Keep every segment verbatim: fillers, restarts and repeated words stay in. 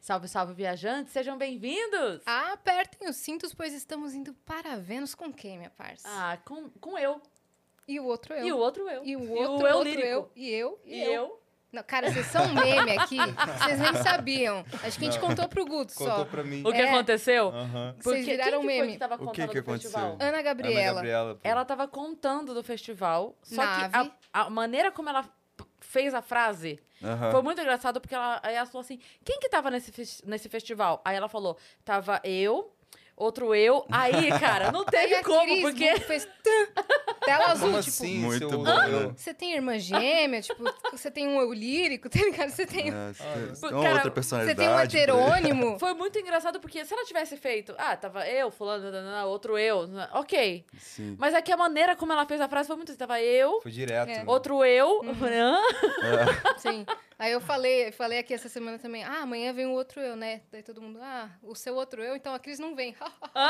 Salve, salve, viajantes, sejam bem-vindos! Apertem os cintos, pois estamos indo para Vênus com quem, minha parça? Ah, com, com eu. E o outro eu. E o outro eu. E o E outro, o eu outro lírico. eu. E eu. E eu. eu. Não, cara, vocês são um meme aqui. Vocês nem sabiam. Acho que a gente Não. contou pro Guto Contou só. pra mim. O que É. aconteceu? Aham. Porque Vocês viraram quem que foi meme. que tava O que contando que do festival? aconteceu? Ana Gabriela. Ana Gabriela. pô. Ela tava contando do festival, só Nave. que a, a maneira como ela p- fez a frase Aham. foi muito engraçado, porque ela, aí ela falou assim, quem que tava nesse, fes- nesse festival? Aí ela falou, tava eu, outro eu, aí, cara, não Aí teve a como, Cris porque... fez tã, tela azul, Como tipo... assim? Muito seu- bom, eu- né? Você tem irmã gêmea, tipo, você tem um eu lírico, tá ligado? Você tem, É, você Ah, tem- mas- tem uma Cara, outra você personalidade. tem um heterônimo. Foi muito engraçado, porque se ela tivesse feito, ah, tava eu, fulano, nanana, outro eu, ok. Sim. Mas é que a maneira como ela fez a frase foi muito... Tava eu, Foi direto. É. né? outro eu, hã? Sim. Aí eu falei, falei aqui essa semana também, ah, amanhã vem o outro eu, né? Daí todo mundo, ah, o seu outro eu, então a Cris não vem.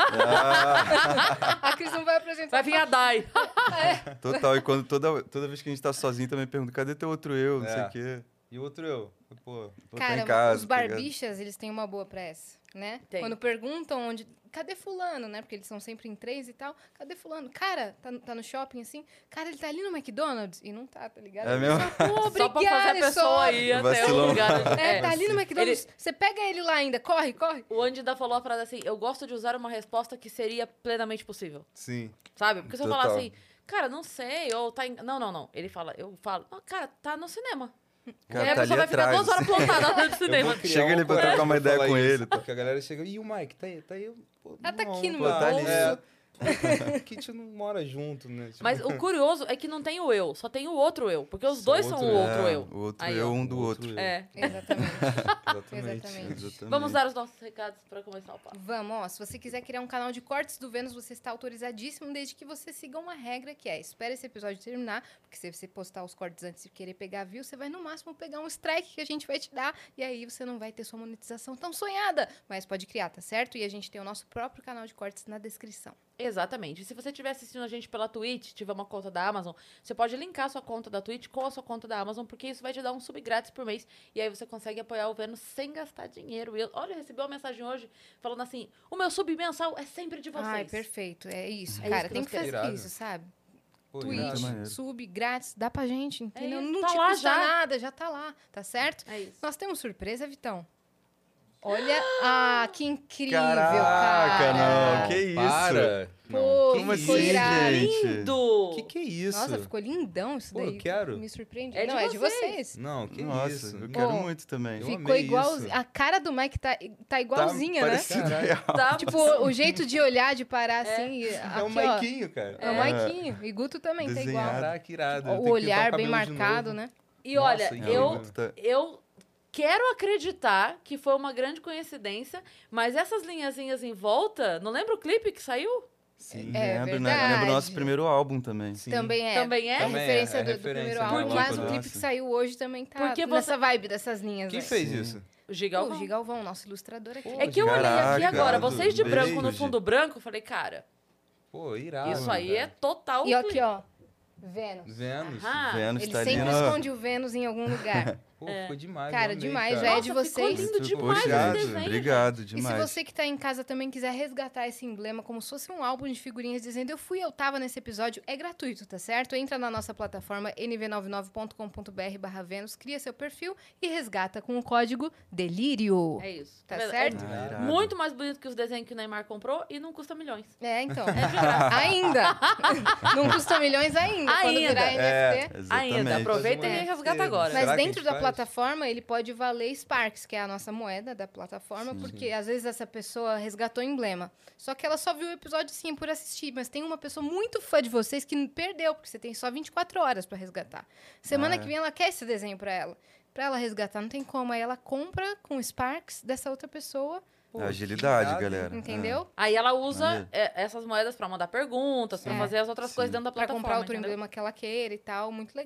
A Cris não vai apresentar. Vai vir a Dai. Total. E quando toda, toda vez que a gente tá sozinho, também pergunta, cadê teu outro eu? Não sei É. o quê. E o outro eu. Pô, Pô, tá Cara, em casa, os tá ligado? barbichas, eles têm uma boa pressa, né? Tem. Quando perguntam onde... Cadê fulano, né? Porque eles são sempre em três e tal. Cadê fulano? Cara, tá, no- tá no shopping, assim. Cara, ele tá ali no McDonald's. E não tá, tá ligado? É mesmo? Pô, Só pra obrigada, fazer a pessoa sobe. ir até o Vacilão. lugar. É, tá ali no Ele- McDonald's. Você pega ele lá ainda. Corre, corre. O Andy ainda falou a frase assim, eu gosto de usar uma resposta que seria plenamente possível. Sim. Sabe? Porque se eu Total. falar assim, cara, não sei, ou tá em... Não, não, não. Ele fala, eu falo, "Ah, cara, tá no cinema. Cara, e aí a tá pessoa ali vai ficar atrás. duas horas plantada no Eu vou cinema. criar Chega um ele pra coragem trocar uma ideia falar com isso, ele, tá? Porque a galera chega, e o Mike? Tá aí? Tá aí? Pô, Ah, tá não, aqui no pô, meu tá ali. É. Que a gente não mora junto, né? Tipo, Mas o curioso é que não tem o eu, só tem o outro eu. Porque os Só dois outro são o eu. outro É, eu. O outro Aí, eu, ó. um do O outro. outro eu. É. Exatamente. Exatamente. Exatamente. Exatamente. Vamos dar os nossos recados pra começar o papo. Vamos, ó. Se você quiser criar um canal de cortes do Vênus, você está autorizadíssimo, desde que você siga uma regra que é: espere esse episódio terminar, porque se você postar os cortes antes de querer pegar view, você vai no máximo pegar um strike que a gente vai te dar, e aí você não vai ter sua monetização tão sonhada. Mas pode criar, tá certo? E a gente tem o nosso próprio canal de cortes na descrição. Exatamente. E se você estiver assistindo a gente pela Twitch, tiver uma conta da Amazon, você pode linkar a sua conta da Twitch com a sua conta da Amazon, porque isso vai te dar um sub grátis por mês. E aí você consegue apoiar o Vênus sem gastar dinheiro. E eu, olha, eu recebi uma mensagem hoje falando assim, o meu sub mensal é sempre de vocês. Ai, perfeito. É isso, É cara. isso que tem nós que fazer queremos. isso, sabe? Pô, Twitch, irado. maneiro. sub, grátis, dá pra gente, entendeu? isso, não tá te lá custa já. nada, já tá lá, tá certo? É isso. Nós temos surpresa, Vitão. Olha, ah, que incrível, Caraca, cara. não, que isso? Para. Pô, que Como ficou assim, irado. gente? Lindo! Que que é isso? Nossa, ficou lindão isso Pô, daí. eu quero. Me surpreende. É de não, é de vocês. vocês. Não, que Nossa, isso? eu quero Ô, muito também. Eu Ficou amei igual. isso. A cara do Mike tá, tá igualzinha, tá né? parecido Caralho. real. Tá, Tipo, o, o jeito de olhar, de parar assim. e É um aqui, ó, Maiquinho, cara. É o Maiquinho. E Guto também tá igual. Desenhado. Caraca, irado. Eu O tenho que olhar pintar o bem cabelo de marcado, novo. né? E olha, Nossa, eu, Guto tá- eu quero acreditar que foi uma grande coincidência, mas essas linhazinhas em volta, não lembra o clipe que saiu? Sim, É lembro, né? Eu lembro verdade. do nosso primeiro álbum também. Sim. Também é. Também é? A Também é, referência é do, do referência, primeiro né? álbum. Porque- Mas o Nossa. clipe que saiu hoje também tá Porque você- nessa vibe dessas linhas. Quem aí. fez Sim. isso? O Gigalvão. O Gigalvão, nosso ilustrador aqui. É que eu olhei aqui Caraca, agora, do- vocês de do branco no beijo, fundo branco, eu falei, cara, Pô, irado. isso aí é cara. total E o aqui, clipe. ó. Vênus. Vênus. Aham. Vênus Ele tá ali sempre na- esconde o Vênus em algum lugar. Pô, É. ficou demais. Cara, eu amei, demais, cara. já é de Nossa, ficou vocês. lindo Muito demais esse obrigado, desenho, obrigado E se demais. você que tá em casa também quiser resgatar esse emblema como se fosse um álbum de figurinhas dizendo eu fui, eu tava nesse episódio, é gratuito, tá certo? Entra na nossa plataforma n v nove nove ponto com ponto b r barra Vênus, cria seu perfil e resgata com o código DELÍRIO. É isso. Tá vendo? certo? Ah, É irado. muito mais bonito que os desenhos que o Neymar comprou e não custa milhões. É, então. É de graça. Ainda. Não custa milhões ainda. Quando Ainda. virar É, N F T. exatamente. Ainda, aproveita Faz e uma resgata N F T, agora. Será Mas que a dentro gente da faz? plataforma, ele pode valer Sparks, que é a nossa moeda da plataforma, porque às vezes essa pessoa resgatou o emblema. Só que ela só viu o episódio sim por assistir, mas tem uma pessoa muito fã de vocês que perdeu, porque você tem só vinte e quatro horas pra resgatar. Semana Ah, que é. vem ela quer esse desenho pra ela. Pra ela resgatar, não tem como. Aí ela compra com Sparks dessa outra pessoa, Pô, Agilidade, que irado. galera. entendeu? Aí ela usa Maneiro. é, essas moedas pra mandar perguntas, pra É. fazer as outras Sim. coisas dentro da Pra plataforma. comprar outro entendeu? emblema que ela queira e tal, muito legal.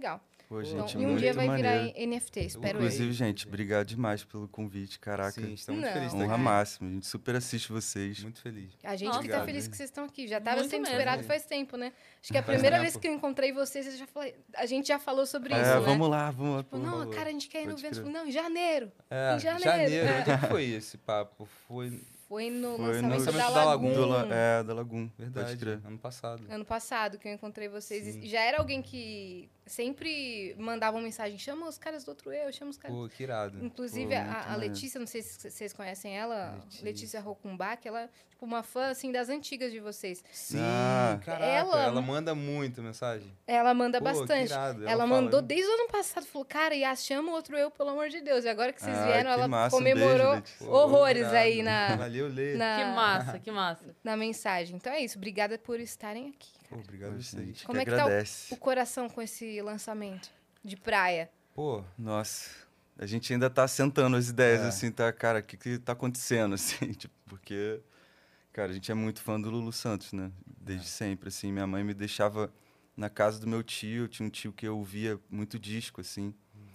Pô, Então, gente, e um muito dia vai maneiro. virar N F T, espero Inclusive, eu. gente, obrigado demais pelo convite, caraca. Sim, estamos Não. muito felizes de estar Honra aqui. máxima, a gente super assiste vocês. Muito feliz. A gente Nossa, que tá obrigado. feliz que vocês estão aqui. Já tava Muito sendo mesmo. esperado faz tempo, né? Acho que a Faz primeira tempo. vez que eu encontrei vocês, eu já falei, a gente já falou sobre É, isso, né? vamos lá, vamos lá. Tipo, pô. não, falou. cara, a gente quer ir no Pode Vênus. crer. Não, em janeiro. É, Em janeiro. É. Onde é que foi esse papo? Foi, Foi no Foi lançamento, no da lançamento da Lagoon. Do Lagoon. La- É, da Lagoon, pode verdade, crer. ano passado. Ano passado, que eu encontrei vocês. Sim. E já era alguém que sempre mandava uma mensagem, chama os caras do outro eu, chama os caras... Pô, que irado. Inclusive, Pô, a, muito a maneiro. Letícia, não sei se vocês conhecem ela, Letícia, Letícia. Rocumbach, ela é tipo uma fã, assim, das antigas de vocês. Sim, Ah. caraca, Ela- ela... manda muito mensagem. Ela manda Pô, bastante. que irado. Ela, fala, mandou né? desde o ano passado, falou, cara, Yas, chama o outro eu, pelo amor de Deus. E agora que vocês Ah, vieram, que ela massa, um comemorou beijo, Letícia. Pô, horrores irado. aí na, Valeu, Lê. na, Que massa, que massa. na mensagem. Então é isso, obrigada por estarem aqui. Pô, obrigado a Pô, vocês. gente, Como que é que tá o- agradece. O coração com esse lançamento de praia. Pô, Nossa, a gente ainda tá sentando as ideias, É. assim, tá, cara, o que que tá acontecendo, assim, tipo, porque, cara, a gente é muito fã do Lulu Santos, né, desde É. sempre, assim, minha mãe me deixava na casa do meu tio, eu tinha um tio que eu ouvia muito disco, assim,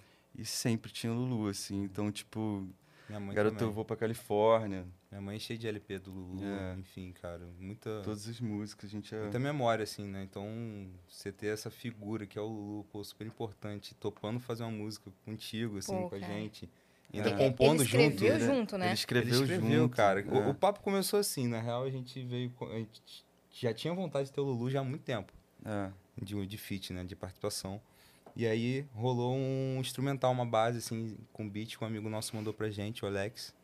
e sempre tinha Lulu, assim, então, tipo, minha mãe garoto, também. eu vou pra Califórnia, Minha mãe é cheia de L P do Lulu, É. enfim, cara, muita, todas as músicas, a gente é... muita memória, assim, né? Então, você ter essa figura que é o Lulu, pô, super importante, topando fazer uma música contigo, assim, Pô, com a cara. gente. Ainda É. compondo Ele junto. escreveu né? junto, né? Ele escreveu, Ele escreveu, junto, cara. é. O, o papo começou assim, na real, a gente veio. com- A gente já tinha vontade de ter o Lulu já há muito tempo. É. De, de feat, né? De participação. E aí rolou um instrumental, uma base, assim, com beat que um amigo nosso mandou pra gente, o Alex.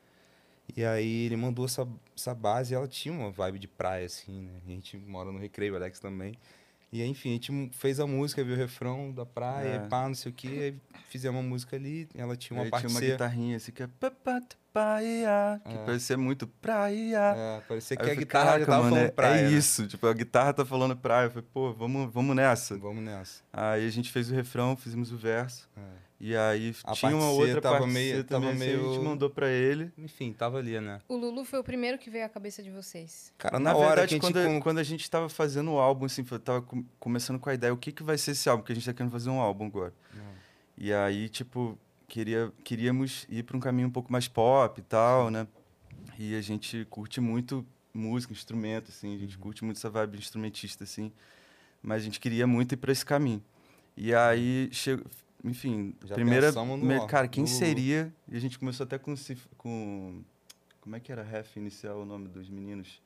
E aí ele mandou essa, essa base e ela tinha uma vibe de praia, assim, né? A gente mora no Recreio, o Alex também. E aí, enfim, a gente fez a música, viu o refrão da praia, É. e pá, não sei o quê. Aí fizemos uma música ali, ela tinha uma Aí parte tinha uma C. guitarrinha, assim, que é... papata, praia, que É. parecia muito praia. É, parecia Aí que eu a falei, guitarra já "Caraca, tava mano, falando é, praia, é né? isso, tipo, a guitarra tá falando praia. Eu falei, pô, vamos, vamos nessa. Vamos nessa. Aí a gente fez o refrão, fizemos o verso. É. E aí A tinha uma parte C outra tava parte meio- C tava também, assim, a meio- gente mandou pra ele. Enfim, tava ali, né? O Lulu foi o primeiro que veio à cabeça de vocês. Cara, Na, na, hora verdade, que a gente... quando, com- quando a gente tava fazendo o álbum, assim, eu tava com- começando com a ideia, o que que vai ser esse álbum? Porque a gente tá querendo fazer um álbum agora. E aí, tipo, queria, queríamos ir pra um caminho um pouco mais pop e tal, né? E a gente curte muito música, instrumento, assim, a gente Uhum. curte muito essa vibe instrumentista, assim. Mas a gente queria muito ir pra esse caminho. E aí, chegou, enfim, Já primeira... pensamos no- me- cara, quem no Lulu. seria... E a gente começou até com... cif- com como é que era ref inicial, o nome dos meninos?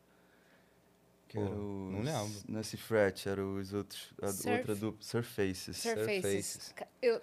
Que Pô, era o... não lembro. Não é Cifret, era os outros... A Surf- outra dupla, Surfaces. Surfaces. Surfaces. Ca- Eu,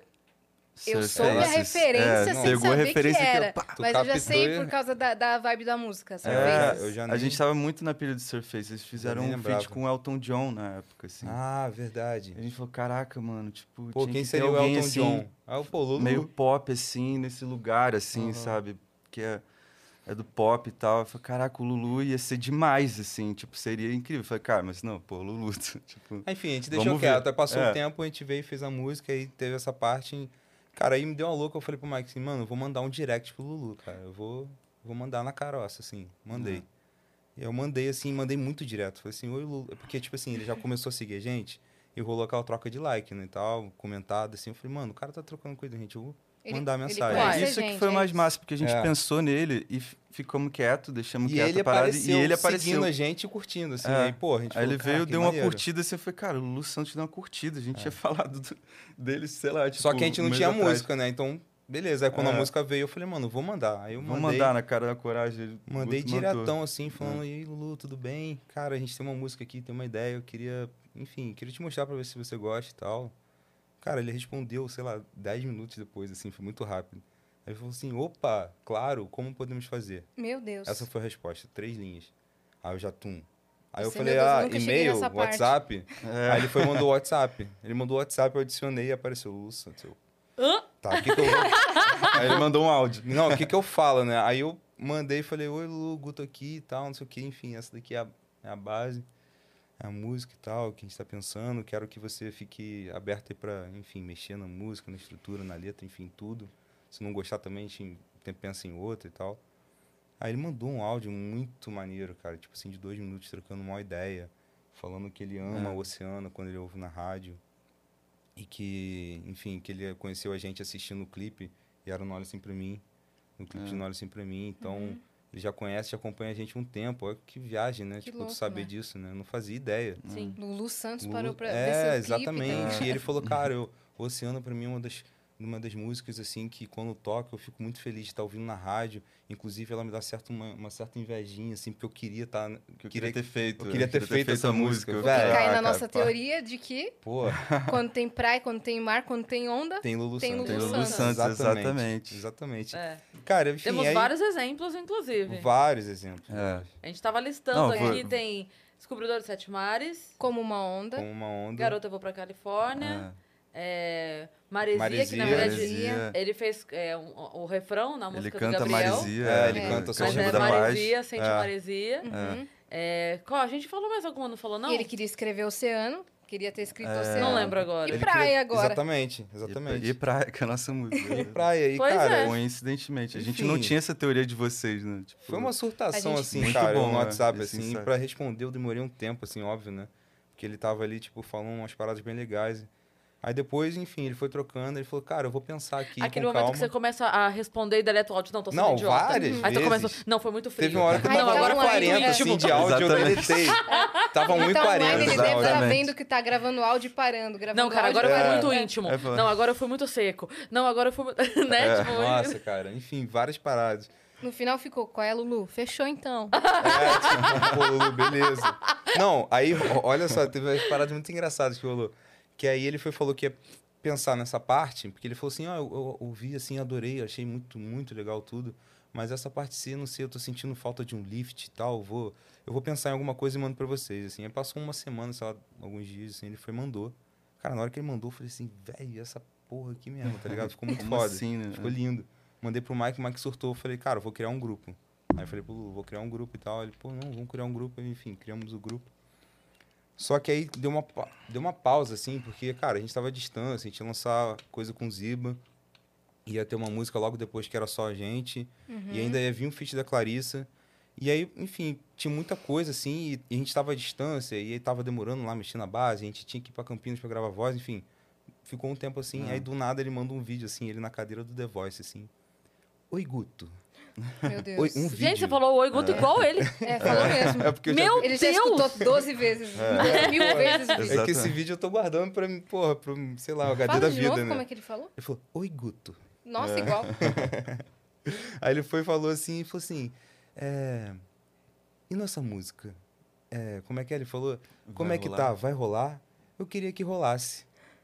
eu Surfaces. soube a referência É, sem pegou a saber referência que aqui, ó, era. pá. Tu Mas eu já captou sei e- por causa da, da vibe da música, É, Surfaces. eu já a nem- gente tava muito na pilha de Surface. Eles fizeram nem um lembrava. feat com o Elton John na época, assim. Ah, verdade. A gente falou, caraca, mano, tipo, Pô, tinha quem que ter seria o alguém, Elton assim, John? Ah, o pô, Lulu. meio pop, assim, nesse lugar, assim, Aham. sabe? Que é, é do pop e tal. Eu falei, caraca, o Lulu ia ser demais, assim, tipo, seria incrível. Eu falei, cara, mas não, pô, Lulu, tipo... Ah, enfim, a gente Vamos deixou ver. quieto. Aí passou É. o tempo, a gente veio e fez a música, aí teve essa parte. Cara, aí me deu uma louca, eu falei pro Mike assim, mano, eu vou mandar um direct pro Lulu, cara. Eu vou, vou mandar na caroça, assim. Mandei. Uhum. E eu mandei, assim, mandei muito direto. Falei assim, oi, Lulu. É porque, tipo assim, ele já começou a seguir a gente e rolou aquela troca de like, né, e tal, comentado, assim. Eu falei, mano, o cara tá trocando coisa, gente. Eu vou Ele- mandar ele mensagem. conhece a isso que gente, foi o é mais isso. massa, porque a gente É. pensou nele e f- ficamos quietos, deixamos E quieto ele a parada. apareceu, E ele apareceu. seguindo a gente e curtindo, assim. É. Aí, pô, a gente Aí falou, ele "Cara, veio, que deu uma maneiro." curtida, assim, eu falei, cara, o Lulu Santos deu uma curtida. A gente É. tinha falado do- dele, sei lá, tipo, Só que a gente um não mês tinha atrás. música, né? Então, beleza. Aí quando a É. música veio, eu falei, mano, vou mandar. Aí eu Vamos mandei. mandar na cara da coragem. ele- Mandei o Guto mandou. diretão, assim, falando, e aí, Lulu, tudo bem? Cara, a gente tem uma música aqui, tem uma ideia, eu queria, enfim, queria te mostrar pra ver se você gosta e tal. Cara, ele respondeu, sei lá, dez minutos depois, assim, foi muito rápido. Aí ele falou assim, opa, claro, como podemos fazer? Meu Deus. Essa foi a resposta, três linhas. Aí eu já, tum. Aí eu Você, falei, meu Deus, eu ah, nunca cheguei e-mail, nessa parte. WhatsApp? É. Aí ele foi e mandou o WhatsApp. Ele mandou o WhatsApp, eu adicionei e apareceu, Lulu Santos. Eu, Hã? tá, o que que eu vou... Aí ele mandou um áudio. Não, o que que eu falo, né? Aí eu mandei e falei, oi, Lu, Guto aqui e tal, não sei o que. Enfim, essa daqui é a, é a base, é a música e tal, o que a gente tá pensando. Quero que você fique aberto aí pra, enfim, mexer na música, na estrutura, na letra, enfim, tudo. Se não gostar também, a gente tem- pensa em outra e tal. Aí ele mandou um áudio muito maneiro, cara, tipo assim, de dois minutos, trocando uma ideia, falando que ele ama É. o oceano quando ele ouve na rádio. E que, enfim, que ele conheceu a gente assistindo o clipe, e era no Olha Assim Pra Mim, no clipe É. de No Olha Assim Pra Mim, então Uhum. ele já conhece, já acompanha a gente há um tempo, olha que viagem, né? Que tipo, louco, tu saber né? disso, né? Eu não fazia ideia. Sim. Lulu Santos Lulu- parou pra é, ver seu clipe exatamente. também. E ele falou, cara, eu, o Oceano pra mim é uma das, uma das músicas, assim, que quando toca eu fico muito feliz de estar ouvindo na rádio. Inclusive, ela me dá certo, uma, uma certa invejinha, assim, porque eu queria estar... Que eu queria- queria ter feito. eu queria ter feito essa música, eu velho. falei, Cai ah, na cara, nossa pá. teoria de que Pô, quando tem praia, quando tem mar, quando tem onda, tem Lulu Tem Santos. Lulu Tem Lulu Santos. Santos, exatamente. Exatamente. É. Cara, enfim, Temos aí, vários exemplos, inclusive. vários exemplos. É. A gente tava listando Não, aqui, vou- tem Descobridor dos Sete Mares, como uma onda. Com uma onda. Garota Eu Vou Pra Califórnia, é, Maresia, que na Maresia. verdade Maresia. ele fez é, um- o refrão na Ele música canta do Gabriel. Maresia. É, ele É. canta Só Mas Chuva é da Paz. Maresia, Sente É. Maresia. Uhum. É, qual, a gente falou mais alguma, não falou não? E ele queria escrever Oceano, queria ter escrito É. Oceano. Não lembro agora. E Ele praia queria- agora. Exatamente, E, exatamente. e praia, que é a nossa música. E praia. E, Pois cara, é. Coincidentemente. A gente Enfim. não tinha essa teoria de vocês, né? Tipo, foi uma surtação, A gente- assim, Muito cara, bom, no é, WhatsApp, esse assim. insight. Pra responder, eu demorei um tempo, assim, óbvio, né? Porque ele tava ali, tipo, falando umas paradas bem legais. Aí depois, enfim, ele foi trocando, ele falou, cara, eu vou pensar aqui Aquele com momento calma. que você começa a responder e deleta o áudio. Não, tô sendo Não, idiota. várias Aí você vezes. começa, não, foi muito frio. Teve uma hora que eu Ai, tava tá agora online, quarenta, é. assim, de áudio, eu Exatamente. deletei. Tava Ele um e tá online, quarenta ele os deve áudios. estar Exatamente. vendo que tá gravando áudio e parando. Gravando Não, cara, áudio agora e eu fui parando. muito É. íntimo. É, fala- Não, agora eu fui muito seco. Não, agora eu fui... mu- né? Tipo, Nossa, cara, enfim, várias paradas. No final ficou, qual é, Lulu? Fechou então. É, tipo, pô, Lulu, beleza. Não, aí, ó, olha só, teve umas paradas muito engraçadas que rolou. Que aí ele foi, falou que ia pensar nessa parte, porque ele falou assim, ó, eu, eu ouvi, assim, adorei, achei muito, muito legal tudo, mas essa parte C, não sei, eu tô sentindo falta de um lift e tal, eu vou, eu vou pensar em alguma coisa e mando pra vocês, assim. Aí passou uma semana, sei lá, alguns dias, assim, ele foi e mandou. Cara, na hora que ele mandou, eu falei assim, velho, essa porra aqui mesmo, tá ligado? Ficou muito Como foda. assim, né? Ficou lindo. Mandei pro Mike, o Mike surtou. Eu falei, cara, eu vou criar um grupo. Aí eu falei pro Lulu, vou criar um grupo e tal. Ele, pô, não, vamos criar um grupo. Enfim, criamos o grupo. Só que aí deu uma, pa- deu uma pausa, assim, porque, cara, a gente tava à distância, a gente ia lançar coisa com o Ziba. Ia ter uma música logo depois que era só a gente. Uhum. E ainda ia vir um feat da Clarissa. E aí, enfim, tinha muita coisa, assim, e, e a gente tava à distância, e aí tava demorando lá, mexendo na base, a gente tinha que ir pra Campinas pra gravar voz, enfim. Ficou um tempo assim, Ah. aí do nada ele manda um vídeo, assim, ele na cadeira do The Voice, assim. Oi, Guto. Meu Deus. Oi, um vídeo. Gente, você falou oi, Guto, igual ele. É, falou mesmo. É porque eu já Meu Ele já Deus! escutou doze vezes, mil vezes o vídeo. É que esse Exatamente. vídeo eu tô guardando pra, mim, porra, pro, sei lá, o H D Fala da de vida, novo né? como é que ele falou. Ele falou, oi, Guto. Nossa, igual. Aí ele foi e falou assim, e falou assim, é... E nossa música? É, como é que é? Ele falou, como Vai é que rolar? tá? Vai rolar? Eu queria que rolasse.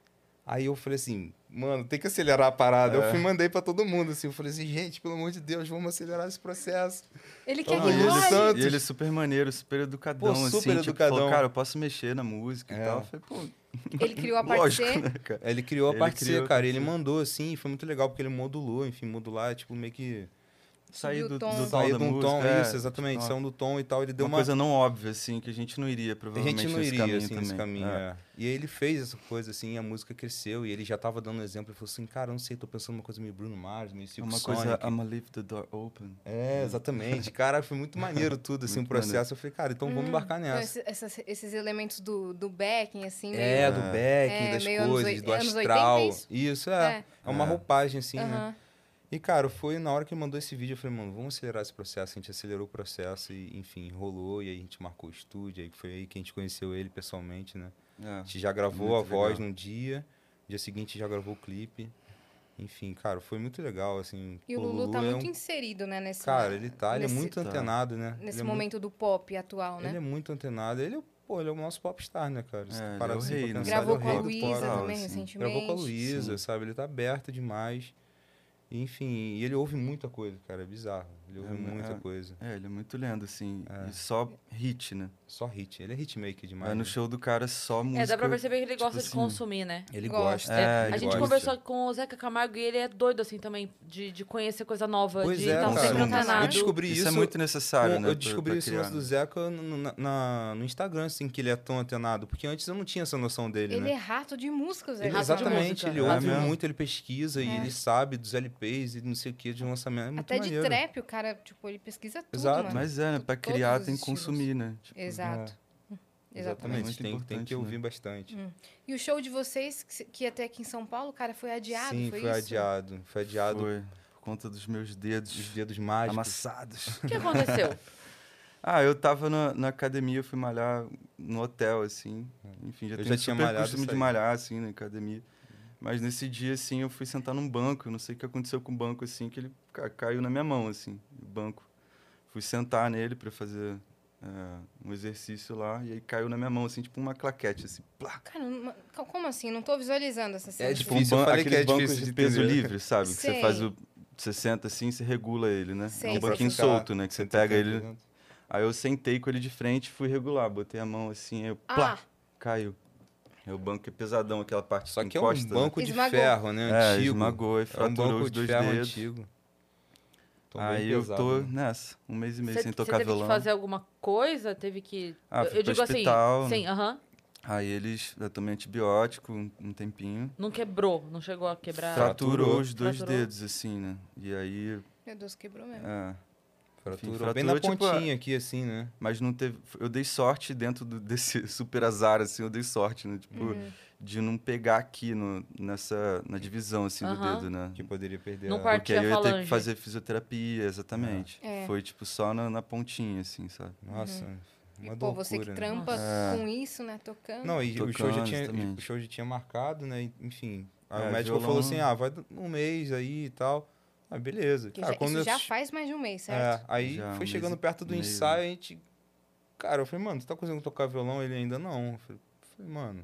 Aí eu falei assim, mano, tem que acelerar a parada. É. Eu fui e mandei pra todo mundo, assim. Eu falei assim, gente, pelo amor de Deus, vamos acelerar esse processo. Ele quer Ô, que Lulu ele, role. Santos. e ele é super maneiro, super educadão, Pô, super assim. Tipo, educadão. falou, cara, eu posso mexer na música É. e tal. Eu falei, pô, Ele criou a parte lógico, C. né, cara? Aí ele criou a Ele parte C, criou a cara. parte Ele C. mandou, assim, e foi muito legal, porque ele modulou, enfim, modular é tipo meio que... Sair Subiu do, o do tom. tom Sair da de um música. tom, é, isso, exatamente, tipo, saiu do tom e tal. Ele deu uma uma... coisa não óbvia, assim, que a gente não iria, A provavelmente, gente não nesse iria, caminho assim, também. nesse caminho, É. é. E aí ele fez essa coisa, assim, e a música cresceu, e ele já tava dando exemplo, ele falou assim, cara, eu não sei, tô pensando uma coisa meio Bruno Mars, meio É Silk uma Sonic. coisa, I'ma leave the door open. É, exatamente. Cara, foi muito maneiro tudo, assim, Muito o processo. Eu falei, cara, então vamos embarcar Então, nessa. esse- essas- esses elementos do, do backing, assim, É, meio... do back, É, das meio anos coisas, oi- do anos astral. oitenta, é isso? Isso, é. É. É uma É. roupagem, assim, né? Aham. E, cara, foi na hora que ele mandou esse vídeo, eu falei, mano, vamos acelerar esse processo. A gente acelerou o processo e, enfim, rolou. E aí a gente marcou o estúdio, aí foi aí que a gente conheceu ele pessoalmente, né? É. A gente já gravou Muito a voz legal. num dia, no dia seguinte já gravou o clipe. Enfim, cara, foi muito legal, assim. E o Pô, Lulu tá é muito um... inserido, né, nesse, Cara, ele tá, ele é nesse- muito Tá. antenado, né? nesse Ele é momento do pop atual, muito, né? ele é muito antenado. Ele é, pô, ele é o nosso popstar, né, cara? Se É, tu ele parar é o assim rei, pra né? pensar, Gravou ele é com o a rei do Luísa pop. também, assim. recentemente. Gravou com a Luísa, Sim. sabe? Ele tá aberto demais. E, enfim, e ele ouve muita coisa, cara. É bizarro. Ele ouve É, muita é. coisa. É, ele é muito lendo, assim. É. E só hit, né? Só hit. Ele é hitmaker demais. Vai no né? show do cara só música. É, dá pra perceber que ele tipo gosta de assim, consumir, né? Ele Gosta. gosta. É, a ele gente gosta. conversou com o Zeca Camargo e ele é doido, assim, também, de, de conhecer coisa nova, Pois de é, estar cara. sempre Consumo. antenado. Eu descobri Isso, isso. é muito necessário, com- né? Eu pra- descobri pra esse criar, lance do né? Zeca no, na- na- no Instagram, assim, que ele é tão antenado. Porque antes eu não tinha essa noção dele, Ele né? é rato de música, Zé. Ele- rato de exatamente, música. ele É ouve mesmo. muito, ele pesquisa e É. ele sabe dos L Ps e não sei o que, de lançamento. É muito Até de maneiro. trap, o cara, tipo, ele pesquisa tudo, Exato. mano. Mas é, né? Pra Todos criar os tem que estilos. consumir, né? Tipo, Exato. Exatamente, Muito tem, tem importante, que ouvir né? bastante. Hum. E o show de vocês, que, se- que ia ter aqui em São Paulo, cara, foi adiado, Sim, foi, foi isso? adiado. Foi adiado Foi por conta dos meus dedos os dedos mágicos. amassados. O que aconteceu? Ah, eu tava na, na academia, eu fui malhar no hotel, assim. Enfim, já Eu tenho já tinha super malhado costume isso de aí. malhar, assim, na academia. Mas nesse dia, assim, eu fui sentar num banco. Eu não sei o que aconteceu com o banco, assim, que ele ca- caiu na minha mão, assim, o banco. Fui sentar nele pra fazer é, um exercício lá, e aí caiu na minha mão, assim, tipo uma claquete, assim, plá. Cara, não- como assim? Não tô visualizando essa cena. É Tipo um difícil, eu ban- falei que aqueles é bancos difícil de de peso entender. livre, sabe? Que Sei. você faz o... Você senta assim, você regula ele, né? Sei, é um sei, banquinho sei. solto, né? Que você pega ele... Aí Aí eu sentei com ele de frente, fui regular, botei a mão assim, aí eu, plá, Ah, caiu. É o banco que é pesadão, aquela parte Só que que é encosta, um banco de Esmagou. ferro, né? né? É, Antigo. esmagou e É um fraturou banco os de dois ferro dedos. antigo. Então, bem Aí eu pesado, tô né? nessa, um mês e meio Você sem você tocar teve violão. que fazer alguma coisa? Teve que. Ah, eu fui eu pro digo hospital, assim. né? Sim, aham. Aí eles, eu tomei antibiótico um, um tempinho. Não quebrou, não chegou a quebrar. Fraturou, Fraturou. os dois Fraturou. dedos, assim, né? E aí, meu Deus, quebrou mesmo. é, Fraturou Enfim, bem na fraturou, tipo, pontinha aqui, assim, né? mas não teve... Eu dei sorte dentro do- desse super azar, assim, eu dei sorte, né? Tipo, Uhum. de não pegar aqui no, nessa, na divisão, assim, do Aham. dedo, né? Que poderia perder Não a... parte- Porque aí eu ia ter falange. que fazer fisioterapia, exatamente. É. Foi, tipo, só na, na pontinha, assim, sabe? Nossa, E, uma pô, loucura, você que né? trampa É. com isso, né? Tocando. Não, e o show, já Tocando, tinha, exatamente. o show já tinha marcado, né? Enfim, aí É, o médico violão- falou assim, ah, vai um mês aí e tal. Ah, beleza. Que Cara, já- quando isso eu já che- faz mais de um mês, É, certo? aí Já, um foi mês chegando e perto do meio, ensaio, né? a gente... Cara, eu falei, mano, tu tá conseguindo tocar violão? Ele ainda não. Eu falei, falei, mano,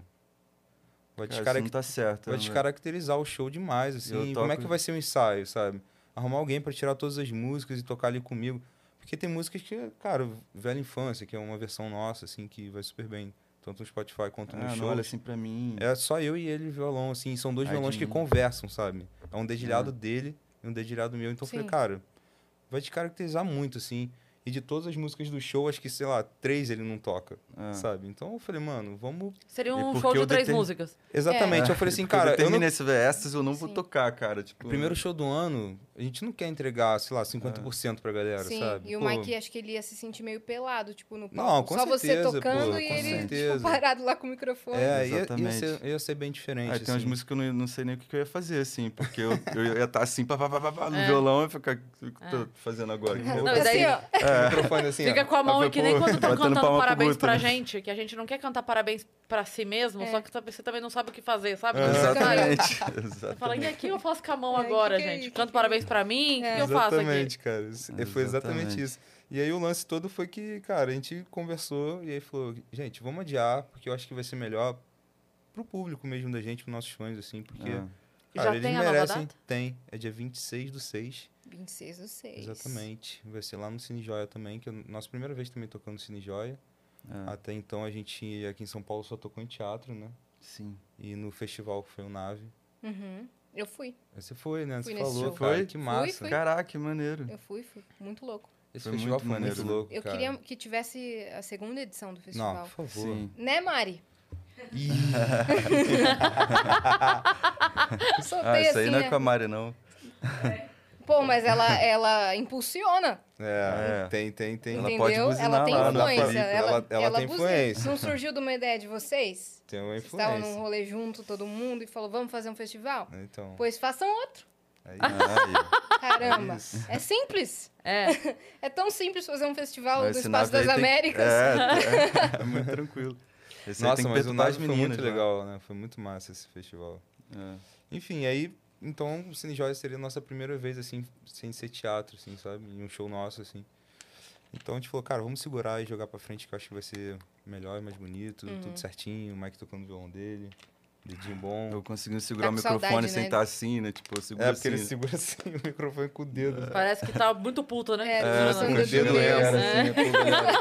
vai, Cara, isso descarac- não tá certo. vai né? descaracterizar o show demais, assim. Eu Como é toco- que vai ser o ensaio, sabe? Arrumar alguém pra tirar todas as músicas e tocar ali comigo. Porque tem músicas que, cara, Velha Infância, que é uma versão nossa, assim, que vai super bem. Tanto no Spotify quanto no Ah, não show. olha assim pra mim. É só eu e ele violão, assim. São dois Ai de violões que mim. conversam, sabe? É um dedilhado dele e um dedilhado meu. Então eu falei, Sim. cara, vai te caracterizar muito, assim. E de todas as músicas do show, acho que, sei lá, três ele não toca, Ah. sabe? Então eu falei, mano, vamos... Seria E um porque show de eu três determin- músicas. Exatamente. Eu falei assim, Porque eu cara, eu não... determinei esse essas eu não vou Sim. tocar, cara. Tipo, O primeiro show do ano, a gente não quer entregar, sei lá, cinquenta por cento pra galera, Sim, sabe? e o Pô, Mike acho que ele ia se sentir meio pelado, tipo, no palco. Não, com Só certeza, você tocando pô, e com ele, certeza. tipo, parado lá com o microfone. É, ia, ia, Exatamente. ser, ia ser bem diferente, Ah, tem umas assim. músicas que eu não, não sei nem o que, que eu ia fazer, assim, porque eu, eu ia estar assim, pá, pá, pá, pá, pá, no É. violão e ficar. O que eu tô É. fazendo agora? Que Não, roupa? e daí- Assim, ó. O microfone assim, Fica ó. com a mão Aí, e que nem pô, quando estão batendo cantando palma pro parabéns Guto, pra né? gente, que a gente não quer cantar parabéns pra si mesmo, É. só que você também não sabe o que fazer, sabe? É. Exatamente. Você fala, e Exatamente. aqui eu faço com a mão É, agora, que que é gente? isso? Canto parabéns pra mim? O É. que, que eu faço aqui? Exatamente, cara. Isso- Foi exatamente Exatamente. isso. E aí o lance todo foi que, cara, a gente conversou e aí falou, gente, vamos adiar, porque eu acho que vai ser melhor pro público mesmo da gente, pros nossos fãs, assim, porque, É. Já cara, eles tem a nova merecem. data? Tem. É dia vinte e seis do seis. vinte e seis do seis. Exatamente. Vai ser lá no Cine Joia também, que é a nossa primeira vez também tocando no Cine Joia. É, Até então a gente aqui em São Paulo só tocou em teatro, né? sim. E no festival que foi o Nave. Uhum. Eu fui, Você foi, né? Fui Você nesse falou, show. cara, Foi? que massa. fui. Caraca, que maneiro. eu fui, fui. Muito louco. Esse Foi festival muito foi maneiro, muito né? louco, Eu cara. queria que tivesse a segunda edição do festival. Não, por favor. Sim. Né, Mari? Ih, Soltei Ah, isso aí assim, não é né? com a Mari, não. Pô, mas ela, ela impulsiona, é, É. tem, tem, tem. Ela entendeu? pode buzinar Ela tem lá na influência. película. Ela, Ela- ela tem buzina. influência. Não surgiu de uma ideia de vocês? Tem uma Vocês estavam influência. num rolê junto, todo mundo, e falou, vamos fazer um festival? Então, Pois façam outro. aí, Aí, Caramba. isso. É simples. É, É tão simples fazer um festival Mas do esse Espaço nave das aí tem- Américas. É, é, é muito tranquilo. Esse aí Nossa, tem que mas o perturbar Nave as foi meninas. muito lá. legal, né? Foi muito massa esse festival. É. Enfim, aí, então, o Cine Joia seria a nossa primeira vez, assim, sem ser teatro, assim, sabe? Em um show nosso, assim. Então a gente falou, cara, vamos segurar e jogar pra frente, que eu acho que vai ser melhor e mais bonito, Uhum. tudo certinho, o Mike tocando o violão dele, dedinho bom. Eu conseguindo segurar Tá o com microfone saudade, sem né? estar assim, né? Tipo, eu seguro É, porque assim. ele segura assim o microfone com o dedo. parece que tá muito puto, né? É, Segurando passando com a- o dedo dedo emo, mesmo, assim, pô, galera.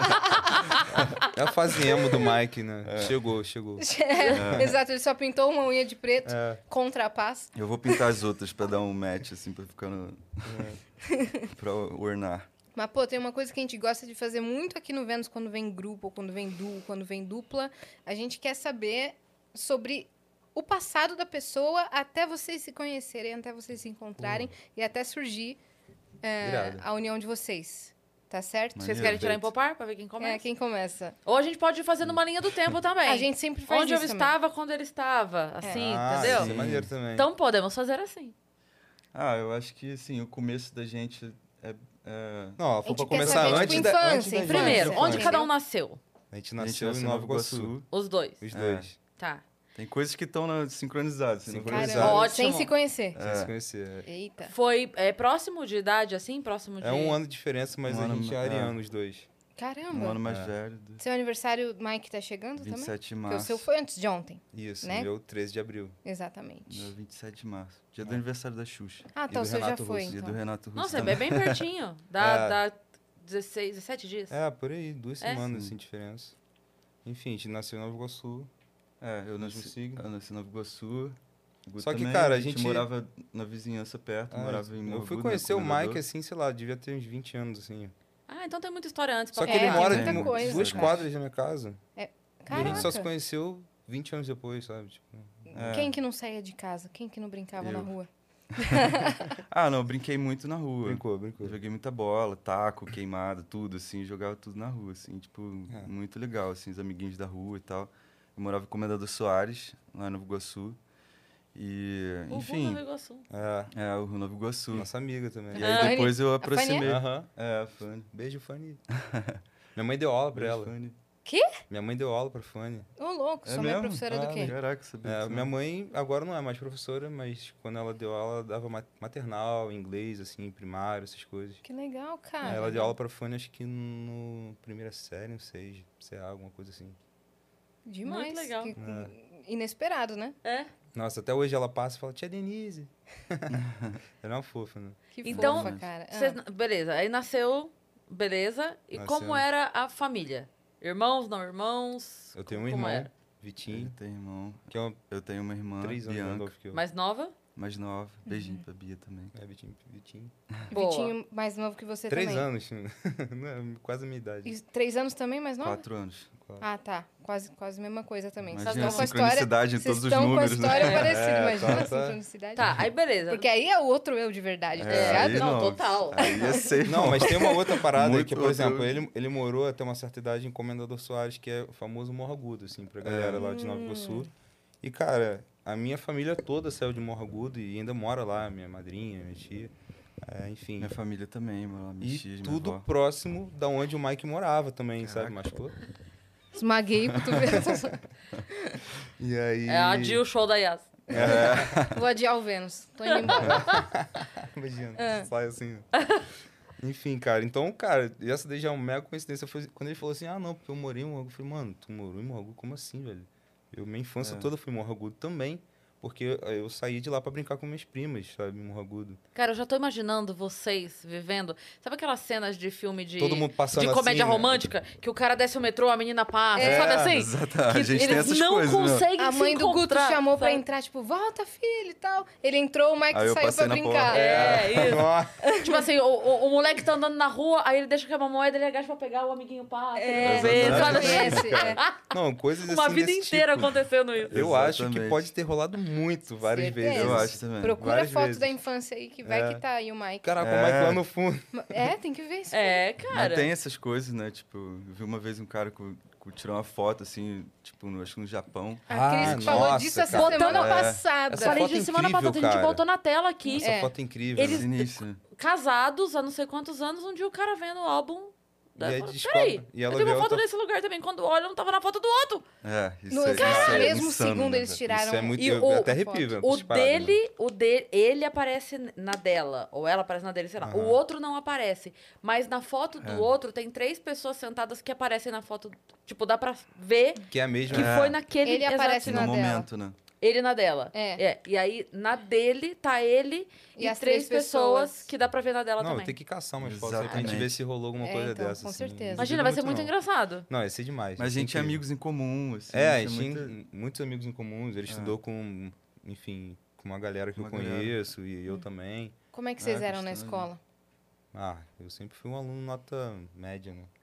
É a fase emo do Mike, né? Chegou, chegou. Exato, ele só pintou uma unha de preto É, contra a paz. Eu vou pintar as outras pra dar um match, assim, pra ficar no... pra ornar. Mas, pô, tem uma coisa que a gente gosta de fazer muito aqui no Vênus, quando vem grupo, ou quando vem duo, quando vem dupla. A gente quer saber sobre o passado da pessoa até vocês se conhecerem, até vocês se encontrarem e até surgir é, Irado. a união de vocês. Tá certo? Mas- Vocês Maneiro, querem tirar em feito. popar pra ver quem começa? É, quem começa? Ou a gente pode ir fazendo uma linha do tempo também. A gente sempre faz Onde isso eu também. estava quando ele estava, assim, Ah, entendeu? isso é maneiro também. Então podemos fazer assim. Ah, eu acho que, assim, o começo da gente é... é... Não, A foi gente pra quer começar saber, tipo, antes da infância, antes da gente. infância. Primeiro, onde Entendeu? cada um nasceu? A gente a gente nasceu nasceu em Nova Iguaçu. Os dois. Os É. dois. Tá. Tem coisas que estão sincronizadas. assim, não Sincronizadas. precisa- Caramba, Ótimo. sem se conhecer. Sem se conhecer. Eita. Foi é, próximo de idade, assim? Próximo de... É um ano de diferença, mas Um a ano, gente é é. ariano, os dois. Caramba. Um ano mais É. velho. do- Seu aniversário, Mike, tá chegando vinte e também? sete de Porque o março. seu foi antes de ontem. Isso, Né? meu treze de abril. Exatamente. Meu vinte e sete de março. Dia do aniversário da Xuxa. Ah, E tá, do o seu já Renato foi, Russo, E do então. Renato Russo. Nossa, é também. bem pertinho. Dá, É. dá dezesseis, dezessete dias. É, por aí, duas É? semanas, Sim. assim, de diferença. Enfim, a gente nasceu em Nova Iguaçu. É, eu Mesmo nasci, signo. eu nasci em Nova Iguaçu. o Gu Só que, também, cara, a a gente gente- morava na vizinhança perto, Ah, morava em eu Morro fui Agudo, conhecer na o Mike, Comendador. assim, sei lá, devia ter uns vinte anos, assim. Ah, então tem muita história antes. Só pra que ele É, contar. mora tem em muita coisa, duas cara. quadras da minha casa. E a Caraca. gente só se conheceu vinte anos depois, sabe? Tipo, É. Quem que não saía de casa? Quem que não brincava na Eu. rua? Ah, não, eu brinquei muito na rua. brincou, brincou. Eu joguei muita bola, taco, queimada, tudo, assim, jogava tudo na rua, assim, tipo, É. muito legal, assim, os amiguinhos da rua e tal. Eu morava em Comendador Soares, lá em Nova Iguaçu. E, O enfim, Nova Iguaçu. É, é, o Nova Iguaçu. nossa amiga também. E Ah, aí ele- depois eu a aproximei. Aham. É, a Fanny. Beijo, Fanny. Minha mãe deu aula pra Beijo, ela. Fanny. Minha mãe deu aula pra Fanny. Ô, louco, É sua mãe é mesmo? professora Ah, do quê? Caraca, sabia É, disso, minha não. mãe agora não é mais professora, mas quando ela deu aula, ela dava ma- maternal, inglês, assim, primário, essas coisas. Que legal, cara. Aí ela deu aula pra Fanny, acho que no primeira série, não sei, C A, alguma coisa assim. Demais. Muito legal. Que- Inesperado, né? É. Nossa, até hoje ela passa e fala, tia Denise. Ela é uma fofa, né? Que Então, fofa, cara. Ah. Vocês- beleza, aí nasceu, beleza. E Nasceu. como era a família? Irmãos, não irmãos? Eu tenho um Como irmão, era? Vitinho, Ele tem irmão. que é um, Eu tenho uma irmã, três anos mais Bianca, novo que eu. Mais nova? mais nova. Beijinho Uhum. pra Bia também. É, Vitinho, Vitinho. Boa. Vitinho mais novo que você Três também. anos, não é, quase a minha idade. E três anos também mais novo? Quatro anos. Quatro. Ah, tá. Quase, quase a mesma coisa também. Vocês Imagina estão a com a história. sincronicidade em Vocês todos os estão números, com a história né? parecida, É, imagina tá, a tá. sincronicidade. Tá, aí beleza. Porque aí é outro eu de verdade, tá É, ligado? aí Não, total. Aí ia ser... Não, mas tem uma outra parada Muito que, por outro- exemplo, ele, ele morou até uma certa idade em Comendador Soares, que é o famoso Morro Agudo, assim, pra galera lá de Nova Iguaçu. E, cara, a minha família toda saiu de Morro Agudo e ainda mora lá, minha madrinha, minha tia, é, enfim. Minha família também, mano. Minha E tia, minha tudo avó. próximo da onde o Mike morava também, Caraca. sabe? Mas, pô... Esmaguei pra tu ver. E aí... É a o show da Yas. Vou adiar o Vênus. Tô indo embora. Imagina, Ah. sai assim. Enfim, cara, então, cara, essa daí já é uma mega coincidência. Foi quando ele falou assim, ah, não, porque eu morei em Morro Agudo. Eu falei, mano, tu morou em Morro Agudo? Como assim, velho? Eu, minha infância É. toda fui em Morro Agudo também, porque eu, eu saí de lá pra brincar com minhas primas, sabe, em Morro Agudo. Cara, eu já tô imaginando vocês vivendo. Sabe aquelas cenas de filme de, Todo mundo passando de comédia assim, né? romântica? Que o cara desce o metrô, a menina passa, É, sabe assim? Exato. A Que gente tem eles essas não coisas, né? conseguem A se mãe do Guto encontrar, chamou pra sabe? entrar, tipo, volta, filho e tal. Ele entrou, o Mike Aí eu saiu passei pra na brincar. porta. É, isso. Nossa. Tipo assim, o, o, o moleque tá andando na rua, aí ele deixa cair uma moeda, ele agacha pra pegar, o amiguinho passa. É, ele vê, sabe assim? esse, é. Não, coisas Uma assim vida desse inteira tipo. acontecendo isso. Eu acho que Exatamente. pode ter rolado muito, várias Certeza. vezes. Eu acho também. Procura Várias fotos vezes. da infância aí, que vai É. que tá aí o Mike. Caraca, o É. Mike lá no fundo. É, tem que ver isso. É, Mas cara. tem essas coisas, né? Tipo, eu vi uma vez um cara que tirou uma foto, assim, tipo, no, acho que no Japão. A Cris Ah, que falou nossa, disso essa cara. semana É. passada. Essa Falei foto de semana incrível, passada, a gente cara. botou na tela aqui. Essa É. foto é incrível. Eles- Sinistro. Casados há não sei quantos anos, um dia o cara vendo o álbum. E aí Fala, descobre- Peraí, e ela eu tenho vê uma foto outra- nesse lugar também. Quando olha, não tava na foto do outro. É, isso No é, isso é mesmo insano, segundo né, eles velho? tiraram. Isso é muito... E eu o- até arrepio, velho, O essas paradas, né? dele, o dele, ele aparece na dela, ou ela aparece na dele, sei lá. O Aham. outro não aparece. Mas na foto do É. outro tem três pessoas sentadas que aparecem na foto. Tipo, dá pra ver Que é a mesma... que É. foi naquele Ele exato aparece No na segundo. dela. momento, né? Ele na dela. É. E aí, na dele, tá ele E e, as três três pessoas, pessoas. que dá pra ver na dela Não, também. tem que caçar umas fotos aí pra gente Exatamente. ver se rolou alguma É, coisa então, dessa. com assim. certeza. Imagina, vai ser muito não. engraçado. Não, ia ser demais. Mas a ia ser gente tinha incrível. amigos em comum, assim. É, a tinha gente tinha muita- muitos amigos em comuns. Ele É. estudou com, enfim, com uma galera que Uma eu galera. conheço e eu também. Como é que vocês Ah, eram na questão, escola? Ah, eu sempre fui um aluno nota média, né?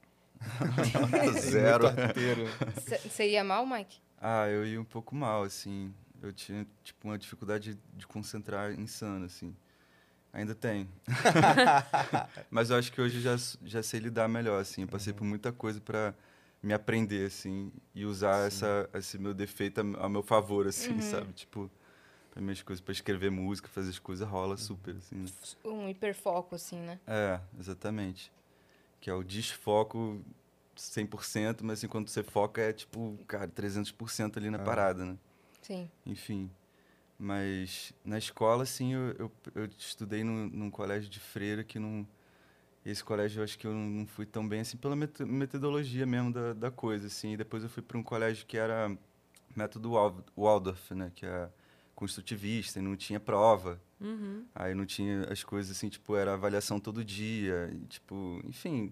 Zero. Muito arteiro. Você ia mal, Mike? Ah, eu ia um pouco mal, assim. Eu tinha, tipo, uma dificuldade de concentrar insana, assim. Ainda tem. Mas eu acho que hoje eu já, já sei lidar melhor, assim. Eu passei por muita coisa para me aprender, assim, e usar essa, esse meu defeito a, a meu favor, assim, Uhum. sabe? Tipo, para minhas coisas, para escrever música, fazer as coisas, rola super, assim, né? Um hiperfoco, assim, né? É, exatamente. Que é o desfoco cem por cento, mas assim, quando você foca é tipo, cara, trezentos por cento ali na Ah. parada, né? Sim. Enfim. Mas na escola, assim, eu, eu, eu estudei num, num colégio de freira que não... Esse colégio eu acho que eu não fui tão bem, assim, pela met- metodologia mesmo da, da coisa, assim. E depois eu fui para um colégio que era método Wal- Waldorf, né? Que é construtivista e não tinha prova. Uhum. Aí não tinha as coisas, assim, tipo, era avaliação todo dia. E, tipo, enfim...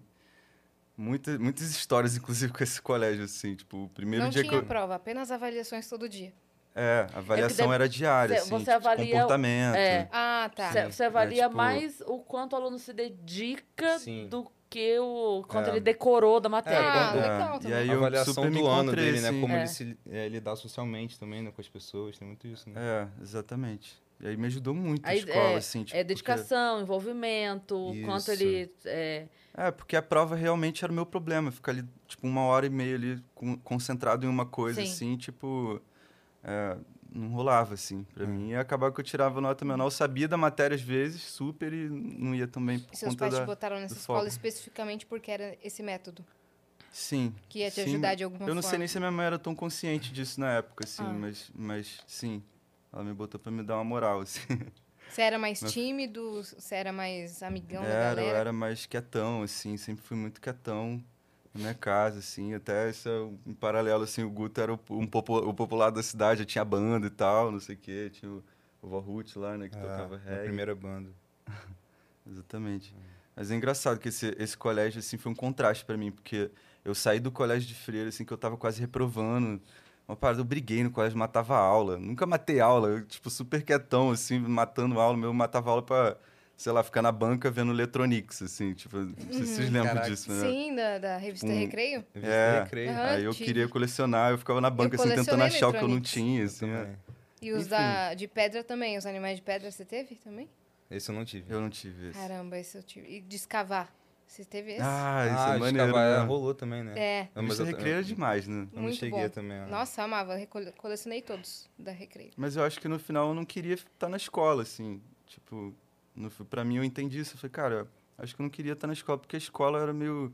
Muita, muitas histórias, inclusive, com esse colégio, assim. Tipo, o primeiro Não dia tinha que eu... prova, apenas avaliações todo dia. É, a avaliação deve- era diária, cê- assim, você tipo, de avalia- comportamento. é. Ah, tá. Você você avalia É, tipo- mais o quanto o aluno se dedica Sim. do que o quanto É. ele decorou da matéria. Ah, quando- legal E também. aí A eu avaliação super me do ano encontrei, dele, né? assim. Como É. ele se é, lidar socialmente também, né? Com as pessoas, tem muito isso, né? É, exatamente. E aí me ajudou muito a Aí, escola, é, assim, tipo, é dedicação, envolvimento, o quanto Isso. ele. É, porque... É, porque a prova realmente era o meu problema. Ficar ali, tipo, uma hora e meia ali com- concentrado em uma coisa, Sim. assim, tipo... é, não rolava, assim, pra Hum. mim. E acabava que eu tirava nota menor. Eu sabia da matéria, às vezes, super, e não ia também por E seus conta pais da... te botaram nessa do escola foco. especificamente porque era esse método Sim. que ia te sim. ajudar de alguma Eu não forma. sei nem se a minha mãe era tão consciente disso na época, assim, Ah. mas, mas sim. Ela me botou pra me dar uma moral, assim. Você era mais Mas- tímido? Você era mais amigão da Era, eu galera? era mais quietão, assim, sempre fui muito quietão na minha casa, assim, até isso é um paralelo, assim, o Guto era o, um popu- o popular da cidade, tinha banda e tal, não sei o quê, tinha o, o Vó Ruth lá, né, que Ah, tocava na reggae. primeira banda. Exatamente. Mas é engraçado que esse, esse colégio, assim, foi um contraste pra mim, porque eu saí do colégio de freira, assim, que eu tava quase reprovando. Uma parada, eu briguei no colégio, matava aula. Nunca matei aula, eu, tipo, super quietão, assim, matando aula. Eu matava aula pra, sei lá, ficar na banca vendo Eletronics, assim, tipo, não sei se vocês lembram Caraca. disso, né? Sim, da, da revista Um- Recreio? Revista É. Recreio. Aham. Aí eu tive. queria colecionar, eu ficava na banca, assim, tentando colecionei achar o que eu não Eletronics. tinha, Eu assim. é. também. E os Enfim. da, de pedra também, os animais de pedra você teve também? Esse eu não tive. Eu não tive esse. Caramba, esse eu tive. E de escavar, você teve esse? Ah, isso Ah, é de maneiro, escavar, é, né? rolou também, né? É, Ah, mas Revista eu, Recreio eu, é demais, né? eu não muito cheguei bom. também. ó. Nossa, amava, recole- colecionei todos da Recreio. Mas eu acho que no final eu não queria estar na escola, assim. Tipo, no, pra mim eu entendi isso. Eu falei, cara, acho que eu não queria estar na escola, porque a escola era meio...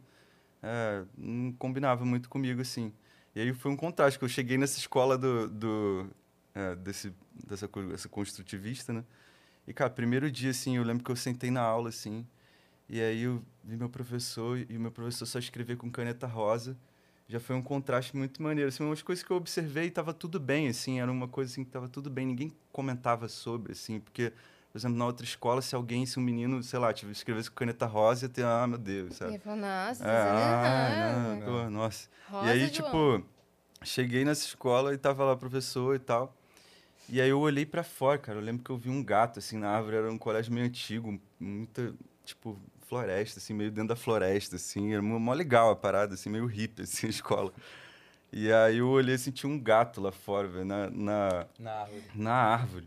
é, não combinava muito comigo, assim. E aí foi um contraste, que eu cheguei nessa escola do... do é, desse, dessa co- essa construtivista, né? E, cara, primeiro dia, assim, eu lembro que eu sentei na aula, assim, e aí eu vi meu professor, e o meu professor só escrevia com caneta rosa. Já foi um contraste muito maneiro. Assim, umas coisas que eu observei e tava tudo bem, assim, era uma coisa assim que tava tudo bem. Ninguém comentava sobre, assim, porque, por exemplo, na outra escola, se alguém, se um menino, sei lá, tipo, escrevesse com caneta rosa, ia ter, ah, meu Deus, E sabe? ele falou, nossa, É, você ah, não, não, pô, nossa. Rosa, E aí, João. tipo, cheguei nessa escola e tava lá o professor e tal. E aí eu olhei pra fora, cara. Eu lembro que eu vi um gato, assim, na árvore. Era um colégio meio antigo, muita, tipo, floresta, assim, meio dentro da floresta, assim. Era mó mó legal a parada, assim, meio hippie, assim, a escola. E aí eu olhei, assim, tinha um gato lá fora, velho, na, na, Na árvore. na árvore.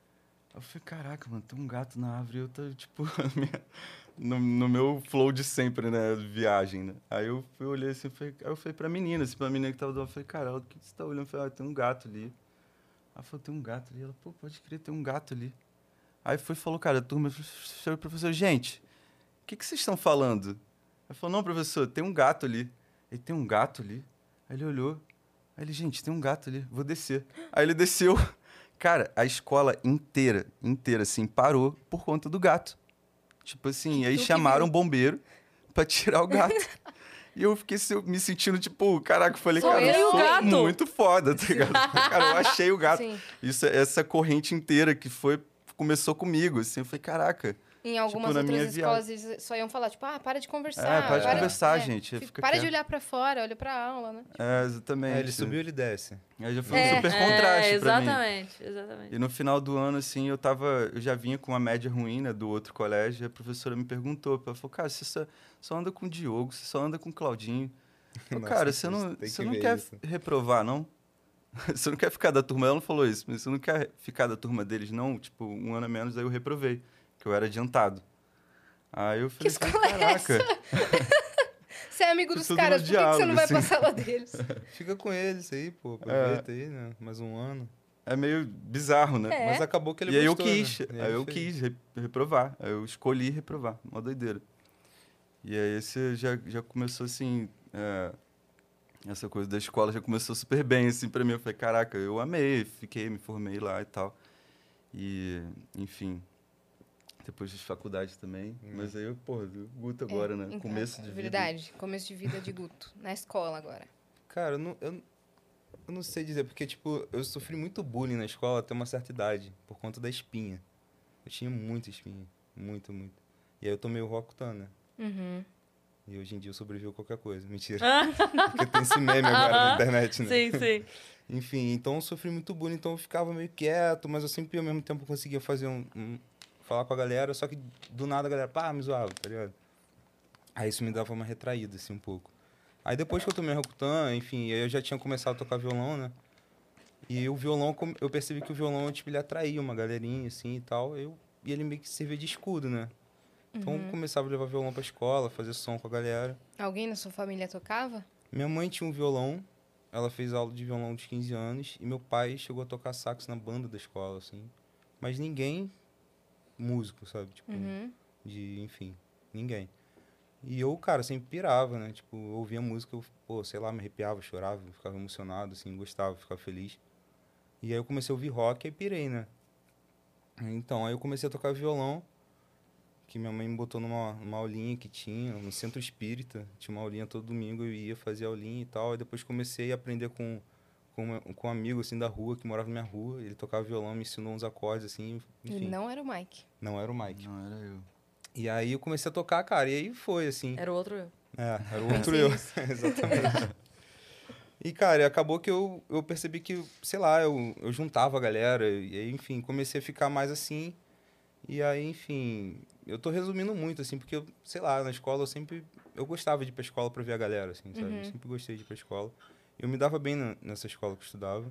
Eu falei, caraca, mano, tem um gato na árvore. E eu tô, tipo, minha- no, no meu flow de sempre, né, viagem, né. Aí eu fui, olhei assim, falei, aí eu falei pra menina, assim, pra menina que tava do lado, eu falei, cara, o que você tá olhando? Eu falei, ah, tem um gato ali. Ela falou, tem um gato ali. Ela, pô, pode crer, tem um gato ali. Aí foi e falou, cara, a turma, senhor professor, gente, o que, que vocês estão falando? Ela falou, não, professor, tem um gato ali. Ele, tem um gato ali? Aí ele olhou. Aí ele, gente, tem um gato ali, vou descer. Aí ele desceu. Cara, a escola inteira, inteira, assim, parou por conta do gato. Tipo assim, Que aí tu que chamaram viu. um bombeiro pra tirar o gato. E eu fiquei se- me sentindo, tipo, caraca, eu falei, Só cara, eu e eu o sou gato. muito foda, tá ligado? Cara, eu achei o gato. Sim. Isso, essa corrente inteira que foi, começou comigo, assim, eu falei, caraca. Em algumas na minha outras escolas eles só iam falar, tipo, ah, para de conversar. É, para de conversar, gente, fica- fica para de quieto. olhar pra fora, olha pra aula, né? É, exatamente. É, ele subiu e ele desce. Aí já foi um é, super é, contraste pra mim. exatamente, exatamente. E no final do ano, assim, eu tava. Eu já vinha com uma média ruim, né, do outro colégio, e a professora me perguntou, ela falou, cara, você só, só anda com o Diogo, você só anda com o Claudinho. Eu falei, Nossa, cara, você não, tem você que não ver quer isso. reprovar, não? Você não quer ficar da turma? Ela não falou isso, mas você não quer ficar da turma deles, não? Tipo, um ano a menos, aí eu reprovei. Que que eu era adiantado. Aí eu falei, Que assim, escola é caraca, Você é amigo Tô dos todo caras, no por que, que você não vai diálogo, pra sala deles? Fica com eles aí, pô. Aproveita aí, né? Mais um ano. é meio bizarro, né? É. Mas acabou que ele E aí eu gostou, quis, né? E aí ele eu fez. quis re- reprovar. Aí eu escolhi reprovar, uma doideira. E aí esse já, já começou assim, é, essa coisa da escola já começou super bem, assim, pra mim. Eu falei, caraca, eu amei, fiquei, me formei lá e tal. E, enfim, depois das faculdades também. Hum. Mas aí eu, porra, eu Guto agora, né? Então, Começo de vida. Verdade, começo de vida de Guto. Na escola agora. Cara, eu não, eu, eu não sei dizer, porque, tipo, eu sofri muito bullying na escola até uma certa idade, por conta da espinha. Eu tinha muita espinha. Muito, muito. E aí eu tomei o Roacutan, né? Uhum. E hoje em dia eu sobrevivo a qualquer coisa. Mentira. Porque tem esse meme agora na internet, né? Sim, sim. Enfim, então eu sofri muito bullying, então eu ficava meio quieto, mas eu sempre ao mesmo tempo conseguia fazer um, um- falar com a galera, só que do nada a galera, pá, me zoava, tá ligado? Aí isso me dava uma retraída, assim, um pouco. Aí depois que eu tomei Roacutan, enfim, aí eu já tinha começado a tocar violão, né? E o violão, como- eu percebi que o violão, tipo, ele atraía uma galerinha, assim, e tal, eu, e ele meio que servia de escudo, né? Então eu começava a levar violão pra escola, fazer som com a galera. Alguém na sua família tocava? Minha mãe tinha um violão, ela fez aula de violão dos quinze anos, e meu pai chegou a tocar sax na banda da escola, assim. Mas ninguém músico, sabe? Tipo, Uhum. de, enfim, ninguém. E eu, cara, sempre pirava, né? Tipo, eu ouvia música, eu, pô, sei lá, me arrepiava, chorava, ficava emocionado, assim, gostava, ficava feliz. E aí eu comecei a ouvir rock e aí pirei, né? Então, aí eu comecei a tocar violão, que minha mãe me botou numa, numa aulinha que tinha, no Centro Espírita. Tinha uma aulinha todo domingo, eu ia fazer aulinha e tal. Aí depois comecei a aprender com, com, uma- com um amigo, assim, da rua, que morava na minha rua. Ele tocava violão, me ensinou uns acordes, assim, E enfim. não era o Mike. Não era o Mike. Não, era eu. E aí eu comecei a tocar, cara, e aí foi, assim. Era o outro eu. É, era o outro Pensei eu. nisso. Exatamente. E, cara, e acabou que eu, eu percebi que, sei lá, eu, eu juntava a galera, e aí, enfim, comecei a ficar mais assim. E aí, enfim, eu tô resumindo muito, assim, porque, eu, sei lá, na escola eu sempre... Eu gostava de ir pra escola pra ver a galera, assim, sabe? Uhum. Eu sempre gostei de ir pra escola. Eu me dava bem na- nessa escola que eu estudava.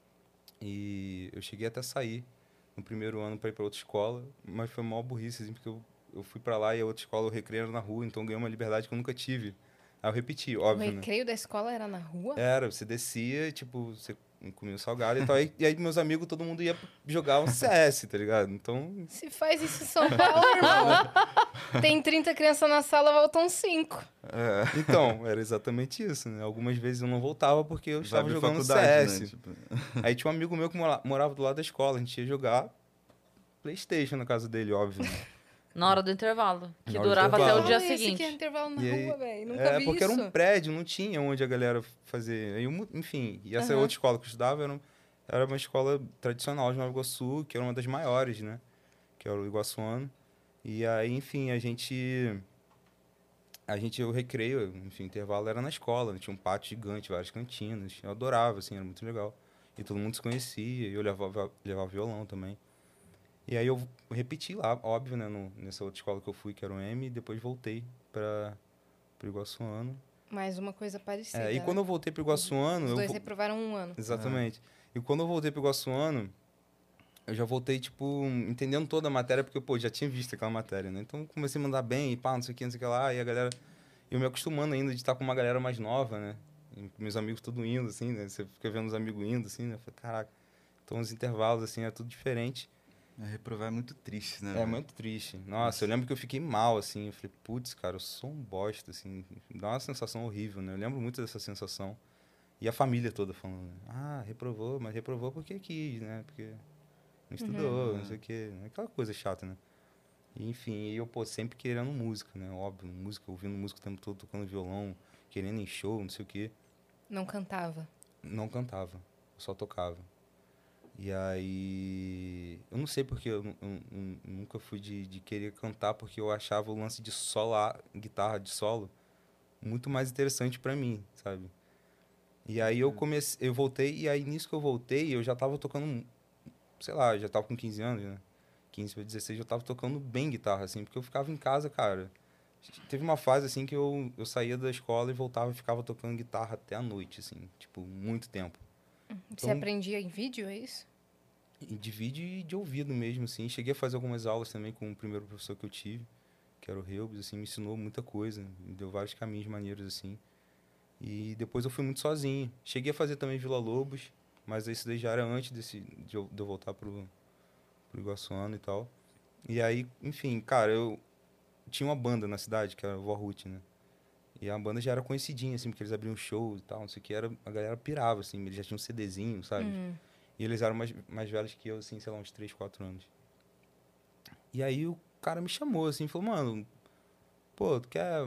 E eu cheguei até a sair no primeiro ano pra ir pra outra escola, mas foi mó burrice, assim, porque eu, eu fui pra lá e a outra escola eu recreio era na rua, então eu ganhei uma liberdade que eu nunca tive. Aí eu repeti, O óbvio, né? recreio da escola era na rua? Era, você descia, e, tipo, você comia o salgado e tal. E, e aí meus amigos, todo mundo ia jogar um C S, tá ligado? Então, Se faz isso em São Paulo, irmão. Tem trinta crianças na sala, voltam cinco. É, então, era exatamente isso, né? Algumas vezes eu não voltava porque eu estava vibe jogando faculdade, C S. né? Tipo, Aí tinha um amigo meu que mora- morava do lado da escola, a gente ia jogar PlayStation na casa dele, óbvio. Né? Na hora do intervalo. Que Na hora do durava até o intervalo. dia Fala isso, seguinte. que é intervalo na E aí- rua, velho. Nunca É, vi porque isso. era um prédio, não tinha onde a galera fazer. Aí eu mu- enfim, e essa Aham. outra escola que eu estudava era, um- era uma escola tradicional de Nova Iguaçu, que era uma das maiores, né? Que era o Iguaçuano. E aí, enfim, a gente. A gente, o recreio, enfim, o intervalo era na escola, né? Tinha um pátio gigante, várias cantinas. Eu adorava, assim, era muito legal. E todo mundo se conhecia, e eu levava, levava violão também. E aí eu repeti lá, óbvio, né? No, nessa outra escola que eu fui, que era o M, e depois voltei para o Iguaçuano. Mais uma coisa parecida. É, e né? quando eu voltei pro Iguaçuano... Os eu dois vo- reprovaram um ano. Exatamente. E quando eu voltei pro Iguaçuano, eu já voltei, tipo, entendendo toda a matéria, porque, pô, já tinha visto aquela matéria, né? Então, comecei a mandar bem, e pá, não sei o que, não sei o que lá, e a galera... Eu me acostumando ainda de estar com uma galera mais nova, né? E meus amigos tudo indo, assim, né? Você fica vendo os amigos indo, assim, né? Eu falei, caraca. Então, os intervalos, assim, é tudo diferente. é, reprovar é muito triste, né? É velho? muito triste. Nossa, eu lembro que eu fiquei mal, assim. Eu falei, putz, cara, eu sou um bosta, assim. Dá uma sensação horrível, né? Eu lembro muito dessa sensação. E a família toda falando, né? Ah, reprovou, mas reprovou porque quis, né? Porque não estudou, não sei o quê. Aquela coisa chata, né? E, enfim, e eu, pô, sempre querendo música, né? Óbvio, música, ouvindo música o tempo todo, tocando violão, querendo em show, não sei o quê. Não cantava. Não cantava, só tocava. E aí... Eu não sei porque eu, nu- eu nu- nunca fui de, de querer cantar, porque eu achava o lance de solar, guitarra de solo, muito mais interessante pra mim, sabe? E aí eu comecei, eu voltei, e aí nisso que eu voltei, eu já tava tocando, sei lá, já tava com quinze anos, né? quinze para dezesseis, eu tava tocando bem guitarra, assim, porque eu ficava em casa, cara. Teve uma fase, assim, que eu, eu saía da escola e voltava e ficava tocando guitarra até a noite, assim, tipo, muito tempo. Você Então- aprendia em vídeo, é isso? E de vídeo e de ouvido mesmo, assim. Cheguei a fazer algumas aulas também com o primeiro professor que eu tive, que era o Reubs, assim, me ensinou muita coisa, me deu vários caminhos maneiros, assim. E depois eu fui muito sozinho. Cheguei a fazer também Vila Lobos, mas isso daí já era antes desse, de, eu, de eu voltar pro, pro Iguaçuano e tal. E aí, enfim, cara, eu tinha uma banda na cidade, que era o Vorhut, né? E a banda já era conhecidinha, assim, porque eles abriam shows e tal, não sei o que, era, a galera pirava, assim, eles já tinham um CDzinho, sabe? Uhum. E eles eram mais, mais velhos que eu, assim, sei lá, uns três, quatro anos. E aí o cara me chamou, assim, falou, mano, pô, tu quer,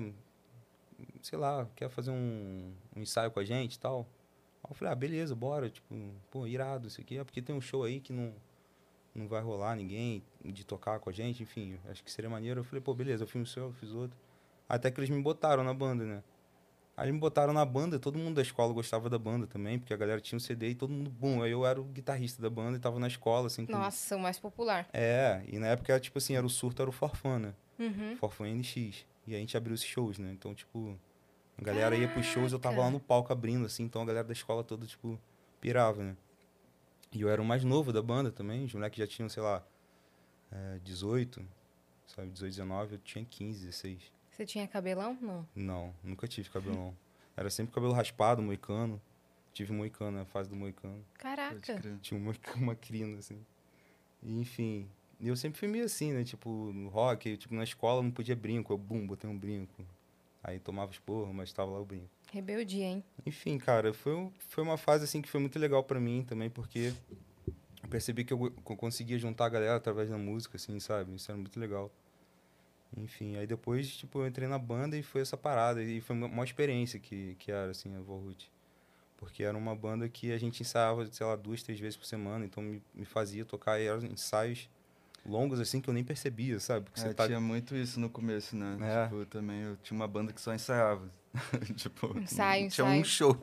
sei lá, quer fazer um, um ensaio com a gente e tal? Aí eu falei, ah, beleza, bora, tipo, pô, irado, isso aqui, é porque tem um show aí que não, não vai rolar ninguém de tocar com a gente, enfim, acho que seria maneiro. Eu falei, pô, beleza, eu fiz um seu, eu fiz outro. Até que eles me botaram na banda, né? Aí me botaram na banda, todo mundo da escola gostava da banda também, porque a galera tinha um C D e todo mundo, bum, aí eu era o guitarrista da banda e tava na escola, assim. Com... Nossa, o mais popular. É, e na época, tipo assim, era o surto, era o Forfã, né? Uhum. Forfã N X. E a gente abriu os shows, né? Então, tipo, a galera ia pros shows, eu tava Caraca. lá no palco abrindo, assim, então a galera da escola toda, tipo, pirava, né? E eu era o mais novo da banda também, os moleques já tinham, sei lá, é, dezoito, sabe, dezoito, dezenove, eu tinha quinze, dezesseis. Você tinha cabelão? Não. Não, nunca tive cabelão. Era sempre cabelo raspado, moicano. Tive moicano, na fase do moicano. Pode Caraca. crer. Tinha uma, uma crina, assim. E, enfim, e eu sempre fui meio assim, né? Tipo, no rock, tipo, na escola não podia brinco. Eu, bum, botei um brinco. Aí tomava esporro, mas tava lá o brinco. Rebeldia, hein? Enfim, cara, foi, um- foi uma fase, assim, que foi muito legal pra mim também, porque eu percebi que eu, que eu conseguia juntar a galera através da música, assim, sabe? Isso era muito legal. Enfim, aí depois, tipo, eu entrei na banda e foi essa parada. E foi uma, uma experiência que, que era, assim, a Vorhut. Porque era uma banda que a gente ensaiava, sei lá, duas, três vezes por semana. Então me, me fazia tocar. E eram ensaios longos, assim, que eu nem percebia, sabe? Porque É, você tá... tinha muito isso no começo, né? É. Tipo, eu também eu tinha uma banda que só ensaiava. tipo, Ensaio, tinha ensaio. um show.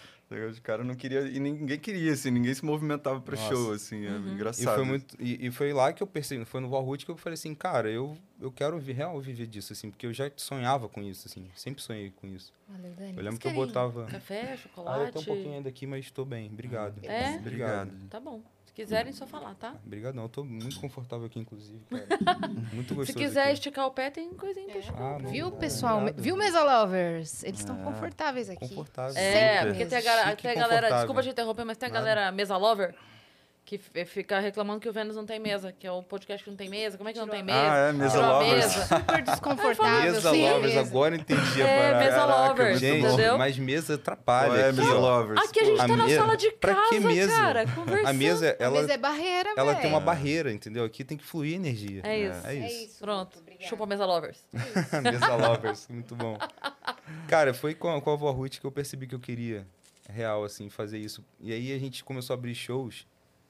Os caras não queriam, e ninguém queria, assim, ninguém se movimentava pra Nossa. show, assim, é Uhum. engraçado. E foi, muito, e, e foi lá que eu percebi, foi no Vorhut que eu falei assim, cara, eu, eu quero vi- real viver disso, assim, porque eu já sonhava com isso, assim, sempre sonhei com isso. Valeu, Dani. Eu lembro Mas que eu carinho. botava... Café, Ah, chocolate. eu tenho um pouquinho ainda aqui, mas estou bem, obrigado. É? Obrigado. Obrigado. Tá bom. Se quiserem, só falar, tá? Obrigadão, eu tô muito confortável aqui, inclusive, cara. Muito gostoso Se quiser aqui. esticar o pé, tem coisinha pra esticar. Ah, Viu, não, pessoal? obrigado. Viu, Mesa Lovers? Eles estão Ah, confortáveis aqui. Confortável. É, Sempre. porque tem a, gara- Chique tem a e galera. confortável. Desculpa te interromper, mas tem a Nada. galera mesa lover que f- fica reclamando que o Vênus não tem mesa, que é o podcast que não tem mesa. Como é que não tem mesa? Ah, é, mesa Tirou a lovers. mesa. Super desconfortável. Mesa sim, lovers, mesa. agora entendi a É, parada. mesa Caraca, lovers, muito Gente, bom. entendeu? mas mesa atrapalha Qual é, aqui, mesa ó. lovers? Aqui a gente A tá na mesa- sala de pra casa, que mesa? cara, conversando. A mesa, A ela, mesa é barreira, ela velho. tem uma barreira, entendeu? Aqui tem que fluir energia. É isso. É É isso. isso. Pronto. Guto, obrigada. Chupa mesa lovers. Mesa lovers, muito bom. Cara, foi com a, com a Vorhut que eu percebi que eu queria, real, assim, fazer isso. E aí a gente começou a abrir shows.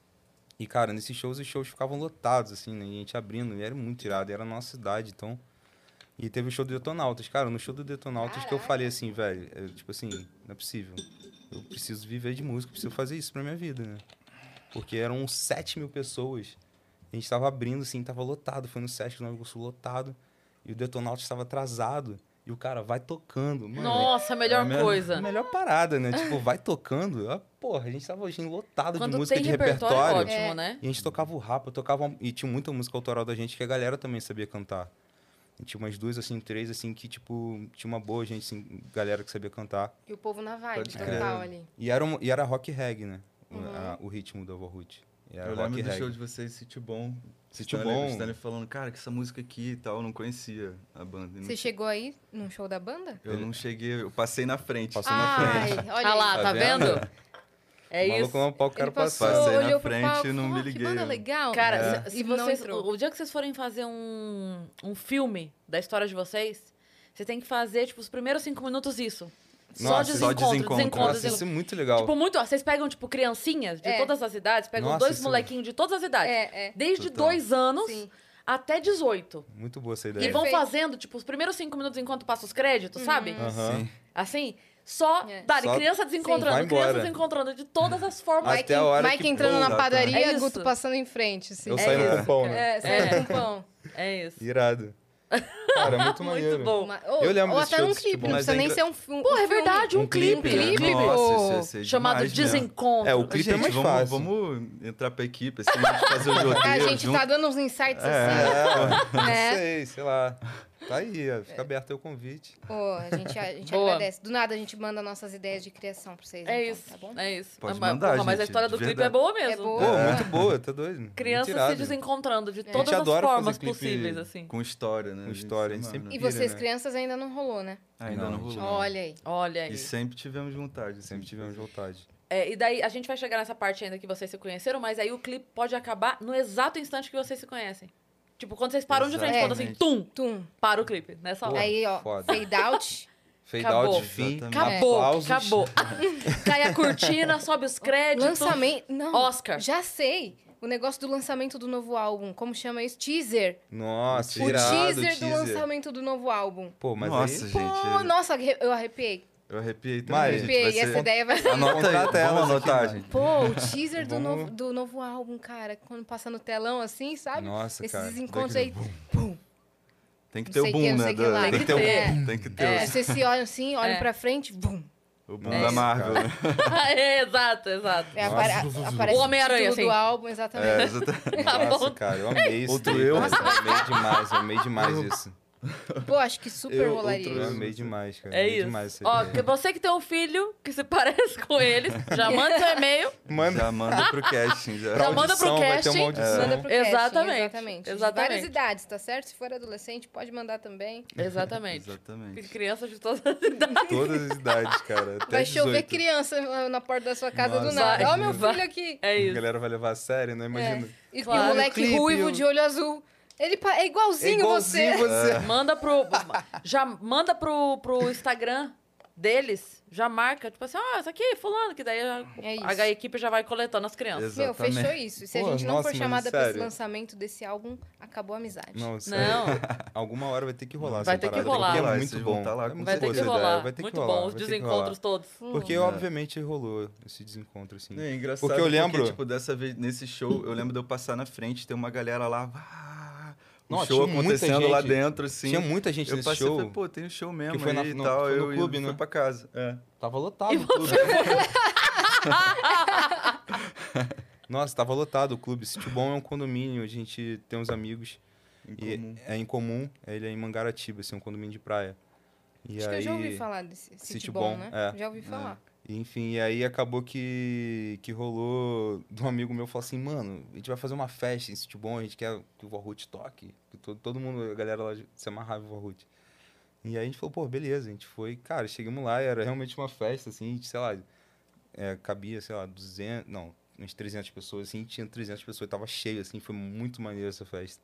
E, cara, nesses shows, os shows ficavam lotados, assim, né? E a gente abrindo, e era muito irado, era a nossa cidade, então... E teve o show do Detonautas. Cara, no show do Detonautas que eu Caraca. falei assim, velho, é, tipo assim, não é possível. Eu preciso viver de música, preciso fazer isso pra minha vida, né? Porque eram sete mil pessoas. A gente tava abrindo, assim, tava lotado. Foi no Sesc do Nova Iguaçu, lotado. E o Detonautas estava atrasado. E o cara vai tocando. Mano, Nossa, a melhor É mesmo? coisa. a melhor parada, né? Tipo, vai tocando. Ah, porra, a gente tava assim, lotado Quando de música tem de repertório, repertório. ótimo, É. né? E a gente tocava o rap, eu tocava... um- E tinha muita música autoral da gente que a galera também sabia cantar. E tinha umas duas, assim, três, assim, que, tipo... Tinha uma boa gente, assim, galera que sabia cantar. E o povo na vibe Pode crer. total ali. E era, um- e era rock e reggae, né? O- Uhum. a- o ritmo da Vorhut. E Era Eu rock lembro e do reggae. show de vocês, Sítio Bom. Sítio Stanley- Bom. O Stanley falando, cara, que essa música aqui e tal, eu não conhecia a banda. E não Você tinha- chegou aí num show da banda? Eu não cheguei, eu passei na frente. Passou na Ai, frente. olha Ah lá, aí. tá Tá vendo? vendo? É o maluco isso. não pau o cara Ele passou, passar. Passei na olhou pro frente palco, e não me "Oh, que liguei, banda eu- legal." Cara, É. se, se E não vocês, entrou. o, o dia que vocês forem fazer um, um filme da história de vocês, você tem que fazer, tipo, os primeiros cinco minutos isso. Só Nossa, desencontro, só desencontro, desencontro. desencontro, Nossa, isso é muito legal. Tipo, muito, ó, vocês pegam, tipo, criancinhas de É. todas as idades, pegam Nossa, dois isso- molequinhos de todas as idades. É, é. Desde Total. dois anos Sim. até dezoito. Muito boa essa E ideia. vão Perfeito. fazendo, tipo, os primeiros cinco minutos enquanto passa os créditos, sabe? Aham. Sim. Assim, só, É. dali, Só- criança desencontrando, Vai criança embora. desencontrando de todas as formas. Até Mike, a hora Mike que- entrando na Exatamente. padaria, É Guto isso. passando em frente. Assim. Eu É saí isso, no pão, né? É, sai É. com pão. É isso. Irado. Cara, é muito Muito maneiro. bom. Uma- ou, Eu lembro ou desse até show um desse clipe, tipo, não mas precisa é nem engra- ser um, fi- um Porra, é filme. verdade, um, Um clipe. clipe, né? clipe, Nossa, pô. isso ia ser Chamado demais mesmo. Desencontro. É, o clipe Gente, é mais vamos, fácil. vamos entrar pra equipe, assim, a gente fazer o roteiro A gente junto. tá dando uns insights É. assim, É, né? não sei, sei lá. Tá aí, ó, fica aberto aí o convite. Pô, a gente, a gente Boa. agradece. Do nada a gente manda nossas ideias de criação pra vocês. É então, isso, tá bom? é isso. Pode mas, mandar, porra, mas a gente, história de do clipe verdade. é boa mesmo. É boa. Pô, É. muito boa, tá doido? Crianças Muito se irado. desencontrando de gente todas as adora fazer formas clipe possíveis, assim. Com história, né? Com história, a gente se sempre- E amarra. vocês, né? crianças, ainda não rolou, né? Ainda Não, não gente, rolou. Olha aí. Olha aí. E sempre tivemos vontade. assim. Sempre tivemos vontade. É, e daí a gente vai chegar nessa parte ainda que vocês se conheceram, mas aí o clipe pode acabar no exato instante que vocês se conhecem. Tipo, quando vocês param de frente, quando assim, Exatamente. tum, Tum. para o clipe. Nessa hora. Pô, Aí, ó, foda. fade out. Fade Acabou. out, fim, Exatamente. Acabou, aplausos. acabou. Cai a cortina, sobe os créditos. Lançamento. Não. Oscar. Já sei. O negócio do lançamento do novo álbum. Como chama isso? Teaser. Nossa, O irado, teaser, do lançamento do novo álbum. Pô, mas Nossa, aí... gente. Pô, eu- nossa, eu arrepiei. Eu arrepiei também. Mari, gente, Arrepiei. vai E essa ser- ideia vai ser. Anota aí, Contrata elas vamos aqui, anotar, mano. gente. Pô, o teaser do, Vamos- novo, do novo álbum, cara. Quando passa no telão assim, sabe? Nossa, Esses cara. encontros aí. Pum. Tem que Não ter o sei boom, que, não né? sei que da- lá. Tem que ter o É. boom. Tem que ter É. Vocês se olham assim, olham É. pra frente, bum. o boom É da isso, Marvel, cara. né? é, exato, exato. É, Nossa. apare- aparece O Homem-Aranha, título do assim. álbum, exatamente. É, exatamente. Tá Nossa, bom. cara, eu amei isso. Outro daí, eu. cara. Eu amei demais, eu amei demais isso. Pô, acho que super Eu, rolaria outro Eu isso. amei demais, cara. É amei isso. Demais essa Ó, ideia. que você que tem um filho que se parece com eles, já manda seu e-mail. Manda Já manda pro casting. Já. Já manda pro audição, vai ter casting. uma audição. Manda pro casting, Exatamente, exatamente. De exatamente. várias idades, tá certo? Se for adolescente, pode mandar também. Exatamente. Exatamente. Crianças de todas as idades. Todas as idades, cara. Até Vai chover dezoito. criança na- na porta da sua casa do Nossa. nada. Vai, Ó, meu vai. filho aqui. É A isso. galera vai levar a sério, né? Imagina. É. E, e Claro. o moleque Clipe, ruivo o- de olho azul. Ele pa- é igualzinho, É igualzinho você. você. Manda pro. Já manda pro, pro Instagram deles. Já marca, tipo assim, ó, isso aqui, fulano, que daí a, É isso. a equipe já vai coletando as crianças. Meu, Exatamente. fechou isso. E se a Pô, gente não nossa, for mas chamada pra esse sério. lançamento desse álbum, acabou a amizade. Não, sério. Não, Alguma hora vai ter que rolar Vai essa ter que parada, rolar. porque Vai, É muito vocês vão bom. tá lá É com muito vai ter boa que essa rolar. ideia, vai ter que Muito rolar, bom, os vai ter que desencontros rolar. todos. Porque, É. obviamente, rolou esse desencontro, assim. É engraçado Porque eu lembro- tipo, dessa vez, nesse show, eu lembro de eu passar na frente, ter uma galera lá, ah, o Não, show tinha muita acontecendo lá gente. dentro, assim. Tinha muita gente eu nesse passei e show. falei, pô, tem um show mesmo foi na- aí e no- tal. foi no eu clube, eu né? fui pra casa. É. Tava lotado o clube. Nossa, tava lotado o clube. Sítio Bom é um condomínio, a gente tem uns amigos. Em E comum. é em comum, ele é em Mangaratiba, assim, um condomínio de praia. E Acho aí, que eu já ouvi falar desse City, City Bom, Bom, né? é. Já ouvi falar. e, enfim, e aí acabou que, que rolou de um amigo meu falou assim, mano, a gente vai fazer uma festa em Sítio Bom, a gente quer que o Vorhut toque. Que todo, todo mundo, a galera lá se amarrava em Vorhut. E aí a gente falou, pô, beleza, a gente foi, cara, chegamos lá e era realmente uma festa, assim, a gente, sei lá, é, cabia, sei lá, duzentas, não, umas trezentas pessoas, assim, tinha trezentas pessoas, tava cheio, assim, foi muito maneiro essa festa.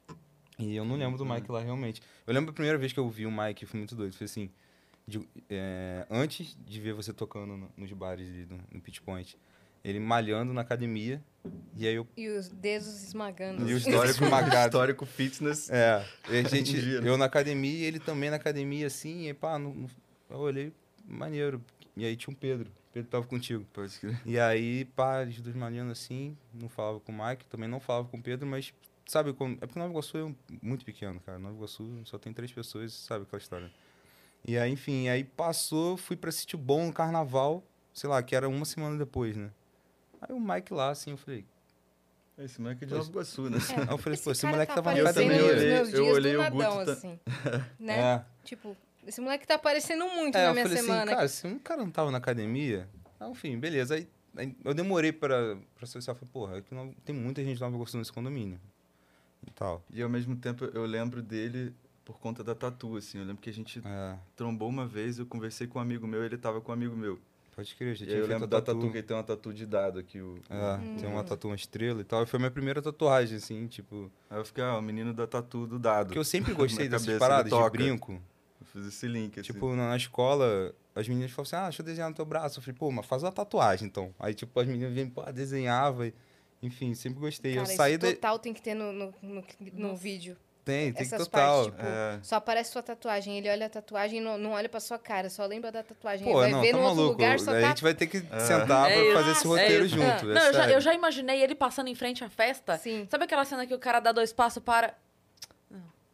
E eu não lembro do Mike lá, realmente. Eu lembro a primeira vez que eu vi o Mike, foi muito doido, foi assim, de- é, antes de ver você tocando no- nos bares ali no, no Pitch Point, ele malhando na academia, e aí eu... E os dedos esmagando. E os assim. dedos esmagados. Histórico fitness. É, e a gente, Um dia, né? eu na academia, ele também na academia, assim, e pá, não- não- eu olhei, maneiro. E aí tinha um Pedro, o Pedro tava contigo. Pode crer. E aí, pá, os dois malhando assim, não falava com o Mike, também não falava com o Pedro, mas, sabe, quando, é porque Nova Iguaçu é muito pequeno, cara. Nova Iguaçu só tem três pessoas, sabe aquela história. E aí, enfim, aí passou, fui pra Sítio Bom no carnaval, sei lá, que era uma semana depois, né? Aí o Mike lá, assim, eu falei... Esse moleque é de Pois- Nova Iguaçu, né? Aí eu falei, pô, esse cara moleque tá tava na aparecendo academia. nos Eu meus olhei- eu dias olhei do o Guto nadão, tá- assim. Né? É. Tipo, esse moleque tá aparecendo muito É, na eu minha falei semana. assim, cara, se um cara não tava na academia... Ah, enfim, beleza. Aí, aí eu demorei pra, pra associar, falei, porra, aqui não, tem muita gente nova gostando desse condomínio. E tal. E ao mesmo tempo eu lembro dele por conta da tatu, assim. Eu lembro que a gente É, trombou uma vez, eu conversei com um amigo meu, ele tava com um amigo meu. pode crer, já E aí tinha eu feito lembro a da tatu. tatu, que ele tem uma tatu de dado aqui. O, É, tem uma tatu, uma estrela e tal. E foi a minha primeira tatuagem, assim, tipo... Aí eu fiquei, ah, o menino da tatu do dado. Porque eu sempre gostei Na dessas cabeça, paradas ele de toca. brinco. Eu fiz esse link, assim. Tipo, na, na escola, as meninas falavam assim, ah, deixa eu desenhar no teu braço. Eu falei, pô, mas faz uma tatuagem, então. Aí, tipo, as meninas vinham, pô, desenhava. E, enfim, sempre gostei. Cara, eu saí isso da... total tem que ter no, no, no, no vídeo. Tem, tem que Essas total. partes, tipo, É. só aparece sua tatuagem. Ele olha a tatuagem e não, não olha pra sua cara, só lembra da tatuagem. Pô, Ele vai não, ver tá no outro maluco. lugar, só A tá... gente vai ter que sentar É pra isso. fazer esse É roteiro isso. junto. é Não, eu já, sério. eu já imaginei ele passando em frente à festa. Sim. Sabe aquela cena que o cara dá dois passos para.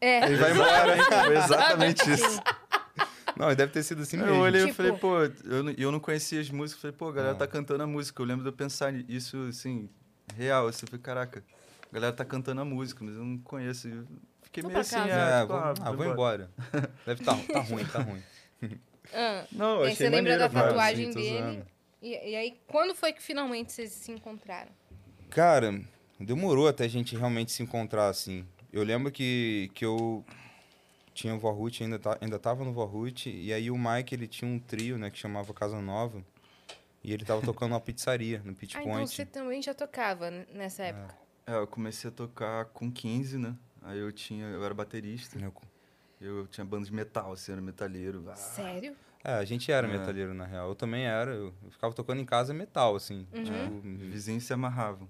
É. Ele vai embora, hein? Foi exatamente isso. Não, deve ter sido assim Eu mesmo. olhei e Tipo- falei, pô, eu, não- eu não conhecia as músicas. Falei, pô, a galera Ah. tá cantando a música. Eu lembro de eu pensar nisso, assim, real. Assim, eu falei, caraca, a galera tá cantando a música, mas eu não conheço. E eu fiquei Vou meio pra assim, casa. é, É, tipo, vou, ah, ah, vou embora. Deve tá, tá ruim, tá ruim. Ah, Não, eu e aí achei você lembra maneiro da a vibe. tatuagem Sim, tô dele? zoando. E, e aí, quando foi que finalmente vocês se encontraram? Cara, demorou até a gente realmente se encontrar, assim. Eu lembro que, que eu tinha o Vorhut, ainda, tá, ainda tava no Vorhut, e aí o Mike, ele tinha um trio, né, que chamava Casa Nova, e ele tava tocando uma pizzaria, no Pitch Ah, então Point. você também já tocava n- nessa época. É, eu comecei a tocar com quinze, né? Aí eu tinha, eu era baterista. Eu- Eu tinha banda de metal, assim, era metalheiro. Ah, Sério? É, a gente era É. metalheiro, na real. Eu também era, eu, eu ficava tocando em casa metal, assim. Uhum. Tipo, vizinhos se amarravam.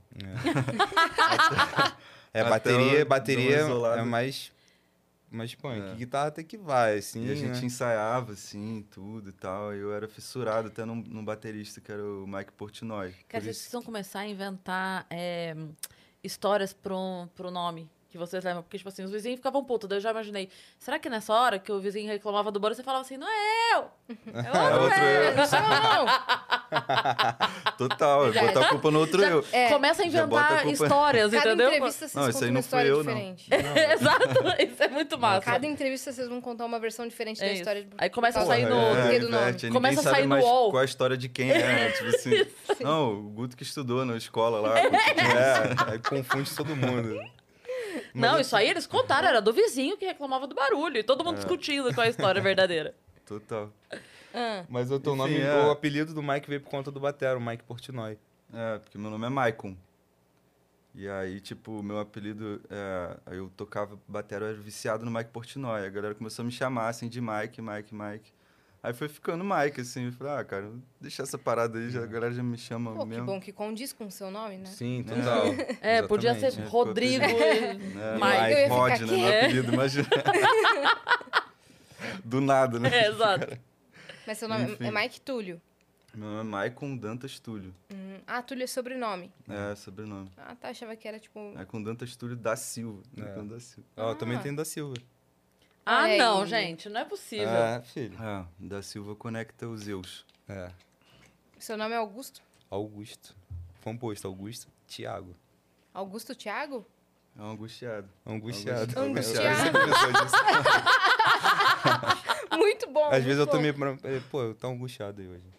é, Até bateria, eu bateria dar uma isolada. é mais... Mas, pô, É. guitarra até que vai, assim, E a gente né? ensaiava, assim, tudo e tal. E eu era fissurado até num, num baterista que era o Mike Portnoy. Cara, Por vocês isso- precisam começar a inventar é, histórias pro, pro nome que vocês levam. Porque, tipo assim, os vizinhos ficavam putos. Daí eu já imaginei. Será que nessa hora que o vizinho reclamava do barulho, você falava assim, não é eu! É É outro outro eu! eu. Não sou eu, não. Total, Já- botar a culpa no outro Já- eu. É. Começa a Já bota a inventar culpa- histórias, Cada entendeu? entrevista vocês Não, isso contam aí uma não fui história eu, não. diferente. Exato, isso é muito massa. Cada entrevista vocês vão contar uma versão diferente da É isso. história. de- Aí começa a por sair causa no- do É, porquê do nome. inverte, Começa ninguém a sabe sair no mais U O L. qual a história de quem é. Tipo assim, não, o Guto que estudou na escola lá. É, aí confunde todo mundo. Não, isso aí eles contaram, era do vizinho que reclamava do barulho. E todo É. mundo discutindo qual é a história verdadeira. Total. Ah, Mas o teu Enfim, nome, é. o apelido do Mike veio por conta do batera, o Mike Portnoy. É, porque meu nome é Maicon. E aí, tipo, meu apelido, é, aí eu tocava bateria, eu era viciado no Mike Portnoy. A galera começou a me chamar, assim, de Mike, Mike, Mike. Aí foi ficando Mike, assim. Eu falei, ah, cara, deixa essa parada aí, já, a galera já me chama pô, que mesmo. bom que condiz com o seu nome, né? Sim, total. É, podia ser Exatamente. Rodrigo. É, e- Mike. Eu ia ficar Mod, né? aqui. Meu apelido, imagina. Do nada, né? É, exato. Mas seu nome Enfim. é Mike Túlio. Meu nome é Maicon Dantas Túlio. Hum, Ah, Túlio é sobrenome. É, sobrenome. Ah, tá. Achava que era tipo. Maicon Dantas Túlio da Silva. É. Maicon da Silva. Ó, eu também Ah. tenho da Silva. Ah, Olha não, aí. gente, não é possível. É, filho. É, da Silva conecta os Zeus. É. Seu nome é Augusto? Augusto. Composto, Augusto. Tiago. Augusto Thiago? É um angustiado. Angustiado. Angustiado. Eu sempre pensou disso. Muito bom. Às vezes eu muito tô bom, meio... pra- eh, Pô, eu tô angustiado aí hoje.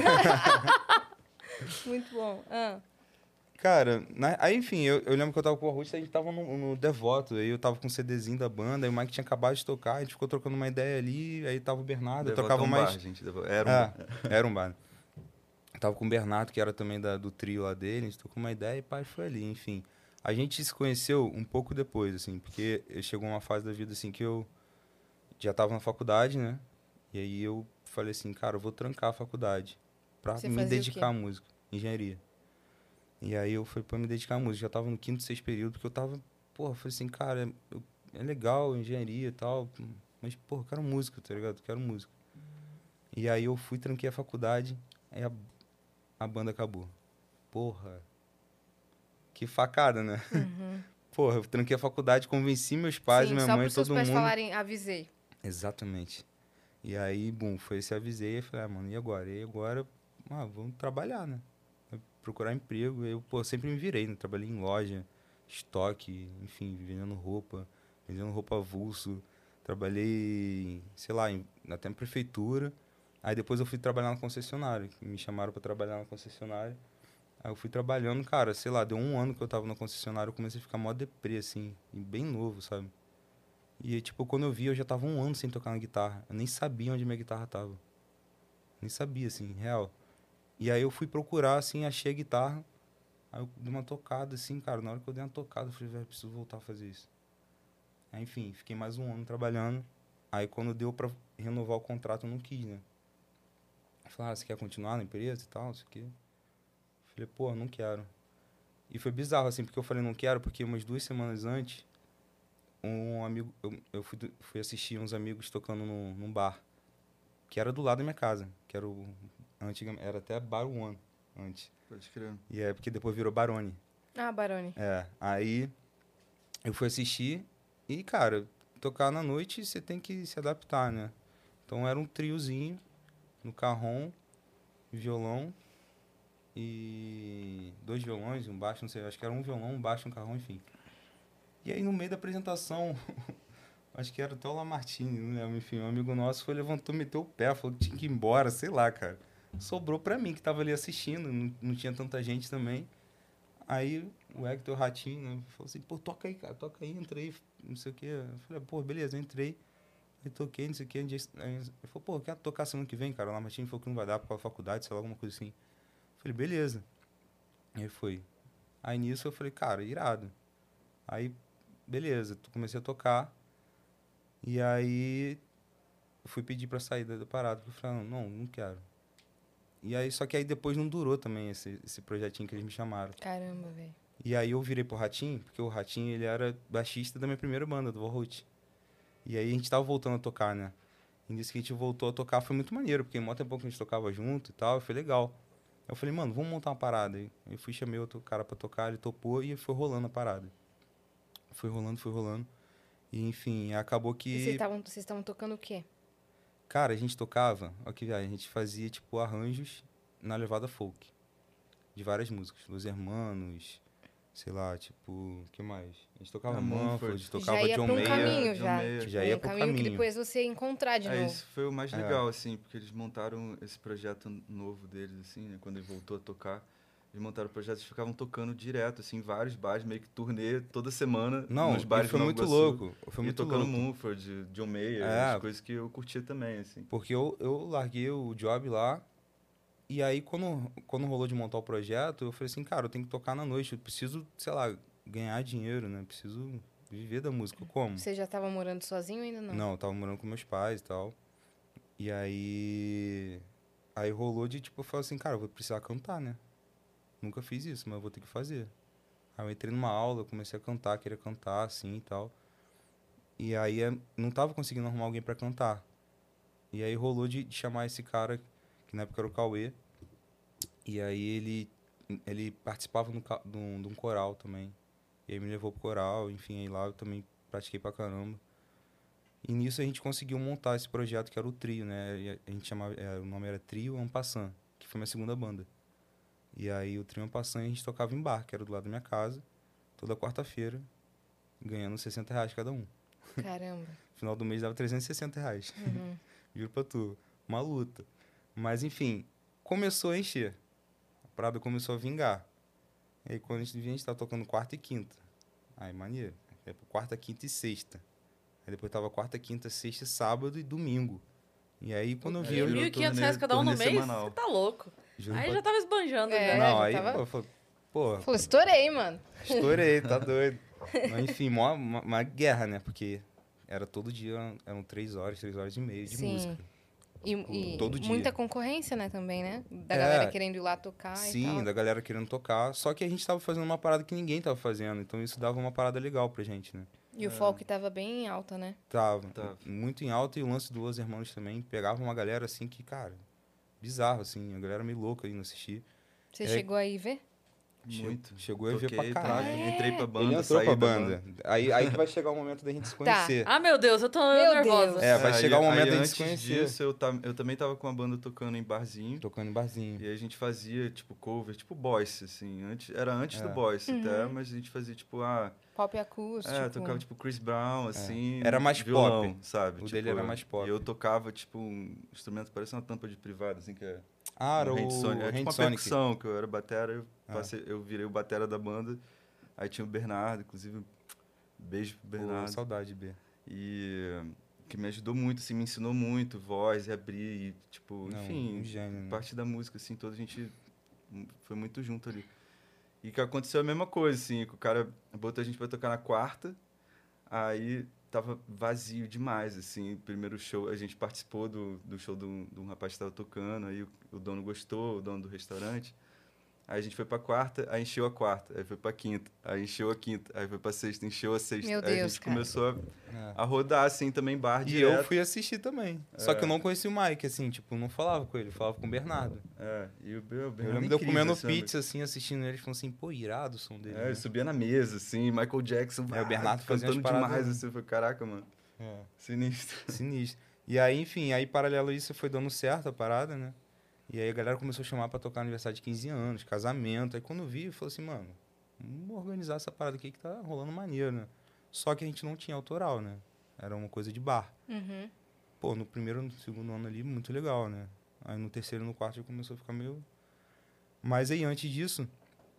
Muito bom. Ah, Cara, na- aí enfim, eu, eu lembro que eu tava com o Augusto, a gente tava no, no Devoto, aí eu tava com o CDzinho da banda, aí o Mike tinha acabado de tocar, a gente ficou trocando uma ideia ali, aí tava o Bernardo, eu Devoto tocava é um mais... bar, gente. Devo- Era um É, bar. era um bar. Eu tava com o Bernardo, que era também da, do trio lá dele, a gente trocou uma ideia e pai foi ali, enfim. A gente se conheceu um pouco depois, assim, porque chegou uma fase da vida, assim, que eu já tava na faculdade, né? E aí eu falei assim, cara, eu vou trancar a faculdade pra Você me fazia o dedicar quê? à música, engenharia. E aí eu fui pra me dedicar à música, já tava no quinto, sexto período, porque eu tava, porra, eu falei assim, cara, eu- é legal engenharia e tal, mas, porra, eu quero música, tá ligado? Eu quero música. E aí eu fui, tranquei a faculdade, aí a, a banda acabou. Porra, que facada, né? Porra, eu tranquei a faculdade, convenci meus pais, sim, minha só mãe, pros seus todo pais mundo. falarem, avisei. Exatamente. E aí, bum, foi esse avisei, eu falei, ah, mano, e agora? E agora, ah, vamos trabalhar, né? Procurar emprego. Eu, pô, sempre me virei, né? Trabalhei em loja, estoque, enfim, vendendo roupa, vendendo roupa avulso. Trabalhei, sei lá, em, até em prefeitura. Aí depois eu fui trabalhar na concessionária. Me chamaram pra trabalhar na concessionária. Aí eu fui trabalhando, cara, sei lá, deu um ano que eu tava na concessionária, eu comecei a ficar mó deprê, assim, e bem novo, sabe? E, tipo, quando eu vi, eu já tava um ano sem tocar na guitarra. Eu nem sabia onde minha guitarra tava. Nem sabia, assim, real. E aí eu fui procurar, assim, achei a guitarra. Aí eu dei uma tocada, assim, cara. Na hora que eu dei uma tocada, eu falei, velho, preciso voltar a fazer isso. Aí, enfim, fiquei mais um ano trabalhando. Aí, quando deu pra renovar o contrato, eu não quis, né? Eu falei, ah, você quer continuar na empresa e tal, não sei o quê. Eu falei, pô, não quero. E foi bizarro, assim, porque eu falei, não quero, porque umas duas semanas antes, um amigo... Eu, eu fui, do- fui assistir uns amigos tocando num, num bar, que era do lado da minha casa, que era o... Antiga, era até Bar One antes. Pode crer. E é porque depois virou Barone. Ah, Barone. É, aí eu fui assistir e, cara, tocar na noite e você tem que se adaptar, né? Então era um triozinho no carrom, violão e dois violões, um baixo, não sei, acho que era um violão, um baixo, um carrom, enfim. E aí no meio da apresentação, acho que era até o Lamartine, não lembro, enfim, um amigo nosso foi, levantou, meteu o pé, falou que tinha que ir embora, sei lá, cara. Sobrou pra mim, que tava ali assistindo, não, não tinha tanta gente também. Aí o Hector Ratinho, né, falou assim, pô, toca aí, cara, toca aí, entra aí, não sei o quê. Eu falei, pô, beleza, eu entrei. Aí toquei, não sei o quê. Aí ele falou, pô, quer tocar semana que vem, cara? O Lamartine falou que não vai dar pra faculdade, sei lá, alguma coisa assim. Eu falei, beleza. Aí foi. Aí nisso eu falei, cara, irado. Aí, beleza, comecei a tocar. E aí eu fui pedir pra sair da, da parada. Eu falei, não, não quero. E aí, só que aí depois não durou também esse, esse projetinho que eles me chamaram. Caramba, velho. E aí eu virei pro Ratinho, porque o Ratinho, ele era baixista da minha primeira banda, do Warhol. E aí a gente tava voltando a tocar, né? E nisso que a gente voltou a tocar foi muito maneiro, porque mó tempo que a gente tocava junto e tal, e foi legal. Eu falei, mano, vamos montar uma parada aí. Eu fui, chamei outro cara pra tocar, ele topou e foi rolando a parada. Foi rolando, foi rolando. E enfim, acabou que... E vocês estavam vocês estavam tocando o quê? Cara, a gente tocava, ó que viagem, a gente fazia, tipo, arranjos na levada folk. De várias músicas. Los Hermanos, sei lá, tipo, o que mais? A gente tocava Ah, Mumford, Mumford. tocava Já ia John pra um Mayer. caminho, John já. Mayer. Tipo, Já ia um pro caminho que caminho. depois você ia encontrar de É, novo. isso foi o mais É. legal, assim, porque eles montaram esse projeto novo deles, assim, né? Quando ele voltou a tocar, eles montaram o projeto, eles ficavam tocando direto, assim, em vários bares, meio que turnê toda semana, Não, nos e bares foi de Nova muito Iguaçu, louco. Foi e muito tocando louco. Mumford, John Mayer, É. as coisas que eu curtia também, assim. Porque eu, eu larguei o job lá. E aí, quando, quando rolou de montar o projeto, eu falei assim, cara, eu tenho que tocar na noite. Eu preciso, sei lá, ganhar dinheiro, né? Preciso viver da música. Como? Você já estava morando sozinho ou ainda não? Não, eu tava morando com meus pais e tal. E aí... Aí rolou de, tipo, eu falei assim, cara, eu vou precisar cantar, né? Nunca fiz isso, mas eu vou ter que fazer. Aí eu entrei numa aula, comecei a cantar, queria cantar, assim, e tal. E aí eu não tava conseguindo arrumar alguém pra cantar. E aí rolou de, de chamar esse cara, que na época era o Cauê. E aí ele, ele participava de um, ca- de um- de um coral também. E aí me levou pro coral, enfim, aí lá eu também pratiquei pra caramba. E nisso a gente conseguiu montar esse projeto que era o Trio, né? E a a gente chamava, é, o nome era Trio En Passant, que foi minha segunda banda. E aí o Trio En Passant a gente tocava em bar, que era do lado da minha casa, toda quarta-feira, ganhando sessenta reais cada um. Caramba. No final do mês dava trezentos e sessenta reais. Uhum. Juro pra tu. Uma luta. Mas enfim, começou a encher. A parada começou a vingar. E aí quando a gente via, a gente tava tocando quarta e quinta. Aí, maneiro. Aí pro quarta, quinta e sexta. Aí depois tava quarta, quinta, sexta, sábado e domingo. E aí quando eu vi... Aí Eu, virou mil e quinhentos reais turnê- cada um no turnê mês? semanal. Você tá louco. juro Aí pra já tava esbanjando. É, né? Não, já aí tava- eu falei, pô, Falou, estourei, mano. estourei, tá doido. Mas enfim, mó- uma, uma guerra, né? Porque era todo dia, eram três horas, três horas e meia de Sim. música. E, e todo dia. muita concorrência, né, também, né? Da É. galera querendo ir lá tocar e Sim, tal. da galera querendo tocar. Só que a gente tava fazendo uma parada que ninguém tava fazendo. Então isso dava uma parada legal pra gente, né? E o folk tava bem em alta, né? Tava, Tava. muito em alta. E o lance do Los Hermanos também pegava uma galera assim que, cara, bizarro, assim. A galera meio louca indo assistir. Você É. chegou aí ver? Muito. Chegou a ver Toquei, pra caralho. tá? Entrei pra banda, Ele entrou saí pra da banda. Aí, aí que vai chegar o momento da gente se conhecer. Ah, meu Deus, eu tô Meu nervosa. Deus. É, vai É, chegar aí- o momento aí da gente antes se conhecer. disso, eu, ta- eu também tava com a banda tocando em barzinho. Tocando em barzinho. E aí a gente fazia, tipo, cover, tipo Boyce, assim. Antes, era antes do É. Boyce Uhum. até, mas a gente fazia, tipo, ah... Pop acústico. É, tocava, tipo, Chris Brown, assim... Era mais violão, pop. sabe? O Tipo, dele era mais pop. E eu tocava, tipo, um instrumento, parece uma tampa de privado, assim, que é... Ah, era um o hand sonic. É tipo Hand uma Sonic. percussão, que eu era batera, eu, Ah. passei, eu virei o batera da banda. Aí tinha o Bernardo, inclusive, beijo pro Pô, Bernardo. saudade, B. E que me ajudou muito, assim, me ensinou muito, voz, e abrir, e, tipo, Não, enfim, um gênio, né? parte da música, assim, toda a gente foi muito junto ali. E que aconteceu a mesma coisa, assim, que o cara botou a gente pra tocar na quarta, aí tava vazio demais, assim, primeiro show, a gente participou do, do show de um, de um rapaz que tava tocando, aí o, o dono gostou, o dono do restaurante. Aí a gente foi pra quarta, aí encheu a quarta, aí foi pra quinta, aí encheu a quinta, aí foi pra sexta, encheu a sexta. Meu aí a Deus, gente cara. começou a, É. a rodar, assim, também bar E direto. eu fui assistir também. Só que eu não conhecia o Mike, assim, tipo, não falava com ele, falava com o Bernardo. É, e o Bernardo Eu é lembro de eu incrível, comendo assim, pizza, assim, assistindo ele, falando assim, pô, irado o som dele. É, né? eu subia na mesa, assim, Michael Jackson, É, o Bernardo fazia cantando umas paradas- demais, assim, eu falei, caraca, mano. É. Sinistro. Sinistro. E aí, enfim, aí paralelo a isso foi dando certo a parada, né? E aí a galera começou a chamar pra tocar aniversário de quinze anos, casamento. Aí quando eu vi, eu falei assim, mano, vamos organizar essa parada aqui que tá rolando maneiro, né? Só que a gente não tinha autoral, né? Era uma coisa de bar. Uhum. Pô, no primeiro, no segundo ano ali, muito legal, né? Aí no terceiro e no quarto já começou a ficar meio... Mas aí, antes disso,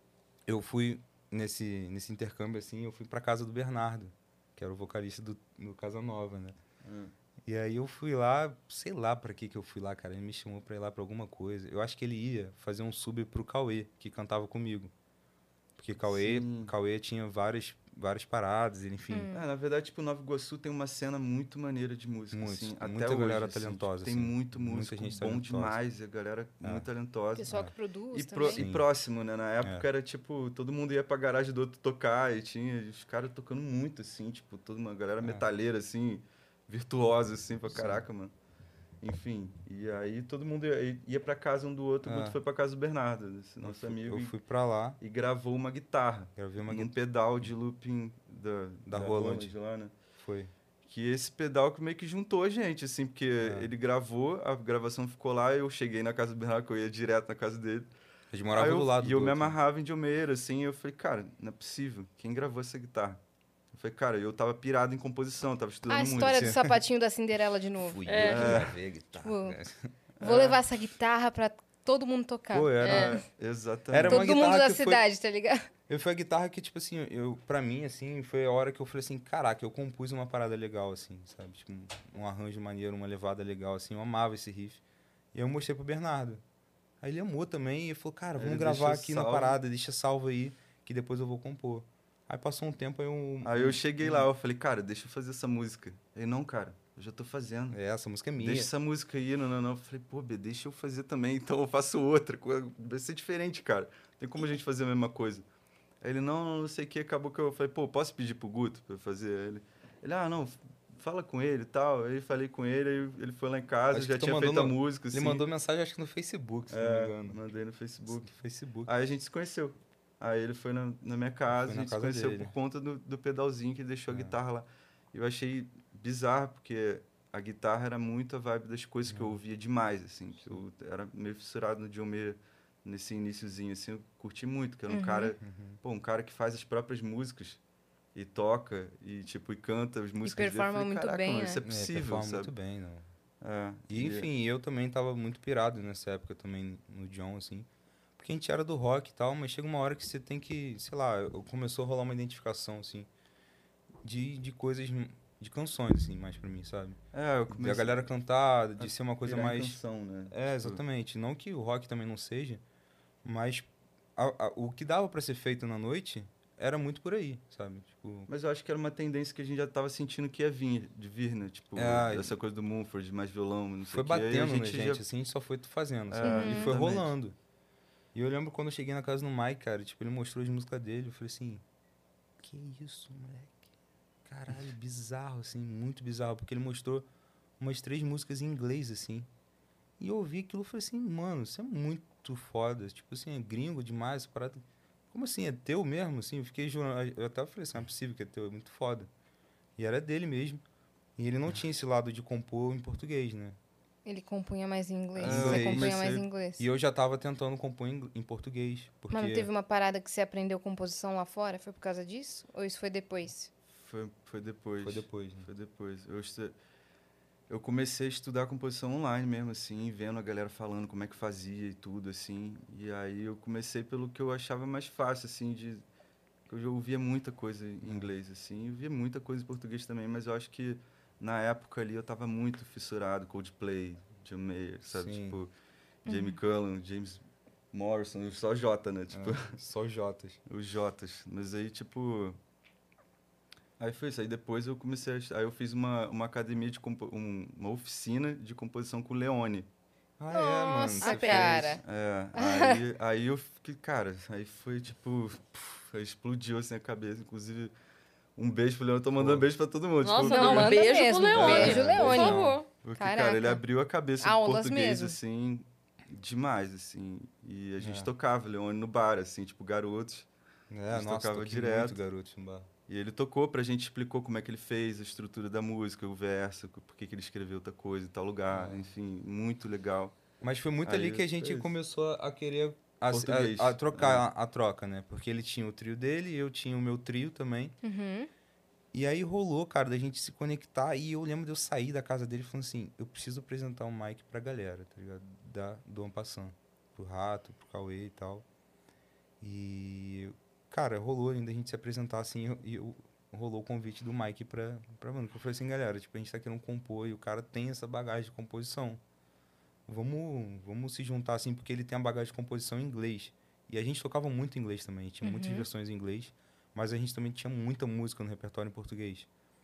eu fui nesse, nesse intercâmbio, assim, eu fui pra casa do Bernardo, que era o vocalista do, do Casa Nova, né? Hum. E aí eu fui lá, sei lá pra que que eu fui lá, cara. Ele me chamou pra ir lá pra alguma coisa. Eu acho que ele ia fazer um sub pro Cauê, que cantava comigo. Porque Cauê, Sim. Cauê tinha várias, várias paradas, ele, enfim... Hum. É, na verdade, tipo, Nova Iguaçu tem uma cena muito maneira de música, Muito, assim, muita até galera hoje, assim, talentosa, tipo, tem assim, muito muita músico gente bom talentosa. demais, e a galera É. muito talentosa. Pessoal É. que produz E, pro- também. e Sim. próximo, né? Na época É. era tipo, todo mundo ia pra garagem do outro tocar e tinha os caras tocando muito, assim, tipo, toda uma galera É. metaleira, assim, virtuosa, assim, pra Sim. caraca, mano. Enfim, e aí todo mundo ia, ia pra casa um do outro, o É. Guto foi pra casa do Bernardo, esse Eu nosso fui- amigo, Eu e- fui pra lá, e, gravou uma guitarra, gravei uma num guitarra. pedal de looping da, Da Roland. Roland lá, né? Foi. Que esse pedal que meio que juntou a gente, assim, porque É. ele gravou, a gravação ficou lá, eu cheguei na casa do Bernardo, que eu ia direto na casa dele. A gente morava Aí eu, do lado E do eu me outro, né? amarrava em Diomeira, assim, eu falei, cara, não é possível, quem gravou essa guitarra? Eu falei, cara, eu tava pirado em composição, tava estudando A muito. história do sapatinho da Cinderela de novo. Fui É. eu que gravei a guitarra. Tipo, né? Vou levar essa guitarra pra todo mundo tocar. Pô, era... É, exatamente. Era uma Todo mundo guitarra da que foi- cidade, tá ligado? Eu foi a guitarra que, tipo assim, eu, pra mim, assim, foi a hora que eu falei assim, caraca, eu compus uma parada legal, assim, sabe? Tipo, um, um arranjo maneiro, uma levada legal, assim, eu amava esse riff. E eu mostrei pro Bernardo. Aí ele amou também e falou, cara, Aí vamos ele gravar deixou aqui na salvo. parada, deixa salvo aí, que depois eu vou compor. Aí passou um tempo, aí eu... Aí eu cheguei lá, eu falei, cara, deixa eu fazer essa música. Ele, não, cara, eu já tô fazendo. É, essa música é minha. Deixa essa música aí, não, não, não. Eu falei, pô, B, deixa eu fazer também, então eu faço outra. co- Vai ser diferente, cara. Tem como a gente fazer a mesma coisa. Aí ele, não, não, não sei o que, acabou que eu falei, pô, posso pedir pro Guto pra eu fazer? Aí Ele, ele, ah, não, fala com ele e tal. Aí falei com ele, aí ele foi lá em casa, Acho já que tu tinha mandou feito a no- música, Ele assim. mandou mensagem, acho que no Facebook, se não me É, engano. mandei no Facebook. No Facebook. Aí a gente se conheceu. Aí ele foi na, na minha casa, Foi a na gente se casa conheceu dele. por conta do, do pedalzinho que ele deixou a É. guitarra lá. Eu achei bizarro, porque a guitarra era muito a vibe das coisas que eu ouvia demais, assim. Que eu era meio fissurado no John Mayer nesse iniciozinho, assim. Eu curti muito, que era um Uhum. cara... Uhum. Pô, um cara que faz as próprias músicas e toca e, tipo, e canta as músicas dele. Eu performa falei, muito "Caraca, bem, mano, né?" isso é É, possível, performa sabe? muito bem, não. É, E, enfim, eu também tava muito pirado nessa época também no John, assim. Porque a gente era do rock e tal, mas chega uma hora que você tem que, sei lá, eu- começou a rolar uma identificação, assim, de, de coisas, de canções, assim, mais pra mim, sabe? É, eu De comecei a galera cantar, de a ser uma coisa pirar em mais... canção, né? É, Tipo, exatamente. Não que o rock também não seja, mas a- a- o que dava pra ser feito na noite era muito por aí, sabe? Tipo, Mas eu acho que era uma tendência que a gente já tava sentindo que ia vir, de vir, né? Tipo, É, essa coisa do Mumford, mais violão, não sei foi o quê. Aí batendo a na gente, já... assim, a gente só foi fazendo, É, sabe? E foi exatamente. rolando. E eu lembro quando eu cheguei na casa do Mike, cara, tipo, ele mostrou as músicas dele, eu falei assim, que isso, moleque? Caralho, bizarro, assim, muito bizarro, porque ele mostrou umas três músicas em inglês, assim. E eu ouvi aquilo e falei assim, mano, isso é muito foda, tipo assim, é gringo demais, essa parada. Como assim, é teu mesmo, assim? Eu fiquei jurando, eu até falei assim, não é possível que é teu, é muito foda. E era dele mesmo. E ele não tinha esse lado de compor em português, né? Ele compunha mais em inglês. É, Você eu compunha mais comecei- em inglês. E eu já tava tentando compor em, em português, porque... Mas não teve uma parada que você aprendeu composição lá fora? Foi por causa disso? Ou isso foi depois? Foi, foi depois. Foi depois, né? Foi depois. Eu, estu- eu comecei a estudar composição online mesmo, assim, vendo a galera falando como é que fazia e tudo, assim. E aí eu comecei pelo que eu achava mais fácil, assim, de... Eu já ouvia muita coisa em inglês, assim. Eu via muita coisa em português também, mas eu acho que na época ali eu tava muito fissurado. Coldplay, John Mayer, sabe? Sim. Tipo, Jamie Cullum, James Morrison, só J, né? Tipo... É, só os Jotas. Os Jotas. Mas aí, tipo... Aí foi isso. Aí depois eu comecei a... est- Aí eu fiz uma, uma academia de... Compo... um- uma oficina de composição com o Leone. Ah, é, mano. Nossa, você fez. cara. É. Aí, aí eu fiquei... Cara, aí foi, tipo... puf, aí explodiu, assim, a cabeça. Inclusive, um beijo pro Leone. Eu tô mandando Pô. beijo pra todo mundo. Nossa, tipo, não, não, um manda beijo mesmo. pro Leone. Beijo, É, Leone. Por favor. Porque, Caraca. cara, ele abriu a cabeça pro Aulas português, mesmo. assim... Demais, assim. E a gente É. tocava Leone no bar, assim, tipo, garotos. É, A gente nossa, tocava toquei direto. muito garoto no bar. E ele tocou pra gente, explicou como é que ele fez, a estrutura da música, o verso, por que que ele escreveu outra coisa em tal lugar, Ah. enfim, muito legal. Mas foi muito Aí ali que a gente foi isso. começou a querer a, Português. a- a trocar a, a troca, né? Porque ele tinha o trio dele, eu tinha o meu trio também. Uhum. E aí rolou, cara, da gente se conectar. E eu lembro de eu sair da casa dele falando assim: eu preciso apresentar um mic pra galera, tá ligado? Da, do Ampassan. Pro Rato, pro Cauê e tal. E, cara, rolou ainda a gente se apresentar assim. eu- E eu, rolou o convite do Mike pra, pra banda. Eu falei assim: galera, tipo, a gente tá querendo compor e o cara tem essa bagagem de composição. Vamos, vamos se juntar assim, porque ele tem a bagagem de composição em inglês. E a gente tocava muito em inglês também, tinha muitas Uhum. versões em inglês, mas a gente também tinha muita música no repertório em português.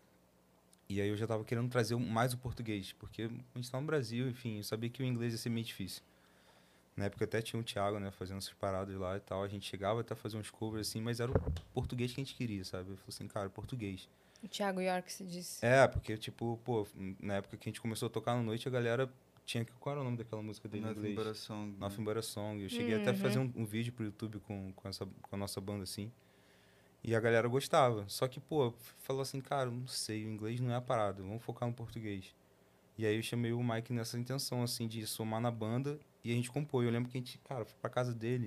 E aí eu já tava querendo trazer mais o português, porque a gente tá no Brasil, enfim, eu sabia que o inglês ia ser meio difícil. Na época até tinha o Thiago, né, fazendo essas paradas lá e tal, a gente chegava até a fazer uns covers assim, mas era o português que a gente queria, sabe? Eu falei assim, cara, português. O Thiago York se disse. É, porque, tipo, pô, na época que a gente começou a tocar na noite, a galera tinha que... Qual era o nome daquela música dele em Nothing inglês? But a Song. Nothing But a Song. Eu cheguei até a Uhum. fazer um, um vídeo pro YouTube com, com, essa, com a nossa banda, assim. E a galera gostava. Só que, pô, falou assim, cara, não sei, o inglês não é a parada, vamos focar no português. E aí eu chamei o Mike nessa intenção, assim, de somar na banda e a gente compôs. Eu lembro que a gente, cara, foi pra casa dele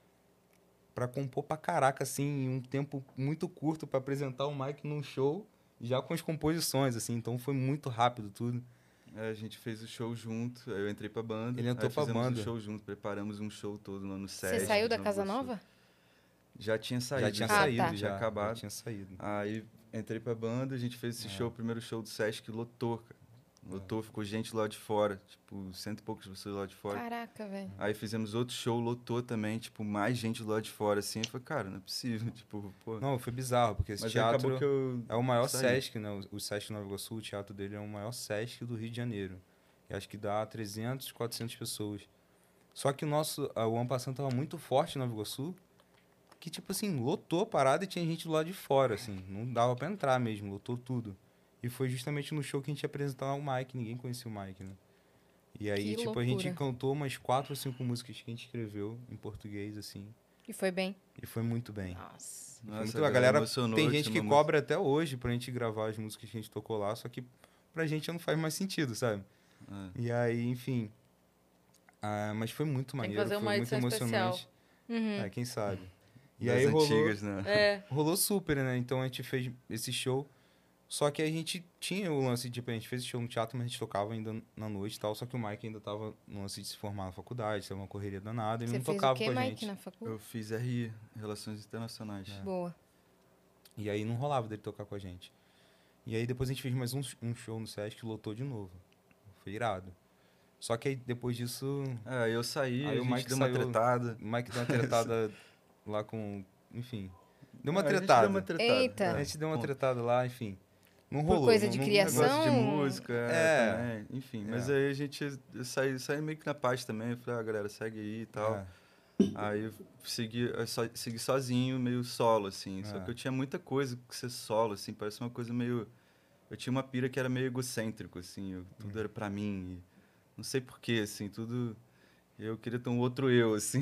pra compor pra caraca, assim, em um tempo muito curto pra apresentar o Mike num show, já com as composições, assim. Então foi muito rápido tudo. É, a gente fez o show junto, aí eu entrei pra banda. Ele entrou aí pra fizemos banda. o show junto, preparamos um show todo lá no Você Sesc. saiu de da Nova Casa Iguaçu. Nova? Já tinha saído. já tinha Ah, saído, tá. já. Tinha acabado. Já tinha saído. Aí entrei pra banda, a gente fez esse É. show, o primeiro show do Sesc, lotou, cara. Lotou, ficou gente lá de fora, tipo, cento e poucas pessoas lá de fora. Caraca, velho. Aí fizemos outro show, lotou também, tipo, mais gente lá de fora, assim. Eu falei, cara, não é possível, tipo, pô. Não, foi bizarro, porque esse Mas aí teatro acabou que eu é o maior saí. Sesc, né? O, o Sesc Nova Iguaçu, o teatro dele é o maior Sesc do Rio de Janeiro. E acho que dá trezentas, quatrocentas pessoas. Só que o nosso, a- o ano passado tava muito forte em Nova Iguaçu, que, tipo assim, lotou a parada e tinha gente do lado de fora, assim. Não dava pra entrar mesmo, lotou tudo. E foi justamente no show que a gente ia apresentar o Mike, ninguém conhecia o Mike, né? E aí, Que tipo, a gente loucura. cantou umas quatro ou cinco músicas que a gente escreveu em português, assim. E foi bem. E foi muito bem. Nossa. Foi Nossa, muito- a galera emocionou, tem tinha gente que uma cobra até hoje pra gente gravar as músicas que a gente tocou lá, só que pra gente não faz mais sentido, sabe? música- E aí, enfim. Ah, mas foi muito Tem que maneiro, fazer foi uma muito edição emocionante. Uhum. É, quem sabe. E das aí rolou, antigas, né? É. rolou super, né? Então a gente fez esse show. Só que a gente tinha o lance de, tipo, a gente fez esse show no teatro, mas a gente tocava ainda na noite e tal. Só que o Mike ainda tava no lance de se formar na faculdade, tava uma correria danada, ele Você não fez tocava o quê, com a Mike, gente. na faculdade? Eu fiz R I, Relações Internacionais. É. Boa. E aí não rolava dele tocar com a gente. E aí depois a gente fez mais um, um show no Sesc que lotou de novo. Foi irado. Só que aí depois disso, É, aí eu saí, Aí a o gente Mike deu uma saiu- tretada. o Mike deu uma tretada lá com... Enfim. Deu uma É, a gente tretada. deu uma tretada. Eita. A gente deu uma Ponto. tretada lá, enfim. Não Por rolou. coisa não- de não- criação? Negócio de música, É. é, também, enfim. É. Mas aí a gente eu saí, saí meio que na paz também. Eu falei, ah, galera, segue aí e tal. É. Aí eu segui, eu só, segui sozinho, meio solo, assim. Só É. que eu tinha muita coisa que ser solo, assim. Parece uma coisa meio... Eu tinha uma pira que era meio egocêntrico, assim. eu- tudo Uhum. era pra mim. e não sei porquê, assim. Tudo... Eu queria ter um outro eu, assim.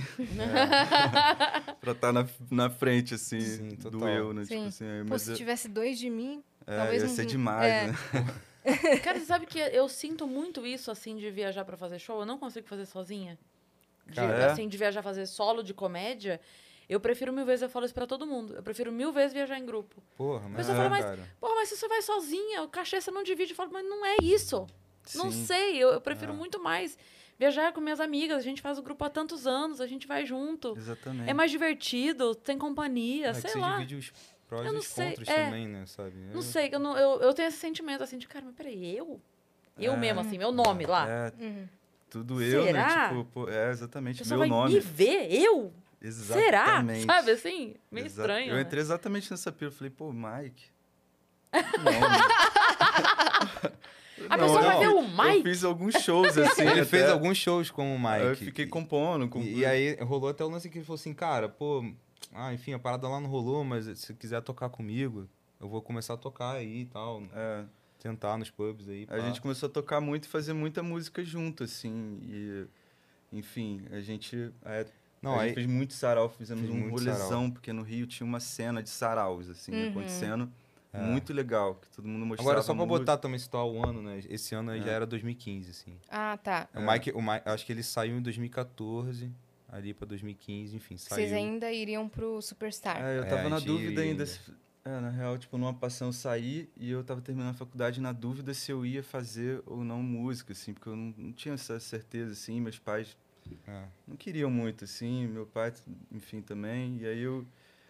pra estar na, na frente, assim, Sim, do total. eu, né? Sim. Tipo assim, aí, Pô, mas se eu- tivesse dois de mim, é, talvez ia não- ser demais, é. né? Cara, você sabe que eu sinto muito isso, assim, de viajar pra fazer show. Eu não consigo fazer sozinha. De, Cara, é? Assim, de viajar fazer solo de comédia. Eu prefiro mil vezes, eu falo isso pra todo mundo. Eu prefiro mil vezes viajar em grupo. Porra, mas pessoa é, fala, mas- cara. Porra, mas se você vai sozinha, o cachê você não divide. Eu falo, mas não é isso. Não Sim. sei, eu, eu prefiro É. muito mais viajar com minhas amigas. A gente faz o grupo há tantos anos, a gente vai junto. Exatamente. É mais divertido, tem companhia, É que sei você lá. divide os prós Eu e não os sei, contras é. também, né, sabe? Não Eu- sei, eu, não, eu, eu tenho esse sentimento assim de, cara, mas peraí, eu? Eu É. mesmo, assim, meu nome lá. É, Uhum. tudo eu, né? Será? Tipo, pô, é exatamente A pessoa meu vai nome. me ver? Eu? Será? Exatamente. Sabe assim? Meio Exa- estranho. Eu né? entrei exatamente nessa pira. Eu falei, pô, Mike. Nome. A Não, pessoa vai não, ver o Eu Mike. fiz alguns shows assim. Ele até. fez alguns shows com o Mike. Aí eu fiquei compondo. Com... E, e aí rolou até o lance que ele falou assim, cara, pô, ah, enfim, a parada lá não rolou, mas se quiser tocar comigo, eu vou começar a tocar aí e tal, É, tentar nos pubs aí. a pá. gente começou a tocar muito e fazer muita música junto, assim. E, enfim, a gente. É, Não, a aí- gente fez muito sarau, fizemos Fiz um muito rolezão, sarau. porque no Rio tinha uma cena de saraus, assim, né, Uhum. acontecendo. É. Muito legal, que todo mundo mostrava Agora, só pra música. botar também, situar o ano, né? Esse ano aí É. já era dois mil e quinze, assim. Ah, tá. O Mike, o Mike, acho que ele saiu em dois mil e quatorze, ali pra dois mil e quinze, enfim, saiu. Vocês ainda iriam pro Superstar. É, eu É, tava a na gente dúvida ia ainda. ainda. se- É, na real, tipo, numa passão eu saí e eu tava terminando a faculdade na dúvida se eu ia fazer ou não música, assim, porque eu não, não tinha essa certeza, assim, meus pais É. não queriam muito, assim, meu pai, enfim, também, e aí eu,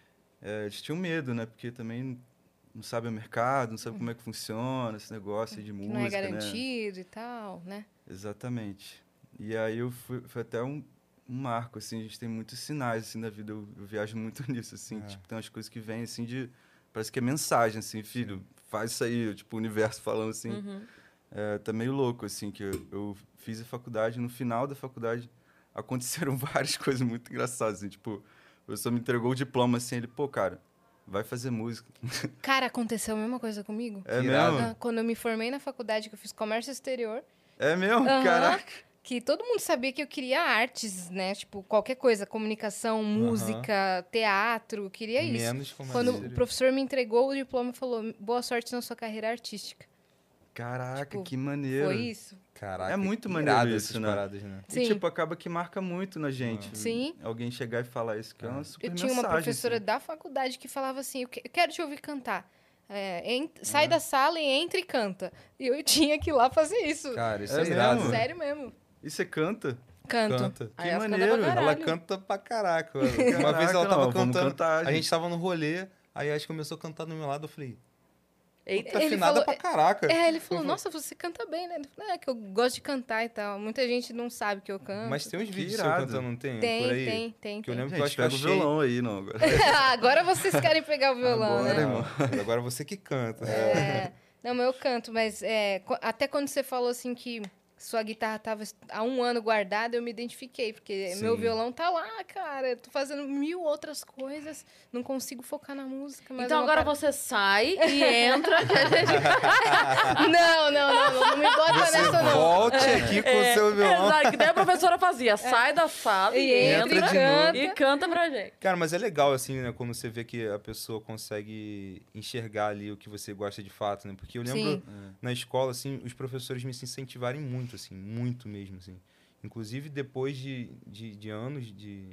é, eles tinham medo, né, porque também não sabe o mercado, não sabe como é que funciona esse negócio aí de Que música, não é né? garantido e tal, né? Exatamente. E aí eu fui, foi até um, um marco, assim, a gente tem muitos sinais, assim, na vida, eu, eu viajo muito nisso, assim, É. tipo, tem umas coisas que vêm, assim, de, parece que é mensagem, assim, filho, faz isso aí, tipo, o universo falando, assim, Uhum. é, tá meio louco, assim, que eu, eu fiz a faculdade, no final da faculdade aconteceram várias coisas muito engraçadas, assim, tipo, o professor me entregou o diploma, assim, ele, pô, cara, vai fazer música. Cara, aconteceu a mesma coisa comigo. É irado. mesmo? Ah, Quando eu me formei na faculdade, que eu fiz comércio exterior, É mesmo? Aham. Caraca. que todo mundo sabia que eu queria artes, né? Tipo, qualquer coisa, comunicação, música, teatro, eu queria isso. Menos como Quando exterior. o professor me entregou o diploma e falou, boa sorte na sua carreira artística. Caraca, Tipo, que maneiro. Foi isso? Caraca, É muito irado maneiro essas isso, né? paradas, né? Sim. E, tipo, acaba que marca muito na gente. Sim. Alguém chegar e falar isso, que é uma super Eu tinha uma mensagem, professora assim. da faculdade que falava assim, eu que- eu quero te ouvir cantar. É, en- sai da sala e entra e canta. E eu tinha que ir lá fazer isso. Cara, isso É é, irado. mesmo? Sério mesmo. E você canta? Canto. Canta. Aí Que ela canta pra maneiro. caralho. Ela canta pra caraca. mano. Uma vez Caraca, ela tava não, vamos cantando, cantar, a gente. gente tava no rolê, aí acho que começou a cantar do meu lado, eu falei, Eita. tá Ele afinada falou- pra caraca. É, ele falou, Eu nossa, você canta bem, né? Ele falou, é, que eu gosto de cantar e tal. Muita gente não sabe que eu canto. Mas tem uns Que vídeos seu irado. cantando, não tem? Tem, Por aí? tem, tem, Que eu tem. lembro que eu acho Gente, que eu pega o achei... violão aí, não. Agora. Agora vocês querem pegar o violão, Agora, né? irmão. Não, agora você que canta. É, não, mas eu canto, mas é, co- até quando você falou assim que sua guitarra tava est- há um ano guardada, eu me identifiquei, porque Sim. meu violão tá lá, cara. Eu tô fazendo mil outras coisas, não consigo focar na música. Mas Então é uma agora par- você sai e entra. que a gente... Não, não, não, não, não me bota Você nessa, não. volte aqui com o seu violão. Exato, que daí a professora fazia. Sai da sala E e, entra entra, e canta. e canta pra gente. Cara, mas é legal, assim, né? Quando você vê que a pessoa consegue enxergar ali o que você gosta de fato, né? Porque eu lembro Sim. na escola, assim, os professores me incentivarem muito, assim, muito mesmo, assim. Inclusive, depois de, de, de anos de,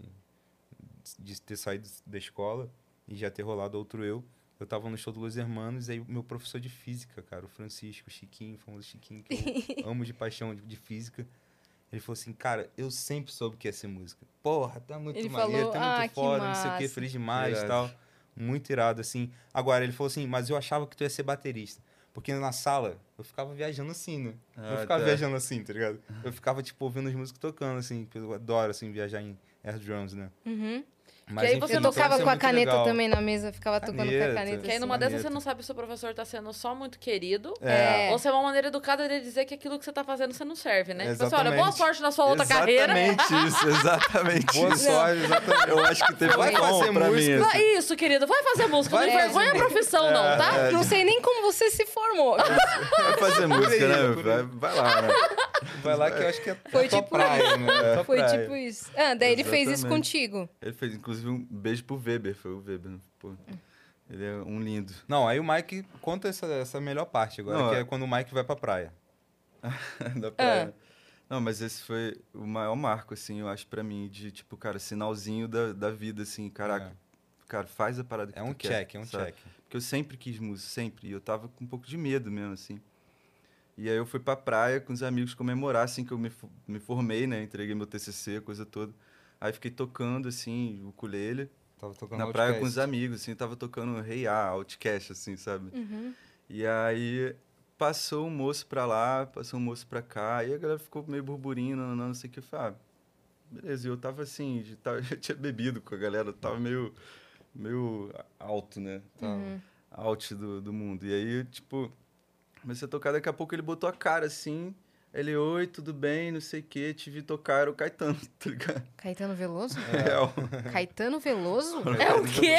de ter saído da escola e já ter rolado outro eu, eu tava no show do Los Hermanos, aí o meu professor de física, cara, o Francisco, o Chiquinho, o famoso Chiquinho, que eu amo de paixão de, de física, ele falou assim, cara, eu sempre soube que ia ser música. Porra, tá muito Ele maneiro, falou, tá muito "Ah, que foda, não sei o que, massa." feliz demais e Irado. tal. Muito irado, assim. Agora, ele falou assim, mas eu achava que tu ia ser baterista. Porque na sala, eu ficava viajando assim, né? eu Ah, ficava tá. viajando assim, tá ligado? Eu ficava, tipo, ouvindo os músicos tocando, assim. Eu adoro, assim, viajar em air drums, né? Uhum. Mas, aí enfim, você Eu então tocava isso é com a muito caneta legal. também na mesa, ficava tocando com a Caneta. caneta. Que aí assim. numa dessas Maneiro. você não sabe se o professor tá sendo só muito querido. É. Ou se é uma maneira educada de dizer que aquilo que você tá fazendo você não serve, né? Tipo assim, olha, boa Exatamente. sorte na sua outra carreira. Exatamente isso, exatamente Boa isso. sorte, exatamente. Eu acho que teve Vai um tom fazer pra música. mim. Vai- assim. Isso, querido, vai fazer música. Vai não fazer envergonha a profissão, não, tá? É, Não sei nem como você se formou. Vai fazer música, né? por Vai, vai lá, né? Vai lá que eu acho que é Foi a tua tipo praia, né? Tua Foi praia. tipo isso. Ah, daí ele fez isso Exatamente. contigo. Ele fez, inclusive, um beijo pro Weber. Foi o Weber, né? Pô, ele é um lindo. Não, aí o Mike conta essa, essa melhor parte agora, Não, que é- é quando o Mike vai pra praia. da praia. Não, mas esse foi o maior marco, assim, eu acho, pra mim, de, tipo, cara, sinalzinho da, da vida, assim, caraca, cara, faz a parada que É tu um quer, check, é um sabe? check. Porque eu sempre quis música, sempre, e eu tava com um pouco de medo mesmo, assim. E aí eu fui pra praia com os amigos comemorar, assim, que eu me, fo- me formei, né, entreguei meu T C C, coisa toda. Aí fiquei tocando, assim, o ukulele, Tava tocando na praia com Outcast. os amigos, assim, tava tocando Hey A, Outcast, assim, sabe? Uhum. E aí passou um moço pra lá, passou um moço pra cá, e a galera ficou meio burburinho, não, não, não sei o que. Eu falei, ah, beleza. E eu tava assim, de- tava- eu tinha bebido com a galera, eu tava meio, meio alto, né? Tava Uhum. out do, do mundo. E aí, tipo, comecei a tocar, daqui a pouco ele botou a cara assim, ele, oi, tudo bem, não sei o que, te vi tocar, era o Caetano, tá ligado? Caetano Veloso? Real. Caetano Veloso? É o quê?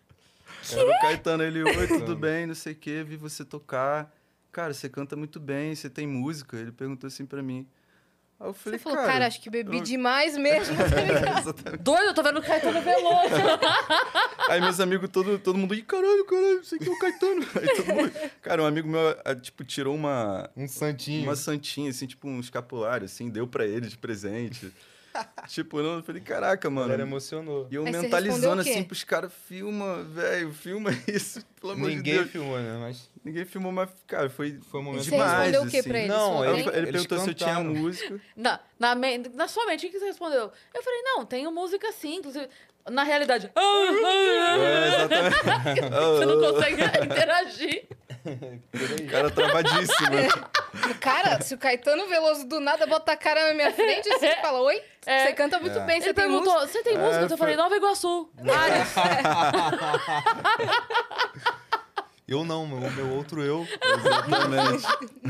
Era o Caetano, ele, oi, tudo bem, não sei o que, vi você tocar. Cara, você canta muito bem, você tem música? Ele perguntou assim pra mim. Aí eu falei, Você falou, cara... cara, acho que bebi eu- demais mesmo, tá ligado? Exatamente. Doido, eu tô vendo o Caetano Veloso. Aí meus amigos, todo, todo mundo, ih, caralho, caralho, isso aqui é o Caetano. Aí todo mundo... Cara, um amigo meu, ah, tipo, tirou uma... Um santinho. Uma santinha, assim, tipo um escapulário, assim, deu pra ele de presente. Tipo, não, eu falei, caraca, A mano. galera emocionou. E eu Aí você mentalizando respondeu o quê? assim pros caras, filma, velho, filma isso, pelo amor Ninguém de Deus. filmou, né? Mas Ninguém filmou, mas, cara, foi, foi um E momento você demais, respondeu o quê assim. pra ele? Não, Falou, Aí ele- eu "Tem?" fa- ele Eles perguntou se eu tinha cantaram. música. Na, na, men- na sua mente, o que você respondeu? Eu falei, não, tenho música sim, inclusive. Na realidade, ah, ah, É, exatamente. ah, você não consegue interagir. O cara travadíssimo. Cara, se o Caetano Veloso do nada bota a cara na minha frente, você fala, oi? É. Você canta muito É. bem, você Ele tem perguntou, música? você tem música? É, Eu foi- falei, Nova Iguaçu. Várias. Eu não, meu, meu outro eu. Exatamente.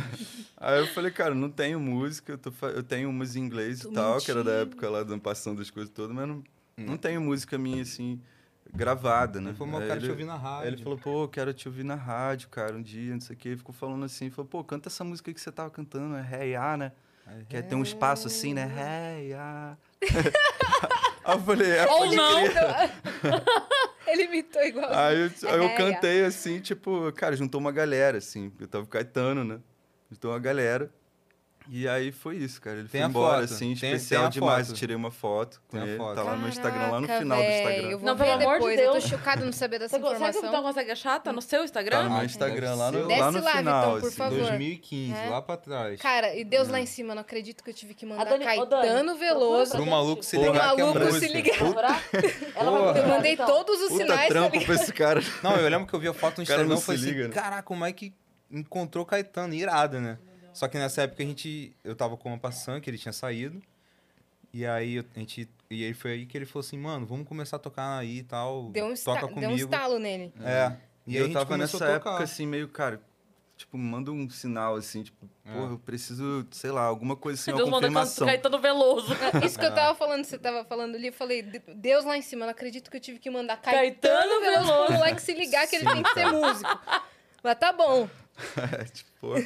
Aí eu falei, cara, não tenho música, eu, tô fa- eu tenho umas em inglês Tô e tal, que era da mentindo. época lá, do passando das coisas todas, mas não, não tenho música minha, assim, gravada, né? Ele falou, mas Aí eu quero ele- te ouvir na rádio. Aí ele falou, pô, eu quero te ouvir na rádio, cara, um dia, não sei o quê. Ele ficou falando assim, falou, pô, canta essa música que você tava cantando, é Ré, A, né? Aí, Que é, tem um espaço assim, né? Ré, A. Aí eu falei, é, Ou pode não. crer. Ele imitou igual. Aí eu, aí eu Ré, A. cantei assim, tipo, cara, juntou uma galera, assim. Eu tava com o Caetano, né? Juntou uma galera. E aí foi isso, cara. Ele Tem foi a embora, foto. assim, Tem- especial tem a demais. foto. Eu tirei uma foto com Tem a ele. foto. Tá lá no meu Instagram, lá no Caraca, final do véi, Instagram. Eu vou Não, pelo ver amor de depois, eu tô Deus. chocada não saber dessa Você consegue, informação. então consegue achar? Tá no seu Instagram? Tá no meu Ah, Instagram, lá no, deve lá ser. no Desce lá, final, Vitão, por assim. favor. dois mil e quinze, É. lá pra trás. Cara, e Deus lá em cima, não acredito que eu tive que mandar Dani- ô, Dani, Caetano Veloso. Pro gente. maluco se Pro ligar que é maluco se música. ligar. Procurar? Ela vai Porra. Eu procurar, mandei então. todos os Puta sinais, tá trampo ligado? pra esse cara. Não, eu lembro que eu vi a foto no O cara Instagram não e falei se assim, liga. caraca, como é que encontrou Caetano? Irado, né? Só que nessa época a gente, eu tava com uma passando, que ele tinha saído. E aí eu- a gente, e aí foi aí que ele falou assim, mano, vamos começar a tocar aí e tal, Deu um, esta... toca Deu um comigo. estalo nele. É. E, E, aí a eu gente tava começou nessa a tocar. época, assim, meio, cara, tipo, manda um sinal, assim, tipo, É. porra, eu preciso, sei lá, alguma coisa assim, uma Deus manda confirmação. Caetano Veloso. Isso que eu tava falando, você tava falando ali, eu falei, "De- Deus lá em cima, não acredito que eu tive que mandar Caetano Caetano Veloso Veloso. pro moleque se ligar que ele Sim, tem que ser músico. Mas tá bom. É, tipo, porra.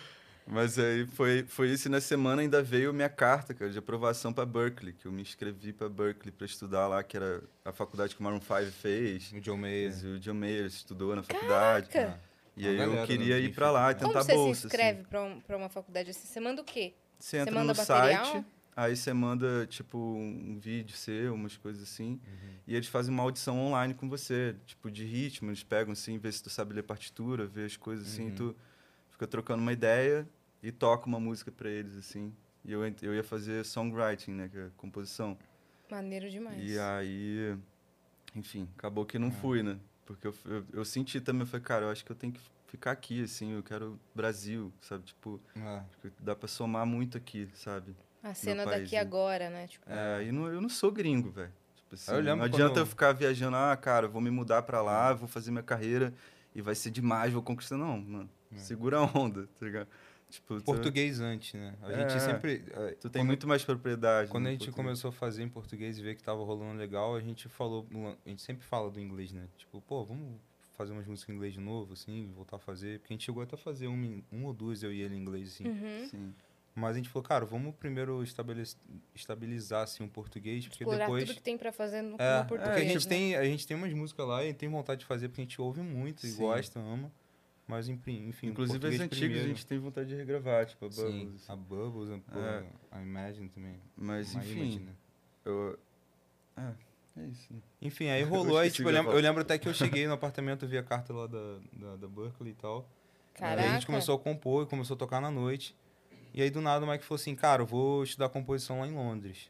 Mas aí foi, foi isso, e na semana ainda veio minha carta, cara, de aprovação pra Berkeley, que eu me inscrevi pra Berkeley pra estudar lá, que era a faculdade que o Maroon cinco fez. O John Mayer. E o John Mayer estudou na faculdade. Caraca. E aí Uma eu galera, queria né, ir que pra lá e fica- tentar Como você bolsa. se inscreve pra, um- pra uma faculdade assim? Você manda o quê? Assim. Você entra manda no material? site, aí você manda, tipo, um vídeo seu, umas coisas assim. Uhum. E eles fazem uma audição online com você, tipo, de ritmo. Eles pegam, assim, vê se tu sabe ler partitura, vê as coisas assim, Uhum. e tu fica trocando uma ideia e toca uma música pra eles, assim. E eu, ent- eu ia fazer songwriting, né, que é composição. Maneiro demais. E aí, enfim, acabou que não Ah. fui, né? Porque eu, eu, eu senti também, eu falei, cara, eu acho que eu tenho que ficar aqui, assim, eu quero Brasil, sabe? Tipo, É. acho que dá pra somar muito aqui, sabe? A cena país, daqui né? agora, né? Tipo, É, e não, eu não sou gringo, velho. Tipo assim, Eu lembro não adianta quando- eu ficar viajando, ah, cara, eu vou me mudar pra lá, vou fazer minha carreira e vai ser demais, vou conquistar. Não, mano, É. segura a onda, tá ligado? Tipo, tu, Português antes, né? A gente É. sempre... eh, tu tem quando- muito mais propriedade. Quando no a gente português. começou a fazer em português e ver que tava rolando legal, a gente falou, a gente sempre fala do inglês, né? Tipo, pô, vamos fazer umas músicas em inglês de novo, assim, voltar a fazer. Porque a gente chegou até a fazer um, em- um ou duas, eu e ele em inglês, assim. uhum. Sim. Mas a gente falou, cara, vamos primeiro estabelecer, estabilizar, assim, o português, porque Explorar depois... tudo que tem pra fazer no, É, no porque português. a gente, né? tem, a gente tem umas músicas lá e tem vontade de fazer, porque a gente ouve muito e Sim. gosta, ama. Mas, enfim, enfim Inclusive as português antigas primeiro. a gente tem vontade de regravar, tipo, a Sim, Bubbles. a Bubbles, a, pô, É. a Imagine também. Mas, Uma enfim, Imagine, né? eu... É, é isso. né? Enfim, aí Eu rolou, aí, esqueci tipo, eu o que eu lembro, ia eu lembro até que eu cheguei no apartamento, vi a carta lá da, da, da Berkeley e tal. Caraca. Aí a gente começou a compor, começou a tocar na noite. E aí, do nada, o Mike falou assim, cara, eu vou estudar composição lá em Londres.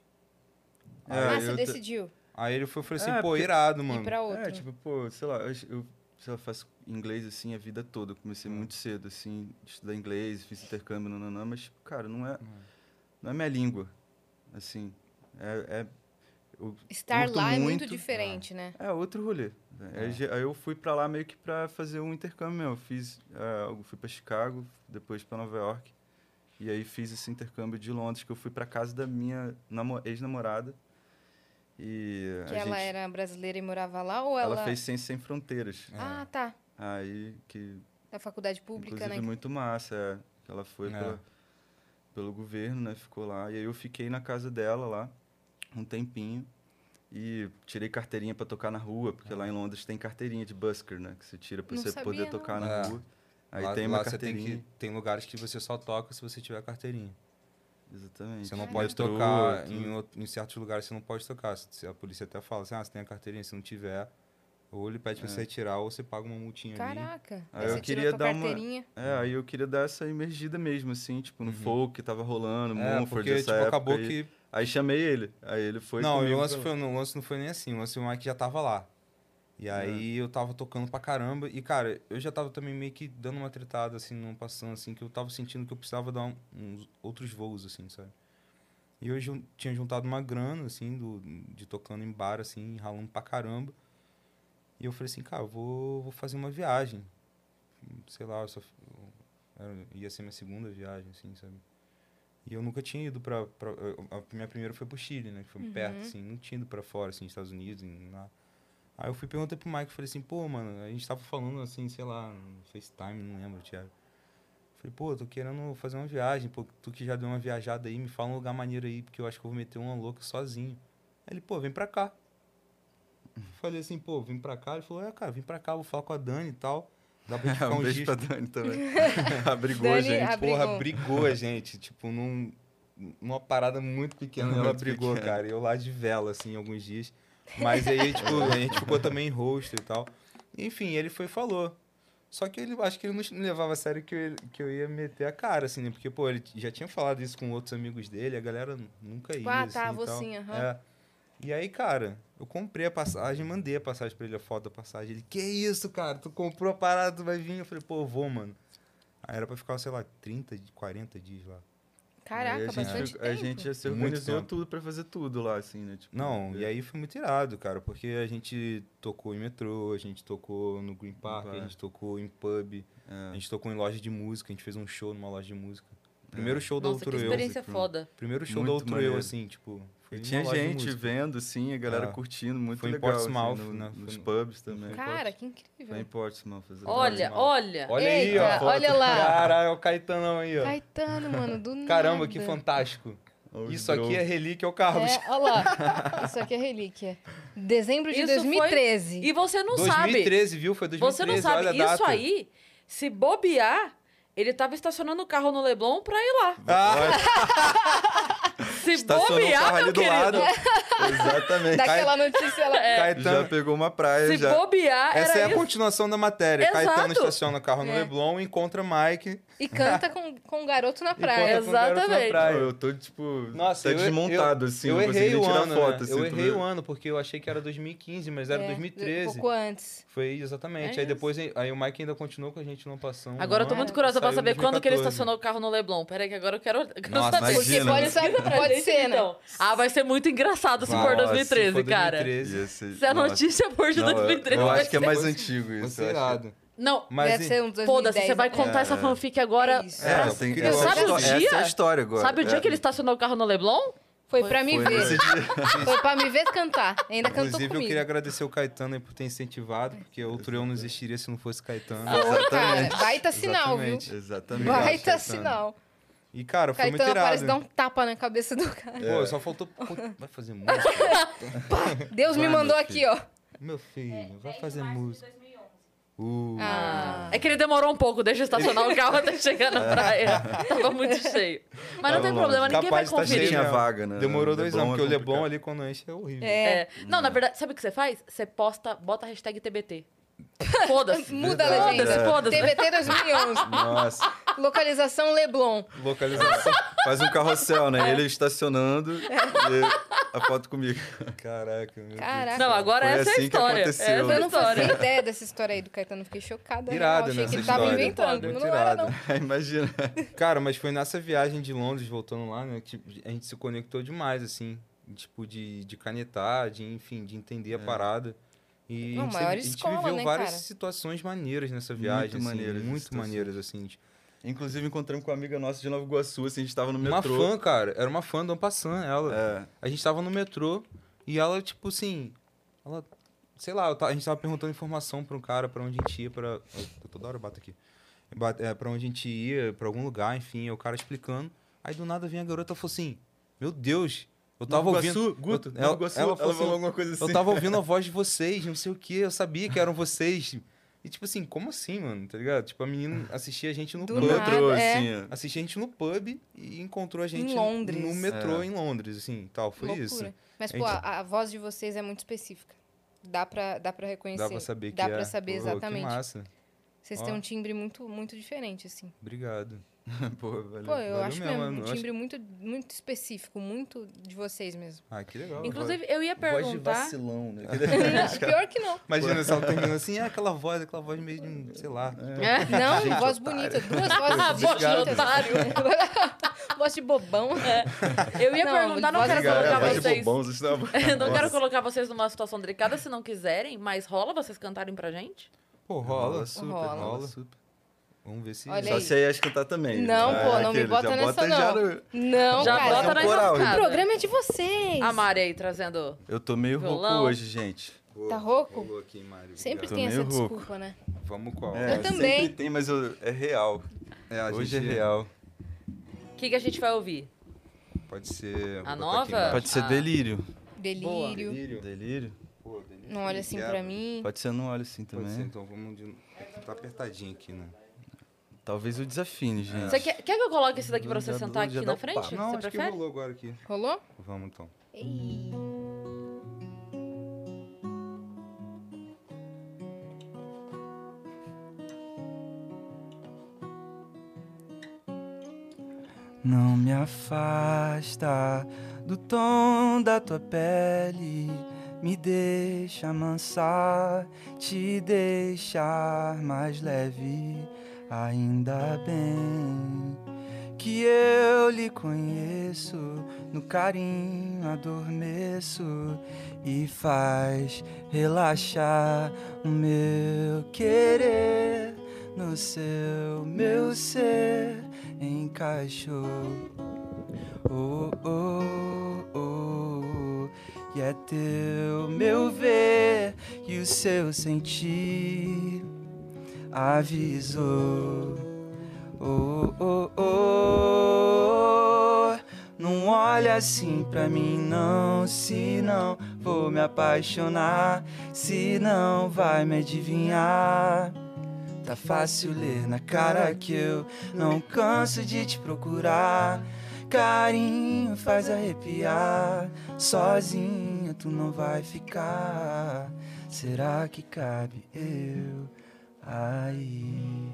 É, Ah, eu você te- decidiu Aí ele foi, falou assim, É, pô, porque- irado, ir mano. pra outro. É, tipo, pô, sei lá, eu, eu sei lá, faço inglês, assim, a vida toda. Eu comecei Hum. muito cedo, assim, de estudar inglês, fiz intercâmbio, nananã, mas, tipo, cara, não é, Hum. não é minha língua, assim, é... é eu Estar curto lá é muito muito. diferente, né? É outro rolê. É. Aí, ge- aí eu fui pra lá meio que pra fazer um intercâmbio mesmo. Eu fiz, é, eu fui pra Chicago, depois pra Nova York. E aí fiz esse intercâmbio de Londres, que eu fui pra casa da minha namo- ex-namorada. E Que a ela gente, era brasileira e morava lá ou ela... ela fez Ciência Sem Fronteiras. Ah, tá. Aí que Da faculdade pública, inclusive né? muito massa, é, que ela foi É. pela, pelo governo, né? Ficou lá. E aí eu fiquei na casa dela lá um tempinho. E tirei carteirinha pra tocar na rua, porque lá em Londres tem carteirinha de busker, né? Que você tira pra Não você sabia, poder não. tocar na É. rua. Aí lá, tem lá uma você tem carteirinha. que tem lugares que você só toca se você tiver carteirinha. Exatamente. Você não Caraca. pode Metrô, tocar tudo. em, outro- em certos lugares, você não pode tocar. Se a polícia até fala assim, ah, você tem a carteirinha, se não tiver, ou ele pede pra É. você retirar, ou você paga uma multinha ali. Caraca. Aí Aí eu você queria tirou tua dar uma- carteirinha. É, aí eu queria dar essa imergida mesmo, assim, tipo, no Uhum. folk que tava rolando, É, Mumford, porque, essa tipo, época acabou aí. que... Aí chamei ele, aí ele foi não, comigo o lance, pra foi, lá. não, o lance não foi nem assim, o lance o Mike já tava lá. E aí eu tava tocando pra caramba, e cara, eu já tava também meio que dando uma tretada, assim, não passando, assim, que eu tava sentindo que eu precisava dar um- uns outros voos, assim, sabe? E eu jun- tinha juntado uma grana, assim, do, de tocando em bar, assim, ralando pra caramba. E eu falei assim, cara, eu vou, vou fazer uma viagem. Sei lá, eu só, eu- era- ia ser minha segunda viagem, assim, sabe? E eu nunca tinha ido pra, pra... eu- A minha primeira foi pro Chile, né? Que foi Uhum. perto, assim. Não tinha ido pra fora, assim, Estados Unidos, em lá. Aí eu fui perguntar pro Mike, falei assim, pô, mano, a gente tava falando, assim, sei lá, no FaceTime, não lembro, Thiago. Falei, pô, tô querendo fazer uma viagem, pô, tu que já deu uma viajada aí, me fala um lugar maneiro aí, porque eu acho que eu vou meter uma louca sozinho. Aí ele, pô, vem pra cá. Falei assim, pô, vem pra cá. Ele falou, é, cara, vem pra cá, vou falar com a Dani e tal. Dá pra gente ficar um uns beijo dias. pra Dani também. Abrigou a Dani, gente. a- Porra, Abrigou. brigou a gente, tipo, num, numa parada muito pequena, ela Muito brigou, pequena. cara. Eu lá de vela, assim, alguns dias. Mas aí, tipo, a gente ficou também em rosto e tal. Enfim, ele foi e falou. Só que ele, acho que ele não levava a sério que eu, que eu ia meter a cara, assim, né? Porque, pô, ele já tinha falado isso com outros amigos dele, a galera nunca ia, Tipo, ah, tá, assim, vou e tal. sim, aham. É. E aí, cara, eu comprei a passagem, mandei a passagem pra ele, a foto da passagem. Ele, que isso, cara? Tu comprou a parada, tu vai vir? Eu falei, pô, eu vou, mano. Aí era pra ficar, sei lá, trinta, quarenta dias lá. Caraca, Aí a gente, bastante ficou- tempo. a gente já se Muito organizou tempo. tudo pra fazer tudo lá, assim, né? Tipo, Não, é. e aí foi muito irado, cara, porque a gente tocou em metrô, a gente tocou no Green Park, a Park. gente tocou em pub, a É. gente tocou em loja de música, a gente fez um show numa loja de música. Primeiro show da Nossa, que Outro Eu. experiência Pro- foda. Primeiro show Muito da Outro Eu, maneiro. assim, tipo. Foi E numa tinha loja de gente música. vendo, assim, a galera É. curtindo, muito Foi em legal. Portsmouth, assim, no- né? Nos Foi- pubs também. Cara, que Foi incrível. em Portsmouth. fazer Olha, mal. olha. Olha aí, Eita, ó. a foto. olha lá. Caralho, o Caetanão aí, ó. Caetano, mano, do Caramba, nada. que fantástico. Os Isso aqui drones. é relíquia ao Carlos. É, olha lá. Isso aqui é relíquia. Dezembro de Isso dois mil e treze. E você não dois mil e sabe. treze, viu? Foi dois mil e Você treze, não sabe. olha a Isso data. aí, se bobear, ele tava estacionando o carro no Leblon pra ir lá. Ah, Se Estacionou o bobear, carro meu ali do querido. lado. Exatamente. Daquela notícia lá. Já Caetano. pegou uma praia, Se já. bobear, Essa era é a isso. continuação da matéria. Exato. Caetano estaciona o carro no É. Leblon, encontra Mike. E canta com, com um garoto na praia. Encontra com o garoto na Exatamente. praia. Eu tô, tipo, Nossa, tá eu, desmontado, eu, assim. eu não errei consegui o nem tirar ano, foto, né? assim. Eu tu errei vê. o ano, porque eu achei que era dois mil e quinze, mas era É, dois mil e treze. Um pouco antes. Foi exatamente. É aí isso. depois, aí o Mike ainda continuou com a gente numa passão. Agora eu tô um muito ano, curiosa pra saiu em saber quando que ele dois mil e quatorze. estacionou o carro no Leblon. Peraí, que agora eu quero, eu quero Nossa, saber. Porque Imagina, pode, né? saber, pode ser, né? Então, ah, vai ser muito engraçado se Vai. for Nossa, dois mil e treze, se for cara. dois mil e treze. Ia ser- Se a nossa. notícia for de Não, dois mil e treze, eu vai acho que é ser- mais Fosse- antigo isso. Fosse eu acho. irado. Não, Mas Deve e- ser um dois mil e foda-se, dez, você vai né? contar É. essa fanfic agora. É isso. É, É, tem, eu essa, sabe o essa dia? é a história agora. Sabe o dia é. que ele estacionou o carro no Leblon? Foi pra me Foi ver. nesse dia. Foi pra me ver cantar. Ainda cantou Inclusive, eu comigo. queria agradecer o Caetano aí por ter incentivado, porque o Outro Eu não existiria se não fosse Caetano. Foi, cara. Exatamente. Baita sinal, viu? Exatamente. Exatamente. Obrigado, Baita Caetano. sinal. E, cara, foi muito Caetano irado. parece dar um tapa na cabeça do cara. Pô, só faltou... Pô, vai fazer música? Deus me Vai, mandou meu aqui, ó. Meu filho, vai fazer música. Uh, Ah. É que ele demorou um pouco, deixa eu estacionar o carro até chegar na praia. Tava muito cheio. Mas não Tava tem longe. problema, ninguém vai Capaz de tá Não conferir. cheio tinha mesmo. vaga, né? Demorou dois Leblon anos, porque é o Leblon complicado. ali quando enche é horrível. É. É. Não, na verdade, sabe o que você faz? Você posta, bota a hashtag T B T. Foda-se. Muda a Verdade. legenda. Foda-se, foda-se. T B T dois mil e onze. Nossa, Localização Leblon. localização. Faz um carrossel, né? Ele estacionando e a foto comigo. Caraca, meu Deus. Caraca. Não, agora Foi essa é a assim que história. aconteceu, Essa é né? a Eu não fazia história. ideia dessa história aí do Caetano. Fiquei chocada. Irada real. Achei nessa que ele tava história. inventando. Muito Não era, irado. não. Imagina. Cara, mas foi nessa viagem de Londres, voltando lá, né, que a gente se conectou demais, assim, tipo, de, de canetar, de, enfim, de entender a parada. E Não, a gente, maior a gente escola, viveu né, várias cara? situações maneiras nessa viagem, Muito assim, maneiras muito situações. maneiras, assim. tipo, Inclusive, encontramos com uma amiga nossa de Nova Iguaçu, assim, a gente tava no Uma metrô. fã, cara, era uma fã do Ampassan, ela. É. A gente tava no metrô e ela, tipo assim, ela, sei lá, eu ta- a gente tava perguntando informação pra um cara pra onde a gente ia, pra... Eu toda hora eu bato aqui. Bate- É, pra onde a gente ia, pra algum lugar, enfim, aí o cara explicando. Aí do nada vem a garota e falou assim, meu Deus, eu tava Nova ouvindo... Iguaçu, Guto, eu, Nova ela, Iguaçu, ela ela falou falou assim, alguma coisa assim. eu tava ouvindo a voz de vocês, não sei o que, eu sabia que eram vocês. E tipo assim, como assim, mano, tá ligado? Tipo, a menina assistia a gente no Do pub. nada. Encontrou, é. assim, ó. Assistia a gente no pub e encontrou a gente Londres. no metrô É. em Londres, assim, tal. Foi Loucura. isso. Mas, A pô, gente- a, a voz de vocês é muito específica. Dá pra, dá pra reconhecer. Dá pra saber que Dá é. pra saber Pô, exatamente. Que massa. Vocês Ó. têm um timbre muito, muito diferente, assim. Obrigado. Pô, valeu. Pô, eu valeu acho mesmo, mesmo eu um acho- timbre muito, muito específico, muito de vocês mesmo. Ah, que legal. Inclusive, eu ia Voz de perguntar... vacilão, né? Pior que não. Imagina se ela termina assim, é aquela voz, aquela voz meio de, sei lá. É. Não, Gente voz otária. bonita. Duas vozes Voz de bonitas. otário. Voz de bobão. Eu ia Não, perguntar, não voz quero de- colocar é, voz de vocês... bobão, vocês estavam- não quero Nossa. colocar vocês numa situação delicada se não quiserem, mas rola vocês cantarem pra gente? Pô, rola. super, Rola. rola super. Vamos ver se... Olha Só aí. se aí acho cantar também. Não, né? pô, não me Aquele, bota já nessa, bota não. já no- Não, Já cara. bota na coral, O enroscada. programa é de vocês. A Mari aí, trazendo... Eu tô meio Violão. rouco hoje, gente. Pô, Tá rouco? rolou aqui, Mário. Sempre Tô tem essa meio rouco. desculpa, né? Vamos qual? É, Eu também. Sempre tem, mas eu- é real. É, a Hoje gente- é real. O que, que a gente vai ouvir? Pode ser... A vou botar aqui nova? embaixo. Pode ser Ah. delírio. Delírio. Delírio. Delírio? Pô, delírio. Não olha assim Quebra. pra mim. Pode ser não olha assim Pode também. ser, então vamos de... Tá apertadinho aqui, né? Talvez o desafine, gente. Você quer, quer que eu coloque esse daqui pra você Já sentar dou- já aqui dá na o frente? papo. Não, Você acho que prefere? rolou agora aqui. Rolou? Vamos então. Ei. Não me afasta do tom da tua pele, me deixa amansar, te deixar mais leve, ainda bem que eu lhe conheço, no carinho adormeço e faz relaxar o meu querer, no seu meu ser encaixou. Oh, oh, oh, e é teu meu ver e o seu sentir avisou. Oh, oh, oh, não olha assim pra mim não, senão vou me apaixonar, senão vai me adivinhar. Tá fácil ler na cara que eu não canso de te procurar. Carinho faz arrepiar, sozinha tu não vai ficar. Será que cabe eu aí?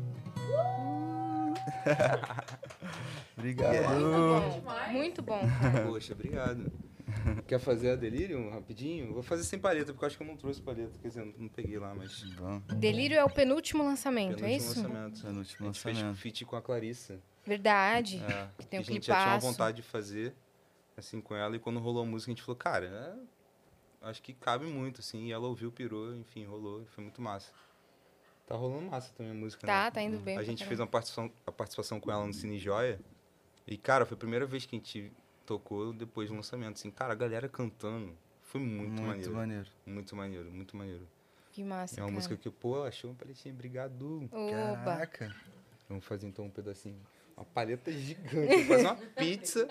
Obrigado. Muito bom. Muito bom. Poxa, obrigado. Quer fazer a Delirium rapidinho? Vou fazer sem palheta, porque eu acho que eu não trouxe palheta. Quer dizer, não peguei lá, mas... Bom, Delírio é o penúltimo lançamento, é penúltimo isso? lançamento. penúltimo A gente fez lançamento. feat com a Clarissa. Verdade. É, Que tem a um gente já tinha uma clipaço. vontade de fazer, assim, com ela. E quando rolou a música, a gente falou, cara, é, acho que cabe muito, assim. E ela ouviu, pirou, enfim, rolou. Foi muito massa. Tá rolando massa também a música, né? Tá, tá indo bem. A pra gente fez caramba. uma participação, a participação com ela no Cine Joia. E, cara, foi a primeira vez que a gente tocou depois do lançamento. Assim, cara, a galera cantando. Foi muito, Muito maneiro. maneiro. Muito maneiro, muito maneiro. Que massa, É uma cara. música que, pô, achou uma palhetinha, obrigado. Oba. Caraca. Vamos fazer então um pedacinho. Uma paleta gigante. Vamos fazer uma pizza.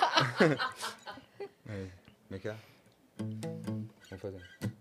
Aí, como é que é? Vamos fazer.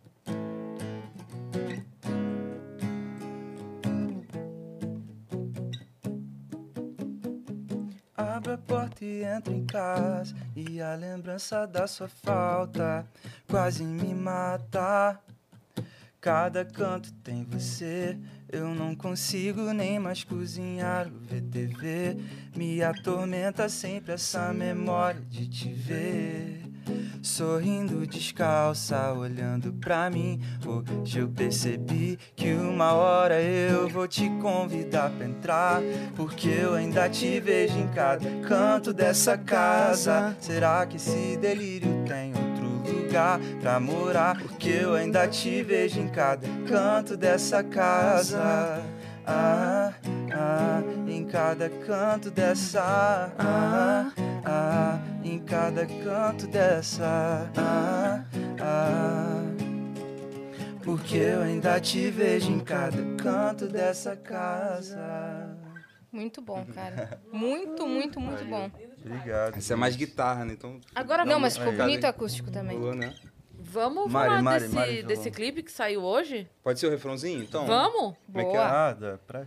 Abre a porta e entra em casa, e a lembrança da sua falta quase me mata. Cada canto tem você, eu não consigo nem mais cozinhar ou ver T V. Me atormenta sempre essa memória de te ver sorrindo descalça, olhando pra mim. Hoje eu percebi que uma hora eu vou te convidar pra entrar, porque eu ainda te vejo em cada canto dessa casa. Será que esse delírio tem outro lugar pra morar? Porque eu ainda te vejo em cada canto dessa casa. Ah, ah, em cada canto dessa. Ah, ah, em cada canto dessa. Ah, ah, porque eu ainda te vejo em cada canto dessa casa. Muito bom, cara. Muito, muito, muito bom. Obrigado. Essa é mais guitarra, né? Então. Agora Não, mas ficou Aí. bonito o acústico também. Rolou, né? Vamos Mari, falar Mari, desse, Mari, violão. desse clipe que saiu hoje? Pode ser o refrãozinho, então? Vamos? Como é que é? Boa. Ah, dá pra...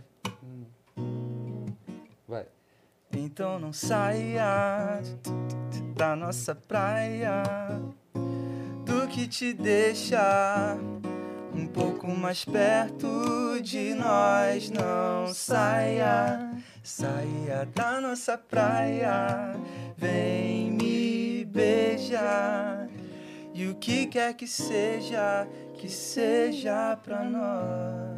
Vai. Então não saia da nossa praia, do que te deixa um pouco mais perto de nós. Não saia, saia da nossa praia, vem me beijar. E o que quer que seja, que seja pra nós.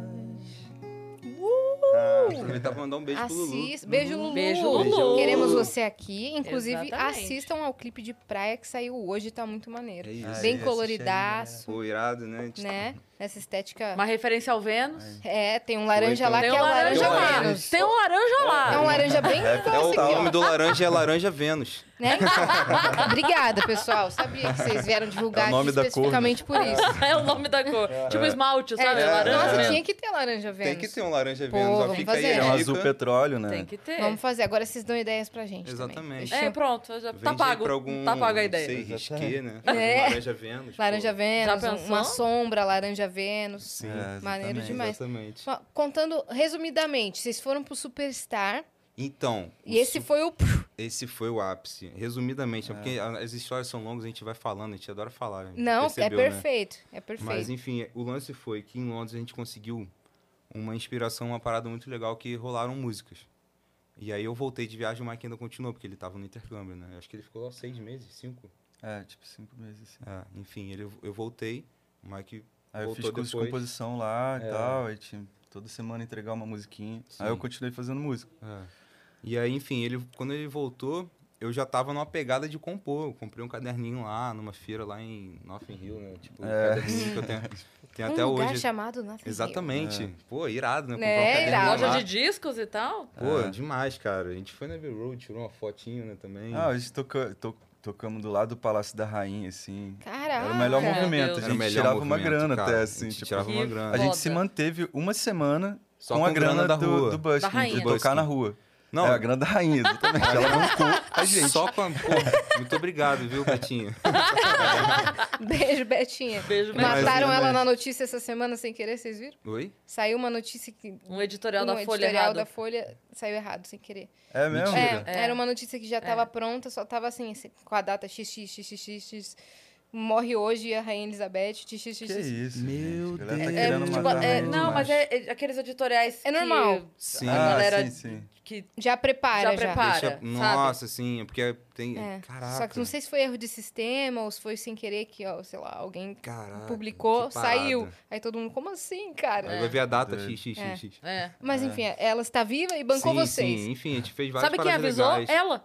Ah, aproveitar pra mandar um beijo pro Lulu. Assist... Beijo, Lulu. Beijo, Lulu. Queremos você aqui. Inclusive, Exatamente. assistam ao clipe de praia que saiu hoje, tá muito maneiro. É isso. Aí, Bem assiste coloridaço, Pô, irado, né? né? Nessa estética. Uma referência ao Vênus. É, tem um laranja Foi, lá tem que Tem é um o laranja laranja laranja. Vênus. Tem um laranja lá. É um laranja bem É o, grosso o aqui, nome ó. do laranja é Laranja Vênus. Né? Obrigada, pessoal. Sabia que vocês vieram divulgar É o nome aqui da cor, especificamente por isso. É o nome da cor. Tipo esmalte, sabe? É, laranja. nossa, Vênus. tinha que ter laranja Vênus. Tem que ter um Laranja Pô, Vênus. Ó, vamos fica fazer. aí É a um dica. azul petróleo, né? Tem que ter. Vamos fazer. Agora vocês dão ideias pra gente Exatamente. também. É, pronto. Já tá Vende aí pago. pra algum, Tá pago a ideia. sei, risqué, né? É. Laranja Vênus. pô. Laranja Vênus, Já um- pensou? uma sombra, laranja Vênus. Sim. É, Maneiro exatamente. demais. Exatamente. Ó, contando resumidamente, vocês foram pro Superstar Então, e o esse su- foi o... esse foi o ápice. Resumidamente, é. É. porque a- as histórias são longas, a gente vai falando, a gente adora falar. né? Não, Percebeu, é né? perfeito. É perfeito. Mas enfim, o lance foi que em Londres a gente conseguiu uma inspiração, uma parada muito legal que rolaram músicas. E aí eu voltei de viagem, o Mike ainda continuou, porque ele tava no intercâmbio, né? Acho que ele ficou lá seis meses, cinco. É, tipo cinco meses assim. É, enfim, ele, eu voltei, o Mike Aí eu voltou fiz curso de depois. composição lá É. e tal, aí tinha toda semana entregar uma musiquinha. Sim. Aí eu continuei fazendo música. É. E aí, enfim, ele, quando ele voltou, eu já tava numa pegada de compor. Eu comprei um caderninho lá, numa feira lá em Notting Hill, né? Tipo, um É. caderninho que eu tenho, tenho um até lugar hoje. chamado Nothing Hill. Exatamente. Pô, irado, né? Comprar É, um caderninho irado. Loja lá. de discos e tal. Pô, É. demais, cara. A gente foi na Abbey Road, tirou uma fotinho, né, também. Ah, a gente toca, to- tocamos do lado do Palácio da Rainha, assim. Caraca. Era o melhor Meu movimento. Deus. A Era o gente melhor tirava uma movimento, grana cara. até, A assim. gente Tipo, tirava uma Que grana. a gente se Foda. manteve uma semana Só com com a grana, grana da do, rua. do busking, Da rainha. de tocar Busking. na rua. Não, É, a grana da rainha, exatamente. Ela bancou a gente. só com a... Pô, muito obrigado, viu, Betinho? Beijo, Betinha. Beijo, Mas- Betinho. Mataram ela mas- na notícia essa semana sem querer, vocês viram? Oi? Saiu uma notícia que... Um editorial um da Folha editorial errado. da Folha saiu errado, sem querer. É mesmo? Mentira. É, era uma notícia que já estava pronta, só tava assim, assim, com a data xis xis xis xis xis xis. Morre hoje a Rainha Elizabeth, xis xis xis Que xis. isso, Meu gente. A galera tá Deus. É, querendo tipo, matar a é, rainha não, demais. mas é, é aqueles editoriais É normal. que Sim. a Ah, galera sim, sim. que Já prepara, Já já. prepara. Deixa... sabe? Nossa, sim, é porque tem... É. Caraca. Só que não sei se foi erro de sistema ou se foi sem querer que, ó, sei lá, alguém Caraca, publicou, que parada. saiu. Aí todo mundo, como assim, cara? Aí vai ver a data, Doido. x, x, É. x, x. é. Mas enfim, ela está viva e bancou sim, vocês. Sim, enfim, a gente fez várias Sabe quem paradas avisou? legais. Ela.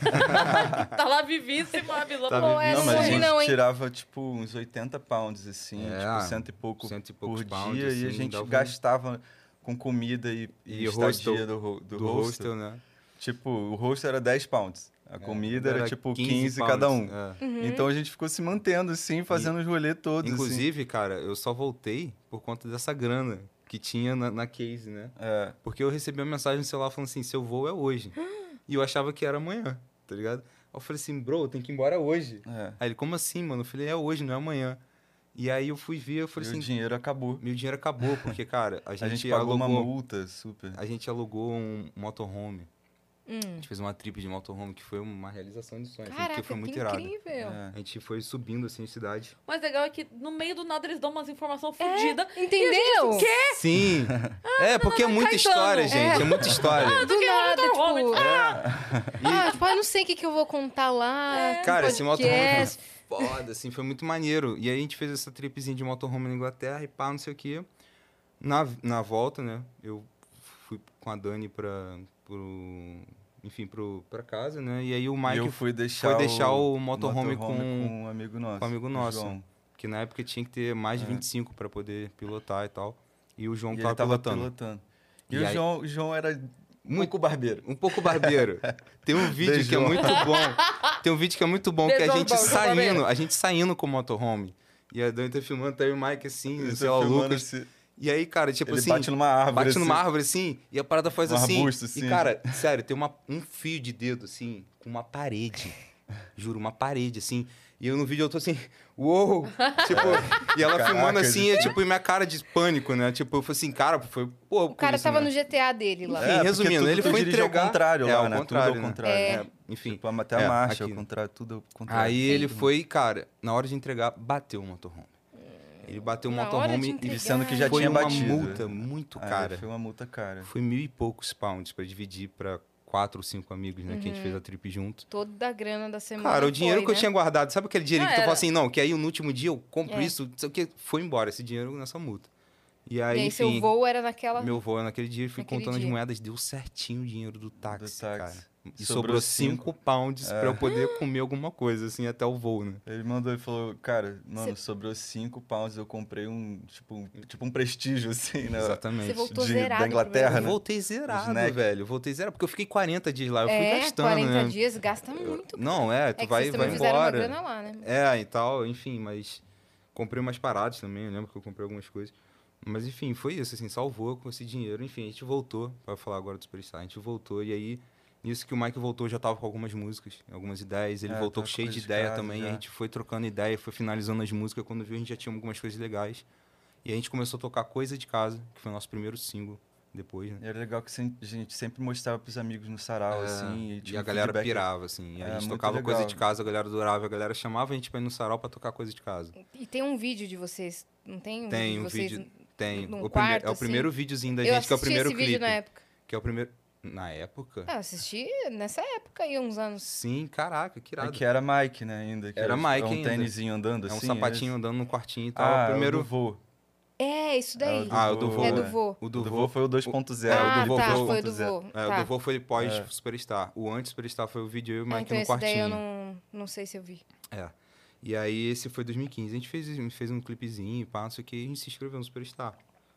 tá lá vivíssima, avisou. Tá Pô, é vivíssima. Não, mas a morri gente não, hein? tirava, tipo, uns oitenta pounds, assim, É, tipo, cento e pouco cento e poucos por pounds, dia, e a assim, gente dava um- gastava com comida e, E e o estadia hostel, do, ro- do, do hostel. hostel, né? Tipo, o hostel era dez pounds. A comida era, tipo, quinze cada um. pounds, é. Uhum. Então a gente ficou se mantendo, assim, fazendo os rolês todos, assim. Inclusive, cara, eu só voltei por conta dessa grana que tinha na, na case, né? É, Porque eu recebi uma mensagem no celular falando assim, seu voo é hoje. E eu achava que era amanhã, tá ligado? Aí eu falei assim, bro, eu tenho que ir embora hoje. é. Aí ele, como assim, mano? Eu falei, é hoje, não é amanhã. E aí eu fui ver, eu E falei o assim, dinheiro acabou. meu dinheiro acabou, porque, cara, a gente, A gente pagou alugou, uma multa, super. a gente alugou um motorhome. A Hum. gente fez uma trip de motorhome que foi uma realização de sonho, assim, Caraca, porque foi que muito irado. incrível. É. A gente foi subindo, assim, a cidade. O mais legal é que no meio do nada eles dão umas informações fodidas. Entendeu? Sim! é, porque é muita Caetano. história, gente. É, muita história. Do nada, motorhome. tipo... E, Ah, tipo, ah, não sei o que, que eu vou contar lá. no cara, esse motorhome podcast. foi foda, assim, foi muito maneiro. E aí a gente fez essa tripzinha de motorhome na Inglaterra e pá, não sei o quê. Na, na volta, né, eu fui com a Dani pra, pro, enfim, pro, pra casa, né, e aí o E Mike, eu fui deixar, foi deixar o motorhome com- com um amigo nosso. com um amigo o nosso. João. que na época tinha que ter mais de É. vinte e cinco pra poder pilotar e tal. E o João E tava, ele tava pilotando. pilotando. E, E o, aí- João, o João era Muito- muito barbeiro. Um pouco barbeiro. Tem um vídeo que é Beijão. muito bom. Tem um vídeo que é muito bom, que é a Beijão, gente João, João saindo, Barbeiro. a gente saindo com o motorhome. E a Dani tá filmando, tá aí o Mike assim, Ele sei tá lá, o filmando Lucas. esse- E aí, cara, tipo Ele assim... bate numa árvore, Bate assim. numa árvore, assim, e a parada faz Um assim. arbusto, assim. E, cara, sério, tem uma, um fio de dedo, assim, com uma parede. Juro, uma parede, assim. E eu no vídeo eu tô assim, uou! Tipo, e ela Caraca, filmando assim, é, gente. tipo, e minha cara de pânico, né? Tipo, eu falei assim, cara, foi... Pô, O cara isso, tava né? no G T A dele lá. Enfim, É, porque resumindo, tudo ele tu foi dirige ao entregar... contrário é, lá, ao né? contrário, Tudo ao né? contrário. É. É, enfim. Tipo, até a é, marcha, aqui. ao contrário, tudo ao contrário. Aí ele Tudo. foi, cara, na hora de entregar, bateu o motorhome. Ele bateu o Na hora de motorhome e entregar. Sendo que já foi tinha uma batido. multa muito Aí cara. Foi uma multa cara. Foi mil e poucos pounds pra dividir pra quatro ou cinco amigos, né? Que a gente fez a trip junto. Toda a grana da semana. Cara, o dinheiro foi, que eu né? tinha guardado, sabe aquele dinheiro Já que tu era. fala assim, não, que aí no último dia eu compro É. isso, não sei o que, foi embora esse dinheiro nessa multa. E E aí, aí, enfim, seu voo era naquela. meu voo naquele dia, fui Naquele contando dia. as moedas, deu certinho o dinheiro do táxi, Do táxi. cara. E Sobrou sobrou cinco. cinco pounds É. pra eu poder comer alguma coisa, assim, até o voo, né? Ele mandou e falou, cara, mano, sobrou cinco pounds, eu comprei um, tipo, um, tipo um prestígio, assim, né? Exatamente. Você voltou De- zerado. da Inglaterra, pro Eu né? voltei zerado, Snack. velho. Eu voltei zerado, porque eu fiquei quarenta dias lá. Eu fui é, gastando, quarenta né? dias gasta muito. cara. Não, é, É tu que vai, vocês vai também fizeram uma embora. grana lá, né? É, e tal, enfim, mas comprei umas paradas também, eu lembro que eu comprei algumas coisas. Mas enfim, foi isso, assim, salvou com esse dinheiro. Enfim, a gente voltou, pra falar agora do Superstar, a gente voltou, e aí, nisso que o Mike voltou, eu já tava com algumas músicas, algumas ideias, ele É, voltou tava com cheio de coisa de ideia casa também, e já. a gente foi trocando ideia, foi finalizando as músicas, quando viu a gente já tinha algumas coisas legais. E a gente começou a tocar Coisa de Casa, que foi o nosso primeiro single depois, né? E era legal que sem- a gente sempre mostrava pros amigos no sarau, É, assim. E, e tinha a um galera feedback. pirava, assim. E a É, gente muito tocava Coisa legal. de Casa, a galera adorava, a galera chamava a gente pra ir no sarau pra tocar Coisa de Casa. E tem um vídeo de vocês. Não tem um Tem vídeo um de vocês? vídeo, tem. num O quarto, primeiro, é o assim? primeiro videozinho da Eu gente, que é o assisti primeiro esse clipe. vídeo na época. Que é o primeiro... Na época? Ah, eu assisti nessa época aí, uns anos. Sim, caraca, que É irado. que era Mike, né, ainda. Que Era tipo, Mike é um ainda. tênisinho andando É um assim. sapatinho esse? andando no quartinho e tal. Ah, o primeiro... é o do vô. É, isso daí. É o do Ah, o do vô. É do né? vô. O O do do vô vô foi o dois ponto zero. É, o ah, do vô tá, foi o foi do dois ponto zero. vô. É, tá. o do vô foi pós É. Superstar. O antes Superstar foi o vídeo eu e o Ah, Mike então no esse daí quartinho. eu não, não sei se eu vi. É. E aí esse foi dois mil e quinze. A gente fez, a gente fez um clipezinho, pá, não sei o que, e a gente se inscreveu no Superstar.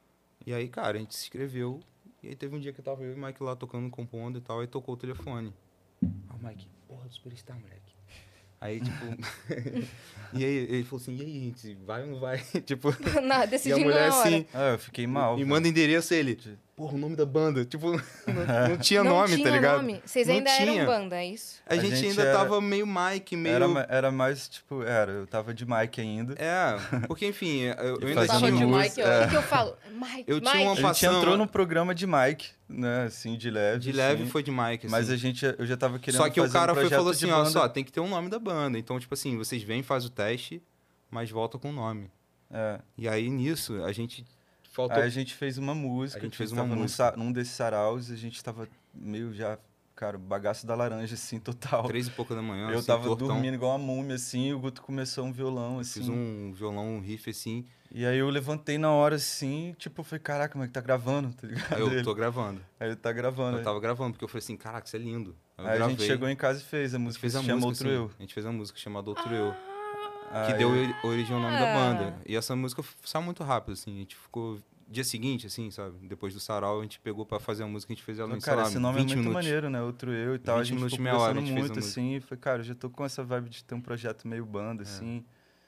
E aí, cara, a gente se inscreveu. E aí teve um dia que eu tava eu e o Mike lá tocando, compondo e tal, aí tocou o telefone. Ah, o Mike, porra do Superstar, moleque. Aí, tipo... e aí ele falou assim, e aí, gente, vai ou não vai? tipo... Não, E a decidindo mulher na hora. assim... Ah, eu fiquei mal. E velho. manda endereço ele. Porra, o nome da banda. Tipo, não, não tinha não nome, tinha tá ligado? nome. Vocês Não ainda tinha. eram banda, é isso? A, A gente, gente ainda era- tava meio Mike, meio... Era, ma- era mais, tipo, era, eu tava de Mike ainda. É, porque enfim, eu, eu E ainda Tava tinha... de um- Mike, ó. O que eu falo? Mike, Eu Mike. tinha uma A gente passando- entrou no programa de Mike, né, assim, de leve. De leve assim, foi de Mike, assim. Mas a gente, eu já tava querendo Só que o fazer um cara foi e projeto falou de assim, ó, banda. só, tem que ter um nome da banda. Então, tipo assim, vocês vêm, faz o teste, mas volta com o nome. É. E aí, nisso, a gente faltou... Aí a gente fez uma música, A gente que fez tava uma num música. sa- num desses saraus, a gente tava meio já, cara, bagaço da laranja, assim, total. Três e pouca da manhã, Eu assim, tava tortão. dormindo igual uma múmia, assim, e o Guto começou um violão, assim. Fiz um violão, um riff, assim. E aí eu levantei na hora, assim, tipo, eu falei, caraca, mas que tá gravando, tá ligado? Aí eu Ele- tô gravando. Aí ele tá gravando. Eu tava gravando, porque eu falei assim, caraca, isso é lindo. Aí eu Aí a gravei. gente chegou em casa e fez, a A gente música fez se a chama música, Outro assim, Eu. A gente fez a música chamada Outro Eu. Ah, Que Aí- deu ori- origem ao nome da Ah. banda. E essa música f- saiu muito rápido, assim. A gente ficou... Dia seguinte, assim, sabe? Depois do sarau, a gente pegou pra fazer a música, a gente fez ela em, sei Cara, lá, esse nome é vinte muito minutos. maneiro, né? Outro Eu e tal. A vinte gente minutos, ficou meia hora a conversando gente fez a muito, música. assim. E foi, cara, eu já tô com essa vibe de ter um projeto meio banda, É. assim.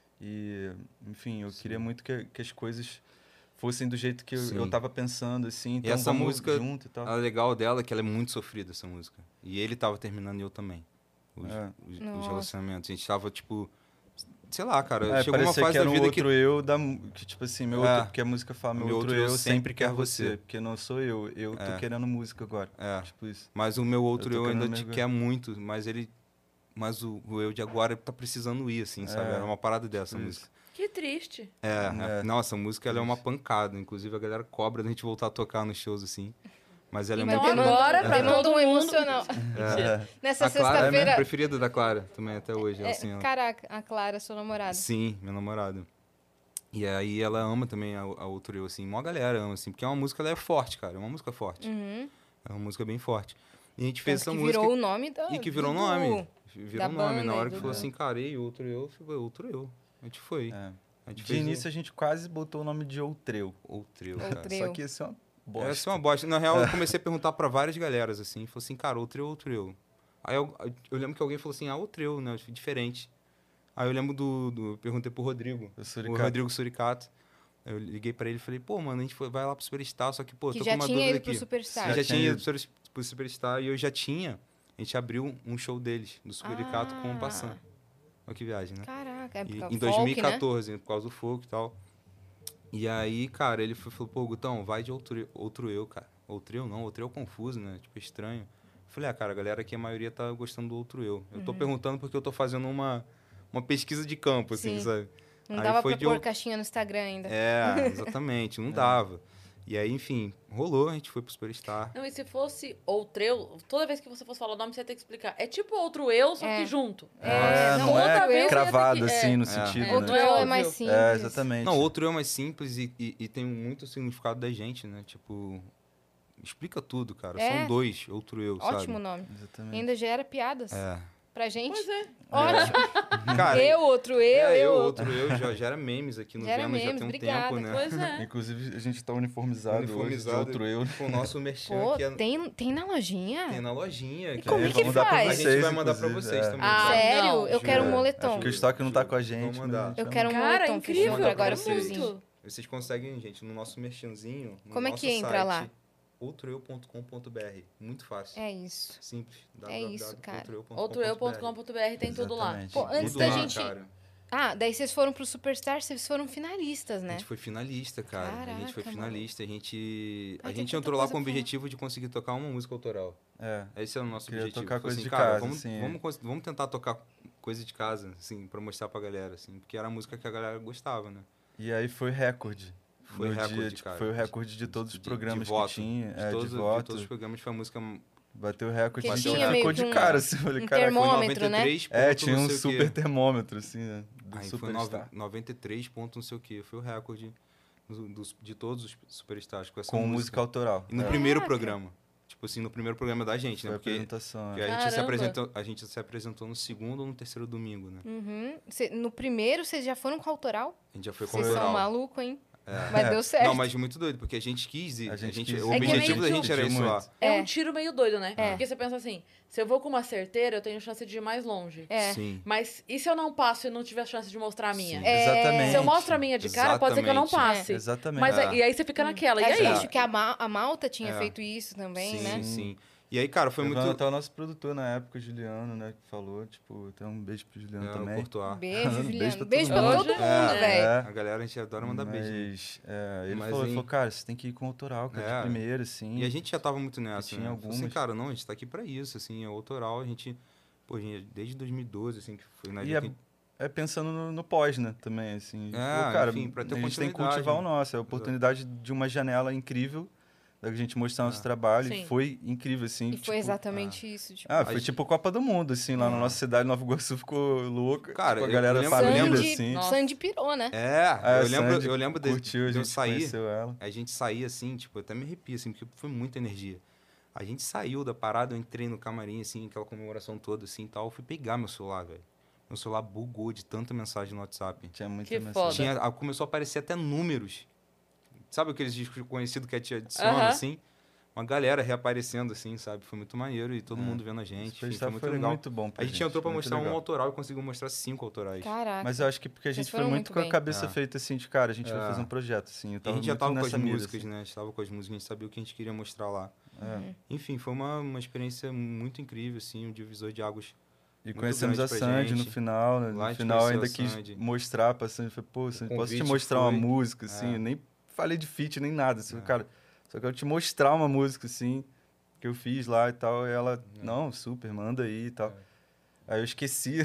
E, enfim, eu queria muito que, que as coisas fossem do jeito que eu, Sim. eu tava pensando, assim. Então essa vamos música, junto e tal. A legal dela é que ela é muito sofrida, essa música. E ele tava terminando e eu também. Os, É. os- os Nossa. relacionamentos. A gente tava, tipo... Sei lá, cara. É, chegou uma parecia fase que era da um vida outro que... eu da mu- que tipo assim, meu É. outro, porque a música fala meu, outro eu sempre quer você, porque não sou eu, eu tô É. querendo música agora. É. Tipo isso. Mas o meu outro Eu eu, tô ainda querendo te mergulhar. quer muito, mas ele... Mas o, o eu de agora tá precisando ir, assim, sabe? É. Era uma parada dessa Tipo música. Que triste. É, É. é. Nossa, a música ela é uma pancada. Inclusive, a galera cobra da gente voltar a tocar nos shows, assim. Mas ela é Então muito... agora, demanda, pra demanda todo um mundo- emocional. É. Nessa A Clara é a minha sexta-feira. preferida da Clara, também, até hoje. Ela, É, assim, ela- caraca, a Clara, sua namorada. Sim, minha namorada. E aí ela ama também a, a Outro Eu, assim. Uma galera ama, assim. Porque é uma música, ela é forte, cara. É uma música forte. Uhum. É uma música bem forte. E a gente fez Tanto essa que música... virou o nome da. E que virou o do- nome. Virou da o nome. banda Na e hora que do- falou assim, cara, e Outro Eu, foi Outro Eu. A gente foi. É. A gente De fez início a gente quase botou o nome de Outreu. o Outro Eu, cara. Outro Eu. Só que esse é uma bosta. Essa é uma bosta. Na real, eu comecei a perguntar pra várias galeras, assim. Falei assim, cara, outro eu, outro eu. Aí eu, eu lembro que alguém falou assim, ah, outro eu, né? Diferente. Aí eu lembro do... do perguntei pro Rodrigo. O O Suricato. Rodrigo Suricato. Eu liguei pra ele e falei, pô, mano, a gente foi, vai lá pro Superstar, só que, pô, Que tô já com uma tinha dúvida ido pro aqui. Superstar. Eu já Já tinha tinha ido pro Super- pro Superstar e eu já tinha... A gente abriu um show deles, do Supericato, com o Passan. Olha que viagem, né? Caraca, é E, por em causa- dois mil e folk, né? quatorze, por causa do fogo e tal. E aí, cara, ele foi- falou, pô, Gutão, vai de outro, outro eu, cara. Outro eu não, outro eu confuso, né? Tipo, estranho. Eu falei, ah, cara, a galera aqui, a maioria tá gostando do outro eu. Eu tô Uhum. perguntando porque eu tô fazendo uma, uma pesquisa de campo, assim, Sim. sabe? Não Aí dava foi pra de pôr eu- caixinha no Instagram ainda. É, exatamente, não dava. E aí, enfim, rolou, a gente foi pro Superstar. Não, e se fosse outro eu, toda vez que você fosse falar o nome, você ia ter que explicar. É tipo outro eu, só É. que junto. É, não não, é outro eu cravado ia ter que- assim, no é, sentido, é, né? Outro não é eu é óbvio. mais simples. É, exatamente. Não, outro eu é mais simples e, e, e tem muito significado da gente, né? Tipo, explica tudo, cara. É. São dois, outro eu, sabe? Ótimo nome. Exatamente. Ainda gera piadas É. pra gente. Pois é. Ótimo. Cara, Eu, outro eu, é, eu, eu, outro. outro eu, já gera memes aqui no Gera Vênus já memes, tem um obrigada. tempo, né? Pois é. Inclusive, a gente tá uniformizado, Uniformizado hoje de outro eu. com o nosso merchan, Pô, que é, tem, tem na lojinha? tem na lojinha. E que como é- é que vamos dar pra faz? A vocês, gente vai mandar pra inclusive, vocês é. também. Ah, tá? Sério? não, eu quero um juro. moletom. É porque o estoque não tá com a gente. Vamos mandar. mas Eu vamos- quero um Cara, moletom incrível. fechado Tudo agora pra pro vocês. friozinho. Vocês conseguem, gente, no nosso merchanzinho, no Como é nosso que entra site, lá? outro eu ponto com ponto b r. Muito fácil. É isso. Simples. É isso, cara. outro eu ponto com ponto b r tem tudo lá. Exatamente. Pô, antes Tudo da lá, gente- cara. Ah, daí vocês foram pro Superstar, vocês foram finalistas, A né? gente foi finalista, cara. a gente foi Caraca, finalista. A gente, Ai, a tem gente tanta entrou lá coisa com o pra falar. objetivo de conseguir tocar uma música autoral. É. Esse era o nosso Queria objetivo. tocar Foi coisa assim, de cara, casa, vamos, assim. vamos, cons- vamos tentar tocar coisa de casa, assim, pra mostrar pra galera, assim. Porque era a música que a galera gostava, né? E aí foi recorde. Foi No recorde, dia, tipo, cara. Foi o recorde de todos os De- programas de voto. que tinha. De, é, todos, de de voto. todos os programas foi a música... Bateu o recorde. Que a gente tinha meio ficou que de um- cara, assim. Falei, um caraca, termômetro, foi né? noventa e três É, ponto tinha não um sei o quê. super termômetro, assim, né? Do Aí foi nove- Superstar. noventa e três ponto não sei o que. Foi o recorde do- dos- de todos os superstars com essa Com música. música autoral. E no É. primeiro Caraca. programa. Tipo assim, no primeiro programa da gente, Foi né? a Porque, apresentação. porque é. a, gente se Caramba. apresentou, a gente se apresentou no segundo ou no terceiro domingo, né? Uhum. Cê- no primeiro, vocês já foram com autoral? A gente já foi com Vocês são autoral. malucos, hein? É. Mas deu certo. Não, mas muito doido, porque a gente quis ir. A A gente gente, quis o ir. É que objetivo meio da gente era que- isso lá. muito. É, É. um tiro meio doido, né? É. Porque você pensa assim, se eu vou com uma certeira, eu tenho chance de ir mais longe. É. Sim. Mas e se eu não passo e não tiver chance de mostrar a minha? Sim. É. Exatamente. Se eu mostro a minha de cara, pode ser que eu não Exatamente. passe. Exatamente. Mas É. e aí você fica naquela, e É, aí? acho que a, Ma- a Malta tinha É. feito isso também, sim, né? sim. E aí, cara, foi Levando muito... até o nosso produtor na época, o Juliano, né? Que falou, tipo, até um beijo pro Juliano É, o também. Courtois. Beijo, Beijo Juliano. pra Beijo todo pra mundo. todo mundo, É. velho. É. A galera, a gente adora mandar beijo. né? Mas, é, ele Mas falou, ele em- falou, cara, você tem que ir com autoral, cara, É. de primeira, assim. E a gente já tava muito nessa, tinha né? Falou assim, algumas. cara, não, a gente tá aqui pra isso, assim, é autoral, a gente... Pô, gente, desde dois mil e doze, assim, que foi na E época é- que- É pensando no, no pós, né, também, assim. É, Falou, cara, enfim, pra ter a gente tem que continuidade, cultivar o né? nosso, é a oportunidade de uma janela incrível da gente mostrar nosso É. trabalho. Sim. E foi incrível, assim. E tipo, foi exatamente isso. Tipo, Ah, A foi gente- tipo Copa do Mundo, assim, lá na Ah. nossa cidade, Nova Iguaçu, ficou louca. Cara, tipo, a eu- galera eu lembro- família, Sandy, assim. Nossa. Sandy pirou, né? É, É, eu lembro, Sandy eu lembro de, curtiu, a de eu gente sair, conheceu ela. a gente saía assim, tipo, eu até me arrepio, assim, porque foi muita energia. A gente saiu da parada, eu entrei no camarim, assim, aquela comemoração toda, assim, e tal, eu fui pegar meu celular, velho. Meu celular bugou de tanta mensagem no WhatsApp. Tinha muita Que mensagem. foda. Tinha, a- começou a aparecer até números. Sabe aqueles discos conhecidos que a te adiciona, Aham. assim? Uma galera reaparecendo, assim, sabe? Foi muito maneiro e todo É. mundo vendo a gente. Esse Enfim, foi festival muito foi legal. muito bom pra A gente entrou pra muito mostrar um legal. autoral e conseguiu mostrar cinco autorais. Caraca. Mas eu acho que porque a Vocês gente foi foram muito muito com a bem. cabeça É. feita assim de, cara, a gente É. vai fazer um projeto, assim. Eu E a tava gente já muito tava com as nessa mira, músicas, assim. né? A gente tava com as músicas, a gente sabia o que a gente queria mostrar lá. É. Enfim, foi uma, uma experiência muito incrível, assim, um divisor de águas. E Muito conhecemos a grande pra Sandy no gente. final, né? Lá a No gente final conheceu ainda a quis Sandy. mostrar pra Sandy. Falei, pô, Sandy, posso te convite mostrar uma foi- música, assim? É. Eu nem falei de feat, nem nada. Assim, É. Cara, só quero te mostrar uma música, assim, que eu fiz lá e tal. E ela, É. não, super, manda aí e tal. Aí eu esqueci.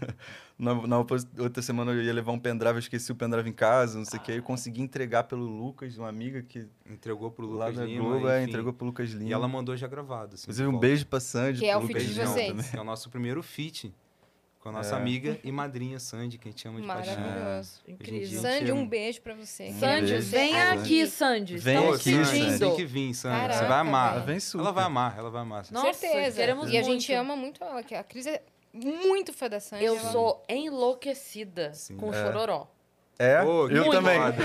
na, na opos- outra semana eu ia levar um pendrive, eu esqueci o pendrive em casa, não sei o que. Aí eu consegui entregar pelo Lucas, uma amiga que Entregou pro lá Lucas da Lima. Globo, é, enfim. entregou pro Lucas Lima. E ela mandou já gravado, assim. Inclusive, de um volta. beijo pra Sandy. Que é pro o Lucas feat de Lima vocês. também. Que é o nosso primeiro feat com a nossa É. amiga e madrinha Sandy, que a gente ama de paixão. Maravilhoso. Incrível. Gente, Sandy, é- um beijo pra você. Um Sandy, beijo. venha Sandy. aqui, Sandy. Vem Estamos aqui, Sandy, Sandy. tem pedindo. que vir, Sandy. Caraca, Você vai amar. velho. Ela vem super. Ela vai amar, ela vai amar. Nossa, Certeza. queremos E a gente muito. ama muito ela, que a Cris é muito fã da Sandy. Eu ela- sou enlouquecida Sim. com É. chororó. É? Pô, eu muito também. foda.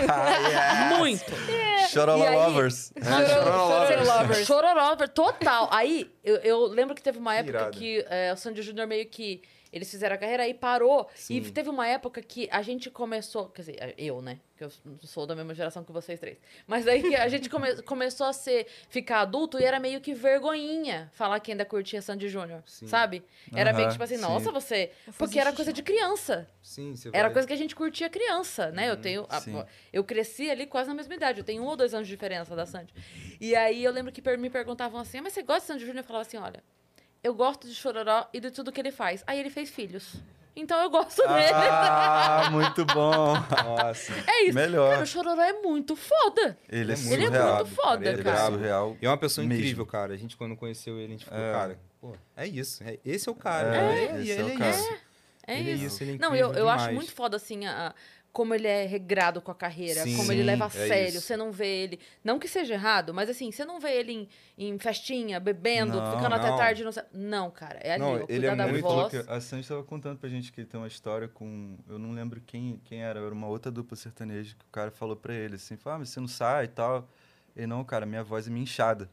Muito. Chorola E aí- Lovers. Chororó Lovers. Chororó, total. Aí, eu, eu lembro que teve uma época Irado. que é, o Sandy Júnior meio que Eles fizeram a carreira e parou. Sim. E teve uma época que a gente começou... Quer dizer, eu, né? Que eu sou da mesma geração que vocês três. Mas aí que a gente come, começou a ser, ficar adulto e era meio que vergonhinha falar que ainda curtia Sandy Júnior, Sim. sabe? Era meio que Aham, tipo assim, sim. nossa, você... Vou fazer Porque era xixi. coisa de criança. Sim, você Era vai- coisa que a gente curtia criança, né? Eu tenho... a- sim. eu cresci ali quase na mesma idade. Eu tenho um ou dois anos de diferença da Sandy. E aí eu lembro que per- me perguntavam assim, "Ah, mas você gosta de Sandy Júnior?" Eu falava assim, olha, eu gosto de Chororó e de tudo que ele faz. Aí ele fez filhos. Então eu gosto dele. Ah, muito bom. Nossa. É isso. Melhor. Cara, o Chororó é muito foda. Ele é Ele é Ele é surreal. muito foda, Ele é Ele é cara. surreal. E é uma pessoa Mesmo. incrível, cara. A gente, quando conheceu ele, a gente ficou, É. cara, pô, é isso. é- esse é o cara. É, Ele, esse é ele o cara. isso. É ele isso. é isso, ele é Não, incrível eu, eu acho demais. muito foda, assim, a, a- como ele é regrado com a carreira, Sim, como ele leva a é sério. isso. Você não vê ele... Não que seja errado, mas assim, você não vê ele em, em festinha, bebendo, Não, ficando até não. tarde. Não, sei- não, cara. É ali, Não, ó, ele cuidar é da muito- Ele falou voz. que a Sandy estava contando pra gente que ele tem uma história com... Eu não lembro quem, quem era, era uma outra dupla sertaneja que o cara falou pra ele, assim, falou, ah, mas você não sai e tal. Ele, não, cara, minha voz é minha inchada.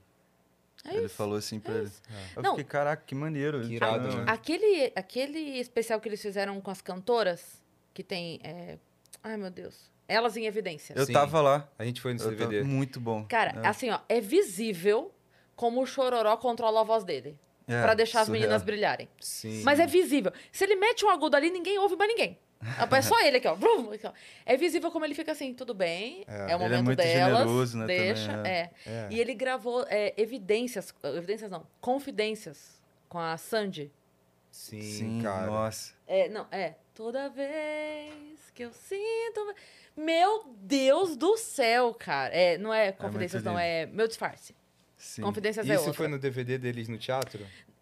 É ele isso, falou assim pra ele. Eu Não. fiquei, caraca, que maneiro. Que Ele irado, falou, né? Aquele, aquele especial que eles fizeram com as cantoras, que tem... é, Ai, meu Deus. Elas em Evidência. Eu Sim. tava lá. A gente foi nesse Eu D V D. tava muito bom. Cara, É. assim, ó, é visível como o Chororó controla a voz dele. É, Pra deixar as surreal. meninas brilharem. Sim. Mas é visível. Se ele mete um agudo ali, ninguém ouve mais ninguém. É só ele aqui, ó. Vrum, aqui, ó. É visível como ele fica assim, tudo bem. É, o Ele é momento muito delas. generoso, né, Deixa. também, é. É. E ele gravou é, evidências. Evidências não. Confidências com a Sandy. Sim, Sim, cara. nossa. É, não, é. Toda vez que eu sinto. Meu Deus do céu, cara. É, não é Confidências, não, lindo. é Meu Disfarce. Sim. Confidências é Isso outra. foi no D V D deles no teatro?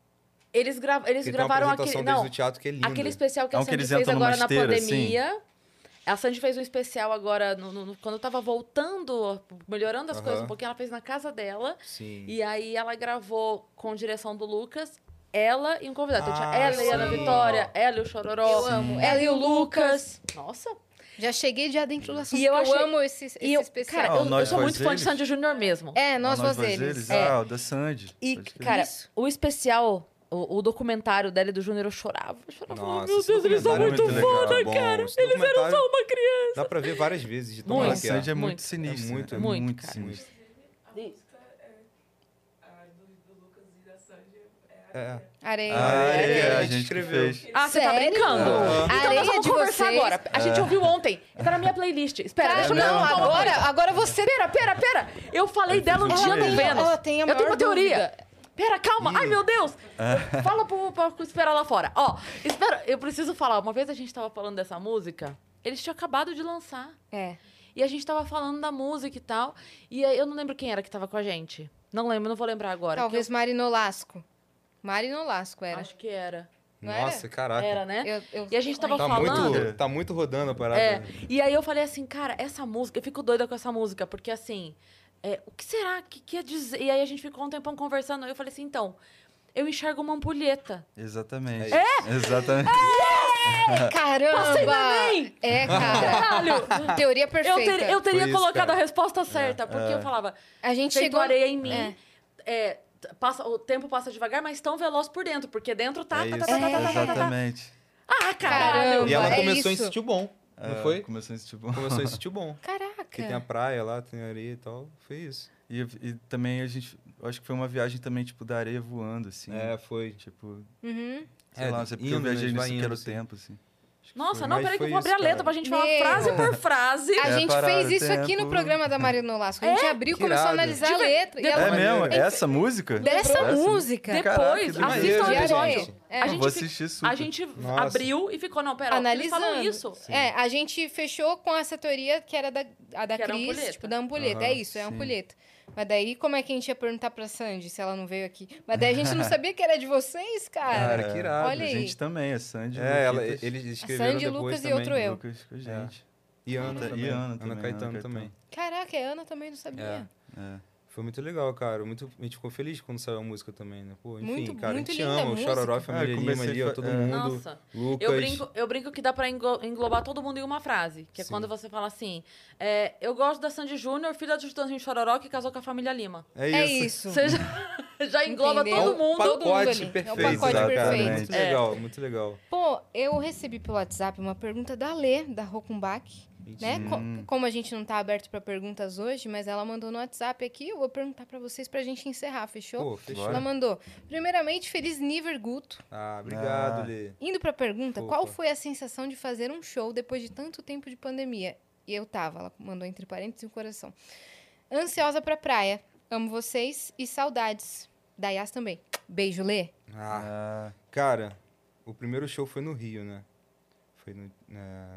Eles, gra... eles Porque gravaram tem uma aquele. apresentação deles Não, no teatro que é linda. aquele especial que É a um que Sandy eles fez entram numa agora na esteira, assim. pandemia. A Sandy fez um especial agora, no- no- quando eu tava voltando, melhorando as Aham. coisas um pouquinho, ela fez na casa dela. Sim. E aí ela gravou com direção do Lucas, ela e um convidado. Então, tinha Ah, ela e a Ana sim. Vitória, ela e o Chororó. Eu amo. Ela e o Lucas. Nossa. Já cheguei já dentro do assunto, E eu porque achei- amo esse, esse E eu, especial. cara, Ah, o eu, eu Nós sou Voz muito fã de Eles? Sandy Júnior mesmo. É, nós, Ah, voz Voz eles. É. Ah, o da Sandy. E, Pode crer. cara, Isso. o especial, o, o documentário dela e do Júnior, eu chorava. Eu chorava. Nossa, Meu esse Deus, eles são documentário muito é muito foda, legal. cara. Bom, esse Eles eram documentário só uma criança. Dá pra ver várias vezes de tão Muito. a legal que é. Sandy é muito muito. sinistra. É muito, é muito, muito cara. sinistra. É. Areia. Ah, é, é, a a gente gente escreveu. que fez. Ah, você tá Sério? brincando? Ah. Então Areia nós vamos de conversar vocês? agora. A gente ouviu ontem. Tá na minha playlist. Espera, Cara, deixa eu não, falar uma agora, coisa. agora você... Pera, pera, pera. Eu falei Ele dela um fez dia um no dia. Vênus. Ela tem a Eu tenho maior uma teoria. dúvida. Pera, calma. Ai, Ih. meu Deus. Fala pro, pro esperar lá fora. Ó, espera, eu preciso falar. Uma vez a gente tava falando dessa música, eles tinham acabado de lançar. É. E a gente tava falando da música e tal. E aí eu não lembro quem era que tava com a gente. Não lembro, não vou lembrar agora. Talvez Mari Nolasco. Mari Nolasco que eu- era. Acho que era. Não Nossa, caraca. Era, né? Eu, eu... E a gente tava Tá falando... muito, tá muito rodando a parada. É, e aí eu falei assim, cara, essa música, eu fico doida com essa música, porque assim, é, o que será que quer dizer? E aí a gente ficou um tempão conversando, aí eu falei assim, então, eu enxergo uma ampulheta. Exatamente. É? Exatamente. Caramba! Enem! É, cara. Caralho! Teoria Eu, perfeita. ter- eu teria Foi isso, colocado cara. a resposta certa, porque eu falava, A gente feito chegou... areia em mim, É. é, t- passa, o tempo passa devagar, mas tão veloz por dentro, porque dentro tá... É tá, isso. tá, tá, tá, tá, tá, tá. Exatamente. Ah, caralho! Caramba. E ela É começou em isso. sítio bom, não É, foi? Começou esse tipo. Começou em sítio bom. Caraca. Porque tem a praia lá, tem areia e tal. Foi isso. E, e também a gente... eu acho que foi uma viagem também, tipo, da areia voando, assim. É, foi. Tipo, Uhum. sei É, lá, não sei porque eu indo, né, viajei vai nisso que indo, era o assim. tempo, assim. Nossa, Foi, não, mas peraí que eu foi vou abrir a isso, letra cara. pra gente falar Meu. frase por frase. A É, gente pararam fez o isso aqui no tempo. programa da Mari Nolasco. A gente É? abriu, Que começou a irado. analisar a Tipo, letra. E depois- ela... É mesmo? maneiro. Essa música? Dessa Essa? música. Depois, Caraca, que assistam o maneiro, episódio. gente. É. A Eu gente, vou fi- assistir super. a gente Nossa. abriu e ficou, não, pera, eles falam Analisando. isso. É, a gente fechou com essa teoria que era da, a da Que era a Cris, ampulheta. tipo, da ampulheta. Aham, É isso, é a sim. ampulheta. Mas daí, como é que a gente ia perguntar pra Sandy se ela não veio aqui? Mas daí a gente não sabia que era de vocês, cara. Cara, que irado. Olha A aí. gente também, a Sandy. É, ela, Luquitas, eles escreveram Sandy, depois Lucas e também. outro eu. Lucas com a gente. E Ana E também. Ana Ana também, Caetano Ana também. Caraca, a Ana também não sabia. É. É. Foi muito legal, cara. Muito, a gente ficou feliz quando saiu a música também, né? Pô, enfim, Muito- cara, muito a gente linda a ama. O música. Chororó, a família É, Lima comecei ali, ó, fa- todo é. mundo. Nossa, Lucas. eu brinco, eu brinco que dá pra englo- englobar todo mundo em uma frase. Que é Sim. quando você fala assim: é, eu gosto da Sandy Júnior, filha do Chitãozinho Chororó, que casou com a família Lima. É É isso. isso. Você já, já engloba Entendeu? todo mundo. Todo mundo Pacote ali. É o perfeito, pacote né, cara? perfeito. Muito É. legal, muito legal. Pô, eu recebi pelo WhatsApp uma pergunta da Lê, da Rocumbach, né? Co- Hum. Como a gente não tá aberto pra perguntas hoje, mas ela mandou no WhatsApp aqui, eu vou perguntar pra vocês pra gente encerrar, fechou? Pô, fechou. Ela mandou, primeiramente, feliz Niver Guto. Ah, obrigado, Ah. Lê. Indo pra pergunta, Fofa. qual foi a sensação de fazer um show depois de tanto tempo de pandemia? E eu tava, ela mandou entre parênteses e um coração. Ansiosa pra praia, amo vocês e saudades. Da Yas também. Beijo, Lê. Ah, Ah, cara, o primeiro show foi no Rio, né? Foi no... é,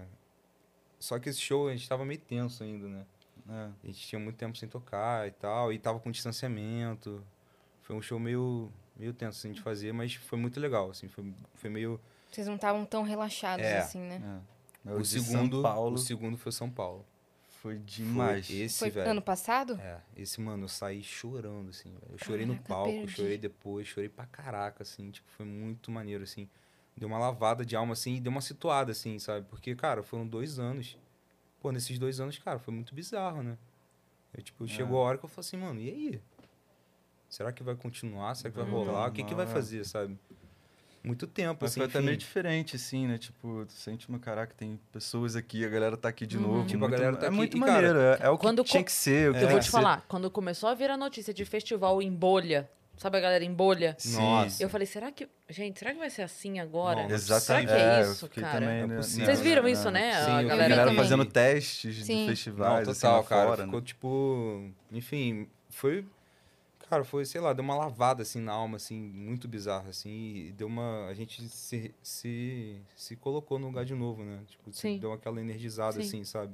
Só que esse show a gente tava meio tenso ainda, né? é. A gente tinha muito tempo sem tocar e tal, e tava com distanciamento. Foi um show meio, meio tenso assim, de fazer, mas foi muito legal, assim, foi, foi meio... Vocês não estavam tão relaxados É. assim, né? É. O de segundo, São Paulo o segundo foi São Paulo. foi demais. Foi esse, Foi velho. ano passado? É, esse, mano, eu saí chorando, assim, velho. Eu chorei no Caraca, palco, perdi. chorei depois, chorei pra caraca, assim, tipo, foi muito maneiro, assim. Deu uma lavada de alma, assim, e deu uma situada, assim, sabe? Porque, cara, foram dois anos. Pô, nesses dois anos, cara, foi muito bizarro, né? Eu, tipo, É. chegou a hora que eu falei assim, mano, e aí? Será que vai continuar? Será que vai Vai rolar? O que que vai continuar. fazer, sabe? Muito tempo, Mas assim, foi até meio enfim. diferente, assim, né? Tipo, tu sente uma caraca, tem pessoas aqui, a galera tá aqui de Uhum. novo. Tipo, a muito- galera tá é aqui muito e, cara, maneiro, é, é o que quando tinha co- que ser. O que Eu tem vou que te ser. falar, quando começou a vir a notícia de festival em bolha, sabe a galera em bolha? Sim. Nossa. Eu falei, será que. Gente, será que vai ser assim agora? Não, Exatamente. Será que é eu isso, fiquei cara? também, É né, possível. Vocês viram né, isso, né? Sim, a eu vi A galera galera também. fazendo testes de Sim. Não, festivais, assim, lá total, cara. fora, Ficou né? tipo. Enfim, foi. Cara, foi, sei lá, deu uma lavada assim na alma, assim, muito bizarra, assim. E deu uma. A gente se, se, se colocou no lugar de novo, né? Tipo, se Sim. deu aquela energizada, Sim. assim, sabe?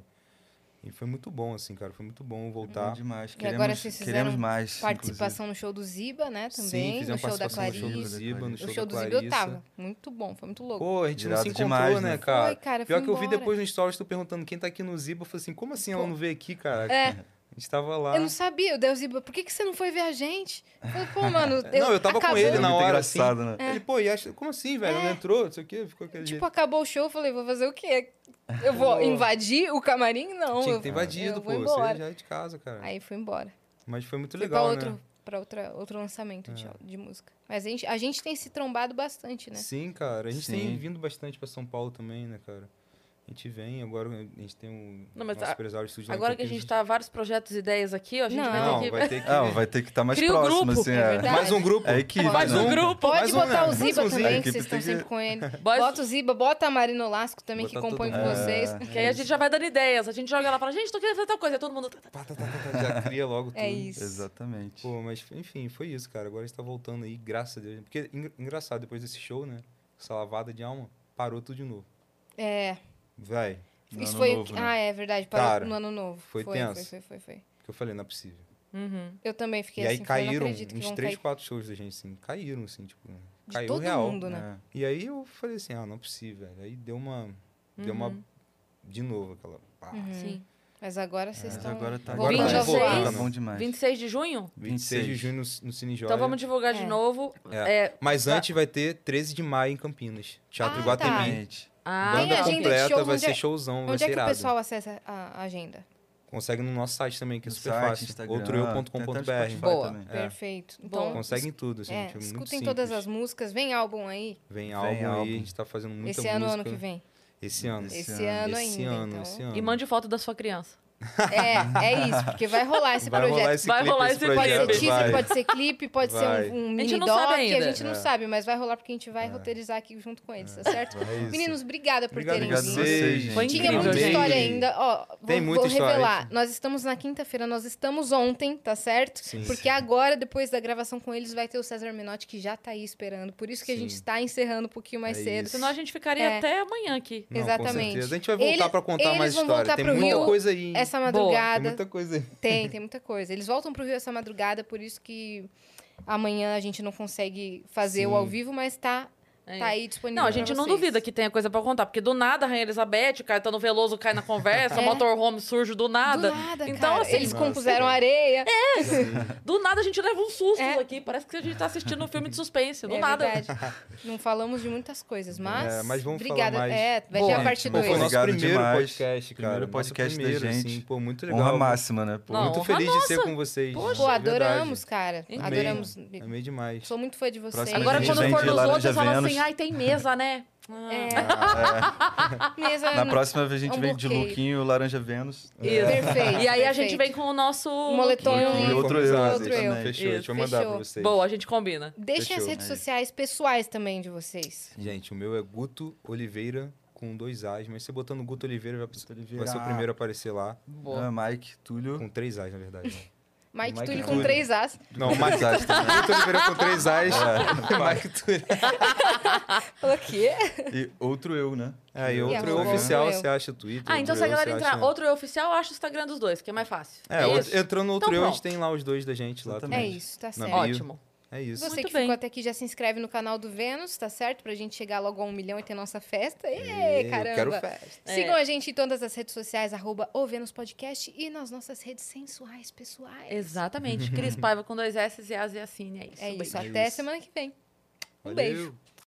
E foi muito bom, assim, cara. Foi muito bom Bom voltar. demais. E Queremos, agora vocês queremos fizeram mais. Participação no show do Ziba, né? Também. Sim, fizemos no show da participação no show do Clarice. Ziba, no show, O show da do Ziba eu Clarissa. tava. Muito bom, foi muito louco. Pô, a gente não Irado se encontrou, demais, né, né? cara? Foi, cara, Pior fui que eu vi embora. depois no stories, tô perguntando quem tá aqui no Ziba. Eu falei assim, como assim ela Pô. não veio aqui, cara? É. A gente tava lá. Eu não sabia, o Deus Ziba, por que, que você não foi ver a gente? Eu falei, pô, mano, eu, Não, eu tava com acabou, ele É na muito hora, engraçado, né? Ele, pô, e acha, como assim, velho? É. Não entrou, não sei o quê, ficou aquele Tipo, jeito. acabou o show, eu falei, vou fazer o quê? Eu vou Pô. invadir o camarim? Não. Tinha eu- que ter invadido, eu pô. vou Você embora. já é de casa, cara. Aí fui embora. Mas foi muito Fui legal, pra outro, né? pra outra, outro lançamento de, É. de música. Mas a gente, a gente tem se trombado bastante, né? Sim, cara. A gente Sim. tem vindo bastante pra São Paulo também, né, cara? A gente vem, agora a gente tem um Não, mas nosso a- empresário estúdio lá em Agora que a Campinas. gente tá vários projetos e ideias aqui, ó, a gente Não. vai Não, ter que. vai ter que... Ah, vai ter que estar mais Cria o próximo, grupo, assim. é É. verdade. Mais um grupo. É equipe, Mais né? um grupo. Pode Mais um, botar né? o Mais Ziba umzinho. também, A que equipe vocês estão tem que- sempre com ele. Bota- Bota o Ziba, bota a Marina Olasco também, que Botar compõe todo com mundo. vocês. É. Que aí a gente já vai dando ideias. A gente joga lá e fala, gente, tô querendo fazer tal coisa. Aí todo mundo. Pá, tá, tá, tá, tá, já cria logo tudo. É isso. Exatamente. Pô, mas enfim, foi isso, cara. Agora a gente tá voltando aí, graças a Deus. Porque, engra- engraçado, depois desse show, né? Essa lavada de alma, parou tudo de novo. É, Vai. No isso ano foi... novo, né? Ah, é verdade, parou Cara, no ano novo. foi foi, tenso. foi, foi, foi, foi. Que eu falei, não é possível. Uhum. Eu também fiquei e aí assim, falei, não caíram acredito que uns vão três, cair. quatro shows da gente, assim. Caíram, assim, tipo. De Caiu todo real. mundo, né? É. E aí eu falei assim, ah, não é possível, velho. Aí deu uma. Deu uma. Uhum. De novo, aquela. Pá. Uhum. Sim. Mas agora vocês Mas estão... agora tá Agora tá agora voltando. tá bom demais. vinte e seis de junho? vinte e seis de junho no, no Cine Joia. Então vamos divulgar de É. novo. É. É, Mas tá- antes vai ter treze de maio em Campinas. Teatro Ah, Iguatemi. tá. Gente, Ah, Tem Banda agenda de completa, shows, vai onde ser é- showzão, vai Onde é ser que o irado. pessoal acessa a a agenda? Consegue no nosso site também, que é no super site, fácil. Instagram, outro eu ponto com tem ponto até b r. no Spotify Boa, também. É. perfeito. Boa. Então, Conseguem tudo, assim. é, tipo, muito escutem simples. todas as músicas. Vem álbum aí. Vem Vem álbum aí, álbum. a gente tá fazendo muita Esse música. ano, ano que vem. Esse ano. Esse Esse, ano. ano Esse ainda, ano, então. esse ano. E mande foto da sua criança. É, é isso, porque vai rolar esse vai projeto. rolar esse Vai clipe, rolar esse esse Pode ser projeto, teaser, vai. pode ser clipe, pode Vai. ser um, um A mini gente não doc, sabe a ainda. gente não É. sabe, mas vai rolar porque a gente vai roteirizar aqui junto com eles, tá certo? É isso. Meninos, obrigada por Obrigado terem a vindo. vocês, gente. Foi Tinha incrível, muita gente. história ainda, ó, vou, Tem muita vou história. revelar. Nós estamos na quinta-feira, nós estamos ontem, tá certo? Sim. Porque agora, depois da gravação com eles, vai ter o César Menotti, que já tá aí esperando. Por isso que a Sim. gente está encerrando um pouquinho mais É cedo. isso. Senão a gente ficaria É. até amanhã aqui. Não, Exatamente. Com certeza. A gente vai voltar Eles- pra contar eles mais vão história. voltar Tem pro muita Rio coisa aí. hein? Essa Tem madrugada. muita coisa aí. Tem, tem muita coisa. Eles voltam pro Rio essa madrugada, por isso que amanhã a gente não consegue fazer o Sim. ao vivo, mas tá É. Tá aí disponível Não, a pra gente não vocês. duvida que tenha coisa pra contar, porque do nada a Rainha Elizabeth, o Caetano Veloso cai na conversa, É. o motorhome surge do nada. Do nada, Então, cara. assim, Eles Nossa. compuseram areia. Do nada a gente leva uns sustos É. aqui. Parece que a gente tá assistindo um filme de suspense. Do É nada. verdade. Não falamos de muitas coisas, mas... É, mas vamos falar obrigada. mais. É, vai Boa. ter a parte Pô, foi o dois. nosso Obrigado primeiro demais. podcast, cara. Primeiro Nosso podcast da primeiro, gente. assim, pô, muito legal. Honra máxima, né? Pô. Não, Muito honra feliz de ser nossa. com vocês. Poxa. Pô, de verdade. adoramos, cara. Amei. Adoramos. Amei demais. Sou muito fã de vocês. Próxima Agora, A gente quando vem for de nos Laranja outros, fala Vênus. assim, ai, tem mesa, né? Ah. É. Mesa Na no- próxima vez a gente um vem de bloqueio. Luquinho, Laranja Vênus. Isso. Perfeito. E aí a gente perfeito. vem com o nosso... moletom E e outro eu, Uniformizado, outro eu. também. Fechou, Isso. deixa eu mandar Fechou. pra vocês. Boa, a gente combina. Deixem as Fechou. redes Aí. sociais pessoais também de vocês. Gente, o meu é Guto Oliveira com dois As, mas você botando Guto Oliveira vai, Oliveira. vai ser o primeiro a aparecer lá. Boa. Ah, Mike, Túlio. Com três As, na verdade. Mike, Mike Tully com Tully. três As. Não, Mike Três As também. Guto Oliveira com três As. É. Mike Tully. Falou o quê? E outro eu, né? É, e E outro eu arroba oficial, outro eu. você acha o Twitter. Ah, então outro se a eu, galera você entrar acha- outro eu oficial, acha o Instagram dos dois, que é mais fácil. É, outro- isso? entrando no outro Então eu, a pronto. gente tem lá os dois da gente lá Exatamente. É também. isso, tá Na certo. bio. Ótimo. É isso. Você Muito que bem. ficou até aqui já se inscreve no canal do Vênus, tá certo? Pra gente chegar logo a um milhão e ter nossa festa. Ê, Ê, caramba! Quero festa. Sigam É. a gente em todas as redes sociais, arroba o Vênus Podcast e nas nossas redes sensuais pessoais. Exatamente. Cris Paiva com dois S e As e Assine. É isso. É beijo. isso. É Até isso. semana que vem. Um Valeu. beijo.